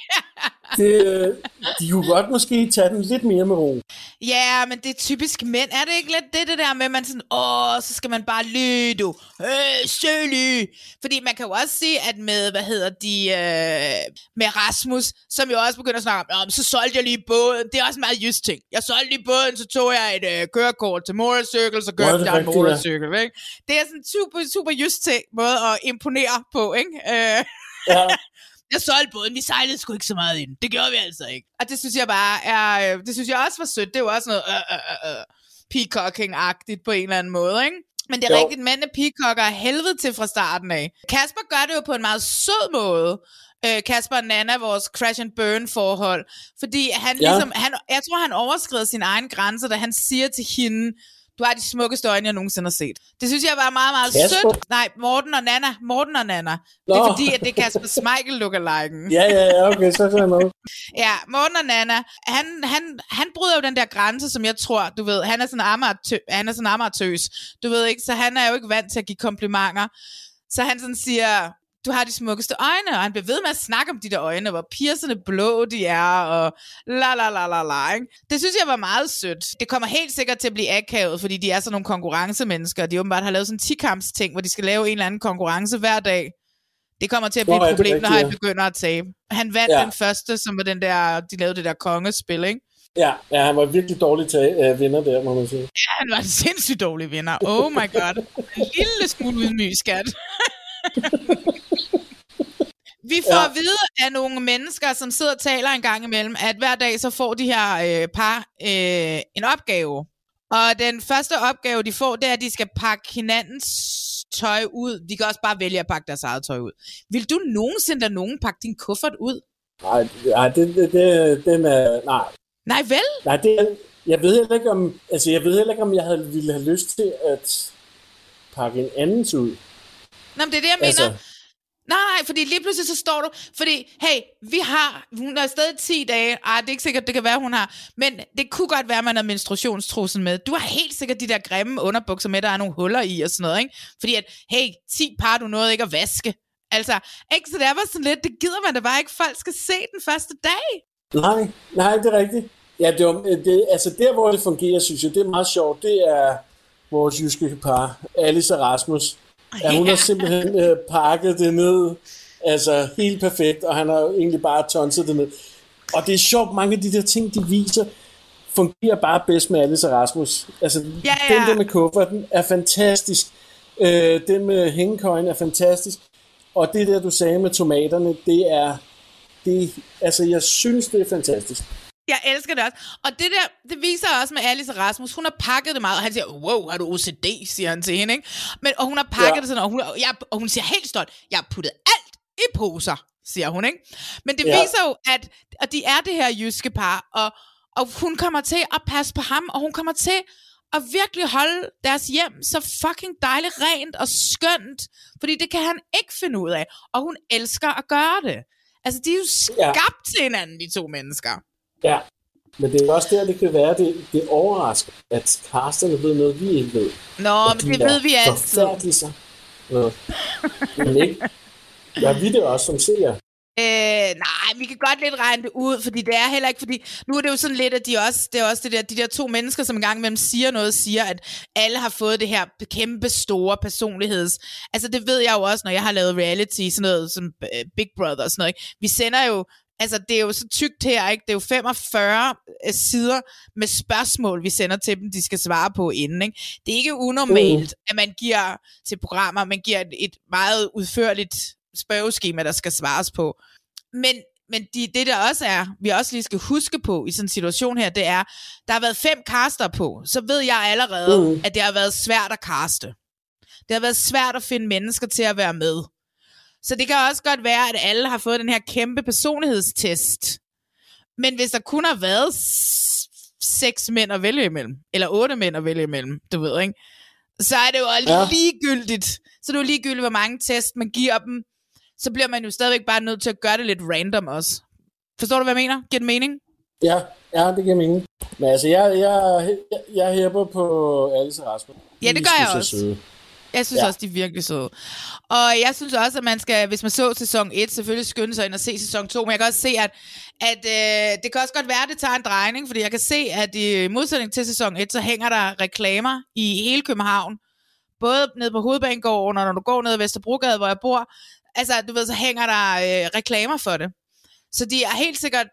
De kunne godt måske tage den lidt mere med ro. Ja, men det er typisk mænd. Er det ikke lidt det der med, at man sådan, så skal man bare lyde, du. Søly. Fordi man kan jo også sige, at med, med Rasmus, som jo også begynder at snakke om, så solgte jeg lige båden. Det er også en meget just ting. Jeg solgte lige båden, så tog jeg et kørekort til motorcykel, så kørte jeg en motorcykel, ikke? Det er sådan en super, super just ting måde at imponere på, ikke? Ja. Jeg solgte båden, vi sejlede sgu ikke så meget ind. Det gjorde vi altså ikke. Og det synes jeg bare er... Det synes jeg også var sødt. Det er jo også noget peacocking-agtigt på en eller anden måde, ikke? Men det er rigtigt, mænd peacocker er helvede til fra starten af. Kasper gør det jo på en meget sød måde. Kasper og Nana, vores crash and burn forhold. Fordi han ligesom... Jeg tror, han overskrider sine egne grænser, da han siger til hende... Du har de smukkeste øjne, jeg nogensinde har set. Det synes jeg var meget, meget sødt. Nej, Morten og Nana. Det er fordi, at det er Kasper Schmeichel look-aliken. Ja, okay, så er jeg med. Ja, Morten og Nana, han bryder jo den der grænse, som jeg tror, du ved, han er sådan amatøs, du ved ikke, så han er jo ikke vant til at give komplimenter. Så han sådan siger, du har de smukkeste øjne, og han bliver ved med at snakke om de der øjne, hvor piercerne blå de er, og la, ikke? Det synes jeg var meget sødt. Det kommer helt sikkert til at blive akavet, fordi de er sådan nogle konkurrencemennesker, og de åbenbart har lavet sådan en 10-kampsting, hvor de skal lave en eller anden konkurrence hver dag. Det kommer til at blive et problem, når han begynder at tabe. Han vandt den første, som var den der, de lavede det der kongespil, ikke? Ja, han var virkelig dårlig vinder der, må man sige. Ja, han var en sindssygt dårlig vinder. Oh my god. En lille smule ydmyg, skat. Vi får at vide af nogle mennesker, som sidder og taler en gang imellem, at hver dag så får de her par en opgave. Og den første opgave, de får, det er, at de skal pakke hinandens tøj ud. De kan også bare vælge at pakke deres eget tøj ud. Vil du nogensinde lade nogen pakke din kuffert ud? Nej, den er... Nej. Nej, vel? Nej, jeg ved heller ikke, om jeg ville have lyst til at pakke en andens ud. Nå, men det er det, jeg mener. Nej, fordi lige pludselig så står du, fordi, hey, hun er stadig 10 dage, det er ikke sikkert, det kan være, hun har, men det kunne godt være, man har menstruationstrussen med. Du har helt sikkert de der grimme underbukser med, der er nogle huller i og sådan noget, ikke? Fordi at, hey, 10 par, du nåede ikke at vaske. Altså, ikke? Så det var sådan lidt, det gider man da bare ikke, folk skal se den første dag. Nej, det er rigtigt. Ja, altså der, hvor det fungerer, synes jeg, det er meget sjovt, det er vores jyske par, Alice og Rasmus. Ja, hun har simpelthen pakket det ned, altså helt perfekt, og han har egentlig bare tonset det ned. Og det er sjovt, mange af de der ting, de viser, fungerer bare bedst med Alice og Rasmus. Altså, den der med kufferten er fantastisk. Den med hængekøjen er fantastisk. Og det der, du sagde med tomaterne, altså, jeg synes, det er fantastisk. Jeg elsker det også. Og det viser også med Alice og Rasmus. Hun har pakket det meget, og han siger, wow, har du OCD, siger han til hende, ikke? Og hun har pakket det sådan, og hun siger helt stolt, jeg har puttet alt i poser, siger hun, ikke? Men det viser jo, at de er det her jyske par, og hun kommer til at passe på ham, og hun kommer til at virkelig holde deres hjem så fucking dejligt rent og skønt, fordi det kan han ikke finde ud af, og hun elsker at gøre det. Altså, de er jo skabt til hinanden, de to mennesker. Ja, men det er også der, det kan være, det overrasker, at casterne ved noget, vi ikke ved. Nå, men det ved vi altid. Så. Men ikke. Jeg ved det også, som ser. Nej, vi kan godt lidt regne det ud, fordi det er heller ikke, fordi nu er det jo sådan lidt, at det er også det der, de der to mennesker, som engang imellem siger, at alle har fået det her kæmpe store personligheds. Altså det ved jeg jo også, når jeg har lavet reality, sådan noget som Big Brother og sådan noget, ikke? Vi sender jo, altså det er jo så tykt her, ikke? Det er jo 45 sider med spørgsmål, vi sender til dem, de skal svare på inden, ikke? Det er ikke unormalt, at man giver til programmer, man giver et meget udførligt spørgeskema, der skal svares på. Men det der også er, vi også lige skal huske på i sådan en situation her, det er, der har været 5 caster på, så ved jeg allerede, at det har været svært at caste. Det har været svært at finde mennesker til at være med. Så det kan også godt være, at alle har fået den her kæmpe personlighedstest. Men hvis der kun har været 6 mænd at vælge imellem, eller 8 mænd at vælge imellem, du ved, ikke? Så er det jo ligegyldigt. Så det er jo ligegyldigt, hvor mange test man giver dem. Så bliver man jo stadigvæk bare nødt til at gøre det lidt random også. Forstår du, hvad jeg mener? Giver det mening? Ja, det giver mening. Men altså, jeg hæpper på Alice og Rasmus. Ja, det gør jeg også. Jeg synes også, de er virkelig søde. Og jeg synes også, at man skal, hvis man så sæson 1, selvfølgelig skynde sig ind og se sæson 2. Men jeg kan også se, at det kan også godt være, at det tager en drejning. Fordi jeg kan se, at i modsætning til sæson 1, så hænger der reklamer i hele København. Både nede på Hovedbanegården, og når du går ned ad Vesterbrogade, hvor jeg bor. Altså, du ved, så hænger der reklamer for det. Så de har helt sikkert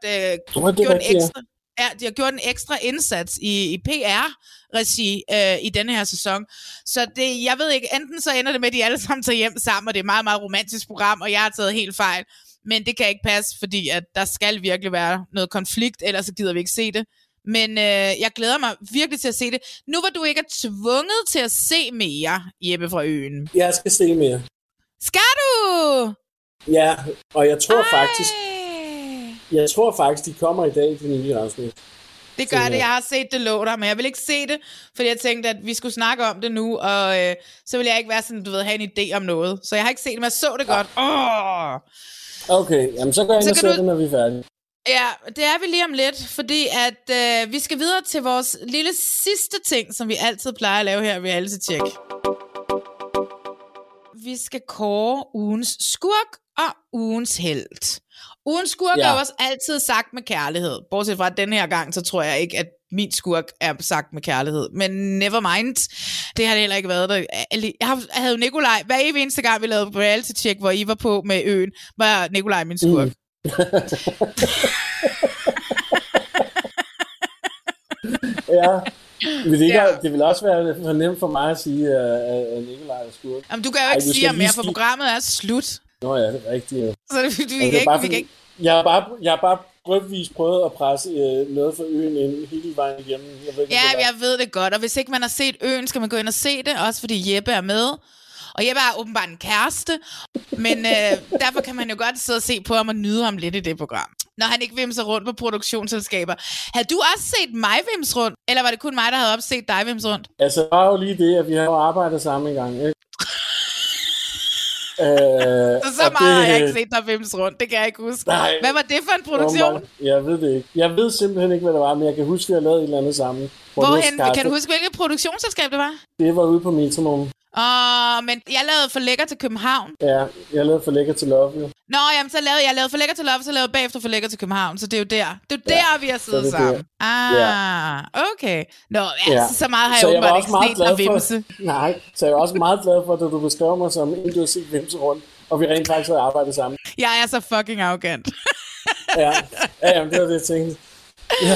de har gjort en ekstra indsats i PR-regi i denne her sæson. Så det, jeg ved ikke, enten så ender det med, at de alle sammen tager hjem sammen, og det er et meget, meget romantisk program, og jeg har taget helt fejl. Men det kan ikke passe, fordi at der skal virkelig være noget konflikt, ellers så gider vi ikke se det. Men jeg glæder mig virkelig til at se det. Nu hvor du ikke er tvunget til at se mere, Jeppe fra Øen. Jeg skal se mere. Skal du? Ja, og jeg tror faktisk, de kommer i dag til nye afsnit. Det gør det, jeg har set det lå der, men jeg vil ikke se det, fordi jeg tænkte, at vi skulle snakke om det nu, og så vil jeg ikke være sådan, du ved, have en idé om noget. Så jeg har ikke set det, men jeg så det godt. Okay, jamen så går jeg ind og ser det, når vi er færdige. Ja, det er vi lige om lidt, fordi at vi skal videre til vores lille sidste ting, som vi altid plejer at lave her ved Reality Check. Vi skal kåre ugens skurk og ugens helt. Ugens skurk er også altid sagt med kærlighed. Bortset fra den her gang, så tror jeg ikke, at min skurk er sagt med kærlighed. Men never mind. Det har det heller ikke været der. Jeg havde Nikolaj, hver eneste gang vi lavede reality check, hvor I var på med Øen, var Nikolaj min skurk. Ja. Det vil også være for nemt for mig at sige, at Nikolaj er skurk. Jamen, du kan jo ikke sige ham mere, for programmet er slut. Nå ja, det er rigtigt. Så vi kan ikke... Jeg har bare grøbvist prøvet at presse noget for Øen hele vejen igennem. Jeg ved det godt, og hvis ikke man har set Øen, skal man gå ind og se det, også fordi Jeppe er med. Og Jeppe er åbenbart en kæreste, men derfor kan man jo godt sidde og se på ham og nyde ham lidt i det program. Når han ikke vimser rundt på produktionsselskaber. Havde du også set mig vims rundt? Eller var det kun mig, der havde opset dig vims rundt? Altså, det var jo lige det, at vi har arbejdet sammen en gang, ikke? Så meget har jeg ikke set dig vimse rundt. Det kan jeg ikke huske. Nej. Hvad var det for en produktion? Jeg ved det ikke. Jeg ved simpelthen ikke, hvad det var, men jeg kan huske, at vi har lavet et eller andet sammen. Hvorhen? Kan du huske, hvilket produktionsselskab det var? Det var ude på Metronom. Men jeg lavede For Lækker til København. Ja, jeg lavede For Lækker til Love, jo. Nå, jamen, så lavede jeg For Lækker til Love, så lavede jeg bagefter For Lækker til København. Så det er jo der. Det er jo der, vi har siddet sammen. Okay. Nå, så meget har jeg åbenbart ikke snedt og vimse. Nej, så jeg er også meget glad for, at du beskrev mig som en, du har set vimse rundt. Og vi rent faktisk har arbejdet sammen. Jeg er så fucking arrogant. ja, det var det, jeg tænkte. Ja.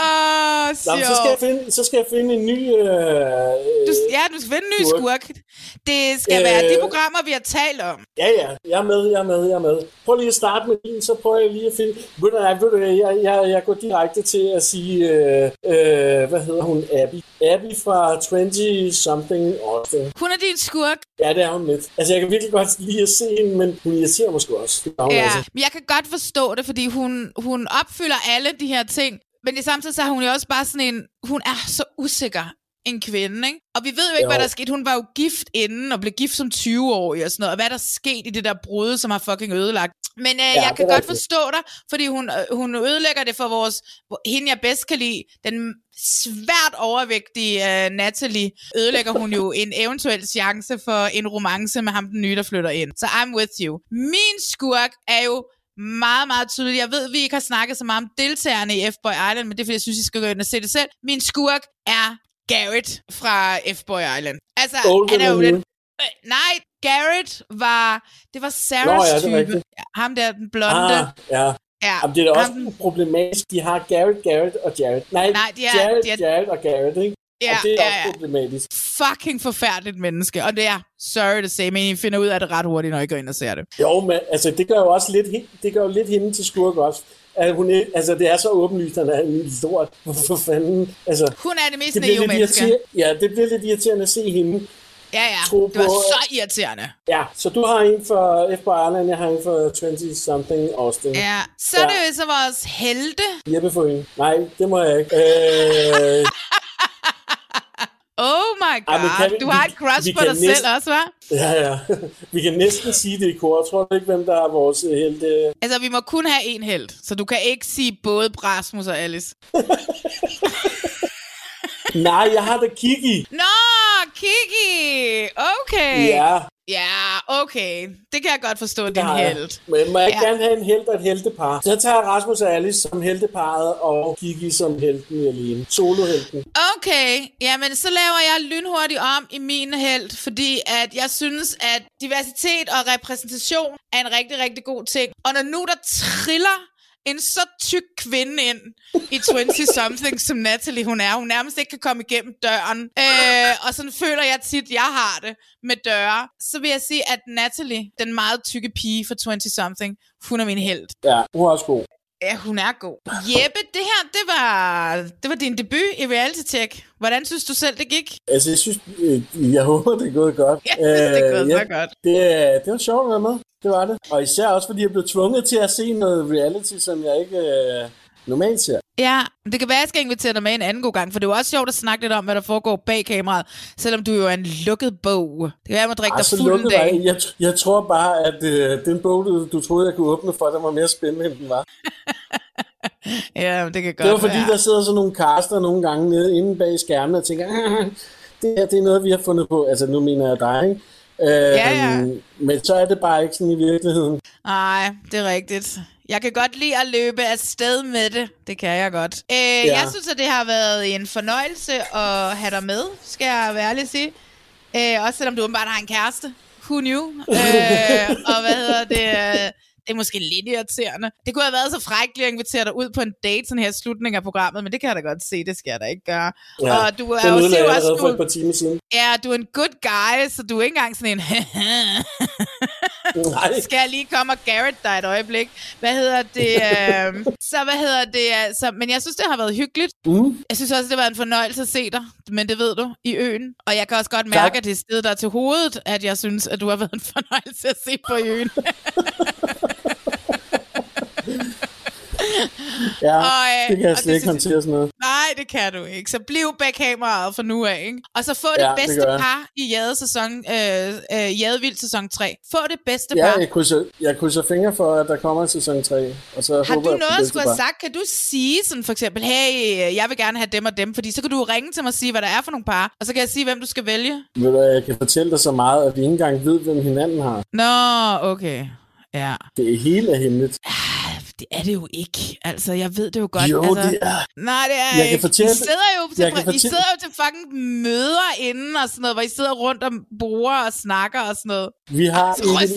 Så skal jeg finde en ny... du skal finde en ny skurk. Det skal være de programmer, vi har talt om. Ja, jeg er med. Prøv lige at starte med din, så prøver jeg lige at finde... Jeg går direkte til at sige... hvad hedder hun? Abby fra 20-something Austin. Hun er din skurk. Ja, det er hun lidt. Altså, jeg kan virkelig godt lide at se hende, men hun irriterer mig sgu også. Men jeg kan godt forstå det, fordi hun opfylder alle de her ting. Men i samtidig så er hun jo også bare sådan en... Hun er så usikker en kvinde, ikke? Og vi ved jo ikke, hvad der er sket. Hun var jo gift inden og blev gift som 20-årig og sådan noget. Og hvad der er sket i det der brud, som har fucking ødelagt. Men jeg kan godt forstå dig, fordi hun ødelægger det for hende jeg bedst kan lide. Den svært overvægtige Natalie ødelægger hun jo en eventuel chance for en romance med ham den nye, der flytter ind. Så I'm with you. Min skurk er jo meget, meget tydeligt. Jeg ved, vi ikke har snakket så meget om deltagerne i F-Boy Island, men det er, fordi jeg synes, I skal gå ind og se det selv. Min skurk er Garrett fra F-Boy Island. Altså, han er jo den... Nej, Garrett det var Sarahs type. Ham der, den blonde. Ja. Jamen, det er da også problematisk. De har Garrett og Jared. Nej, Jared og Garrett, ikke? Ja, og det er også problematisk. Fucking forfærdeligt menneske. Og det er, sorry to say, men I finder ud af det ret hurtigt, når I går ind og ser det. Jo, men altså, det gør jo også lidt hende til skurk også. Altså, det er så åbenlyst, at han er en lort. Hvorfor fanden? Altså, hun er det mest naive menneske. Ja, det bliver lidt irriterende at se hende. Ja, det var så irriterende. Ja, så du har en for F-Boy Island, jeg har en for 20-something Austin. Ja, så er det jo så vores helte. Jeppe for en. Nej, det må jeg ikke. Oh my god, du har et crush på dig selv også, hva'? Ja. Vi kan næsten sige det i kor. Jeg tror ikke, hvem der er vores helte. Altså, vi må kun have en helt, så du kan ikke sige både Rasmus og Alice. Nej, jeg har da Kiki. Nå, Kiki! Okay. Ja, okay. Det kan jeg godt forstå, din helt. Men må jeg gerne have en helt og et heltepar? Så tager Rasmus og Alice som helteparet, og Kiki som helten alene. Solohelten. Okay, jamen så laver jeg lynhurtigt om i min helt, fordi at jeg synes, at diversitet og repræsentation er en rigtig, rigtig god ting. Og når nu der triller en så tyk kvinde ind i 20-something, som Natalie hun nærmest ikke kan komme igennem døren. Og sådan føler jeg tit, jeg har det med døre. Så vil jeg sige, at Natalie, den meget tykke pige fra 20-something, hun er min helt. Ja, hun er også god. Ja, hun er god. Jeppe, det her, det var din debut i Reality Tech. Hvordan synes du selv, det gik? Altså, jeg håber, det er gået godt. Jeg synes, det er gået så godt. Det var sjovt at være med. Det var det. Og især også, fordi jeg blev tvunget til at se noget reality, som jeg ikke normalt ser. Ja, det kan være, at jeg skal invitere dig med en anden god gang, for det er jo også sjovt at snakke lidt om, hvad der foregår bag kameraet, selvom du jo er en lukket bog. Det kan være, at man drikker dig fuld en dag. Jeg tror bare, at den bog, du troede, jeg kunne åbne for, den var mere spændende, end den var. Ja, det kan godt være. Det var fordi, der sidder sådan nogle caster nogle gange nede inde bag skærmen og tænker, det er noget, vi har fundet på. Altså, nu mener jeg dig, ikke? Men så er det bare ikke sådan i virkeligheden. Nej, det er rigtigt. Jeg kan godt lide at løbe afsted med det. Det kan jeg godt. Jeg synes, at det har været en fornøjelse at have dig med, skal jeg være ærlig at sige. Også selvom du åbenbart har en kæreste. Who knew? Og hvad hedder det? Det er måske lidt irriterende. Det kunne have været så frækt at invitere dig ud på en date, sådan her slutning af programmet, men det kan jeg da godt se, det skal jeg da ikke gøre. Ja, og du er jo også for et par timer siden. Ja, du er en good guy, så du er ikke engang sådan en skal jeg lige komme og Garrett dig et øjeblik? Men jeg synes, det har været hyggeligt. Jeg synes også, det var en fornøjelse at se dig, men det ved du, i øen. Og jeg kan også godt mærke, at det er stedet der til hovedet, at jeg synes, at du har været en fornøjelse at se på øen. Ja, det kan jeg slet ikke håndtere sådan noget. Nej, det kan du ikke. Så bliv bag kameraet fra nu af, ikke? Og så få det bedste par i Jadevild sæson 3. Få det bedste par. Jeg krydser fingre for, at der kommer en sæson 3. Og så har du noget at skulle have sagt? Kan du sige sådan for eksempel, hey, jeg vil gerne have dem og dem, fordi så kan du ringe til mig og sige, hvad der er for nogle par, og så kan jeg sige, hvem du skal vælge. Ved du, jeg kan fortælle dig så meget, at vi ikke engang ved, hvem hinanden har. Nå, okay. Ja. Det er helt hemmeligt. Det er det jo ikke. Altså, jeg ved det jo godt. Jo, altså, det er. Nej, det er jeg ikke. Kan fortælle, I sidder jo til fucking møder inden og sådan noget, hvor I sidder rundt om borde og snakker og sådan noget. Vi har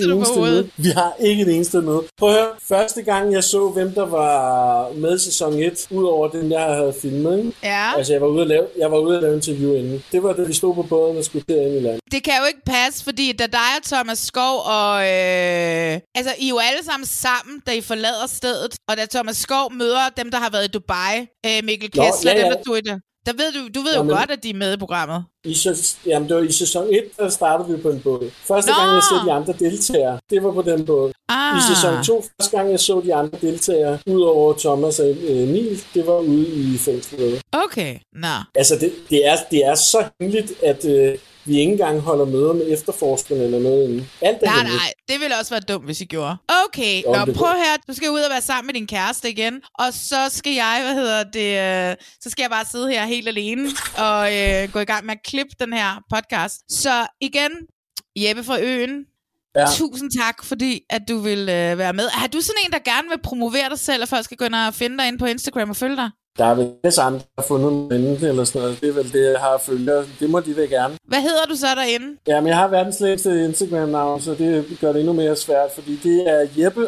ikke det eneste møde. Prøv at høre. Første gang, jeg så, hvem der var med i sæson 1, udover den, jeg havde filmet. Ikke? Ja. Altså, jeg var ude at lave interview inden. Det var, da vi stod på båden og skulle ind i land. Det kan jo ikke passe, fordi da dig og Thomas Skov og... altså, I er jo alle sammen, da I forlader stedet. Og da Thomas Skov møder dem, der har været i Dubai, Mikkel Kessler, dem, der tog i det. Der ved du ved jo godt, at de er med i programmet. Jamen, det var i sæson 1, der startede vi på en båd. Første gang, jeg så de andre deltagere, det var på den båd. I sæson 2, første gang, jeg så de andre deltagere, udover Thomas og Emil, det var ude i fængslet. Okay, Altså, det er så hemmeligt, at vi ikke engang holder møder med efterforskerne eller noget inden. Alt er hemmeligt. Nej, det ville også være dumt, hvis I gjorde. Okay, prøv her. Du skal ud og være sammen med din kæreste igen, og så skal jeg, så skal jeg bare sidde her helt alene og gå i gang med at klippe den her podcast. Så igen, Jeppe fra Øen, tusind tak, fordi at du vil være med. Er du sådan en, der gerne vil promovere dig selv, og folk skal gå ind og finde dig ind på Instagram og følge dig? Der er vel masser andre, der har fundet mig inden, eller sådan noget. Det er vel det, jeg har følger. Det må de vel gerne. Hvad hedder du så derinde? Jamen, jeg har verdens længste Instagram-navn, så det gør det endnu mere svært, fordi det er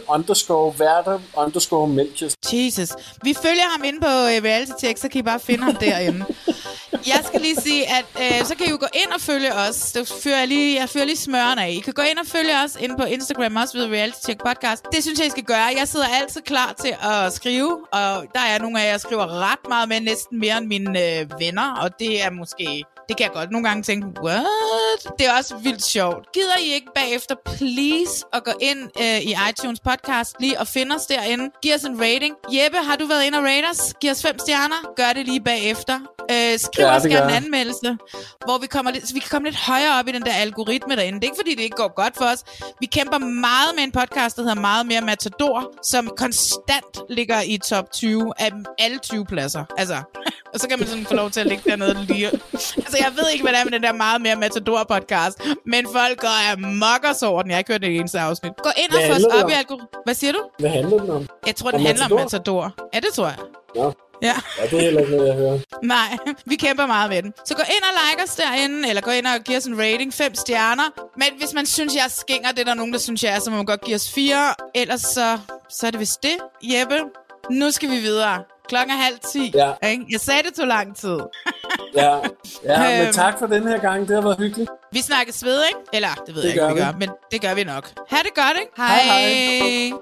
Jeppe_Werther_Melchior. Jesus. Vi følger ham inde på Reality Tech, så kan I bare finde ham derinde. Jeg skal lige sige, at så kan I jo gå ind og følge os. Jeg fyrer lige smøren af. I kan gå ind og følge os inde på Instagram også ved Reality Tech Podcast. Det synes jeg, I skal gøre. Jeg sidder altid klar til at skrive, og der er nogle af jer, der skriver ret meget med, næsten mere end mine venner, og det er måske... Det kan jeg godt nogle gange tænke, what? Det er også vildt sjovt. Gider I ikke bagefter, please, at gå ind i iTunes podcast lige og finde os derinde. Giv os en rating. Jeppe, har du været inde og rate os? Giv os 5 stjerner. Gør det lige bagefter. Skriv også gerne en anmeldelse, hvor vi kan komme lidt højere op i den der algoritme derinde. Det er ikke, fordi det ikke går godt for os. Vi kæmper meget med en podcast, der hedder Meget Mere Matador, som konstant ligger i top 20 af alle 20 pladser. Altså, og så kan man sådan få lov til at ligge dernede lige. Altså, jeg ved ikke, hvad det er med den der Meget Mere Matador-podcast, men folk går amok over den. Jeg har ikke hørt det eneste afsnit. Gå ind og få os op i algoritmen. Hvad siger du? Hvad handler den om? Jeg tror, den handler om Matador. Ja, det tror jeg. Ja. Det er heller ikke noget, jeg hører. Nej, vi kæmper meget med den. Så gå ind og like os derinde, eller gå ind og give os en rating, 5 stjerner. Men hvis man synes, jeg skinger, det er der nogen, der synes, jeg er, så må man godt give os 4. Ellers så er det vist det, Jeppe. Nu skal vi videre. 9:30. Ja. Jeg sagde, det tog lang tid. ja, men tak for den her gang. Det har været hyggeligt. Vi snakkes ved, ikke? Eller, det ved jeg ikke, vi gør. Men det gør vi nok. Ha' det godt, ikke? Hej.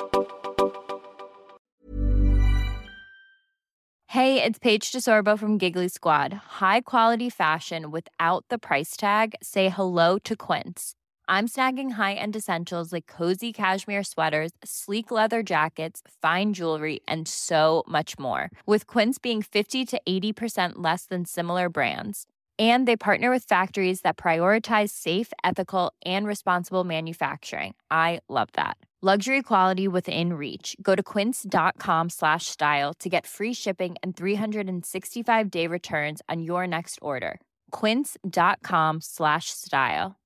Hey, it's Paige DeSorbo from Giggly Squad. High quality fashion without the price tag. Say hello to Quince. I'm snagging high-end essentials like cozy cashmere sweaters, sleek leather jackets, fine jewelry, and so much more. With Quince being 50 to 80% less than similar brands. And they partner with factories that prioritize safe, ethical, and responsible manufacturing. I love that. Luxury quality within reach. Go to quince.com/style to get free shipping and 365-day returns on your next order. Quince.com/style.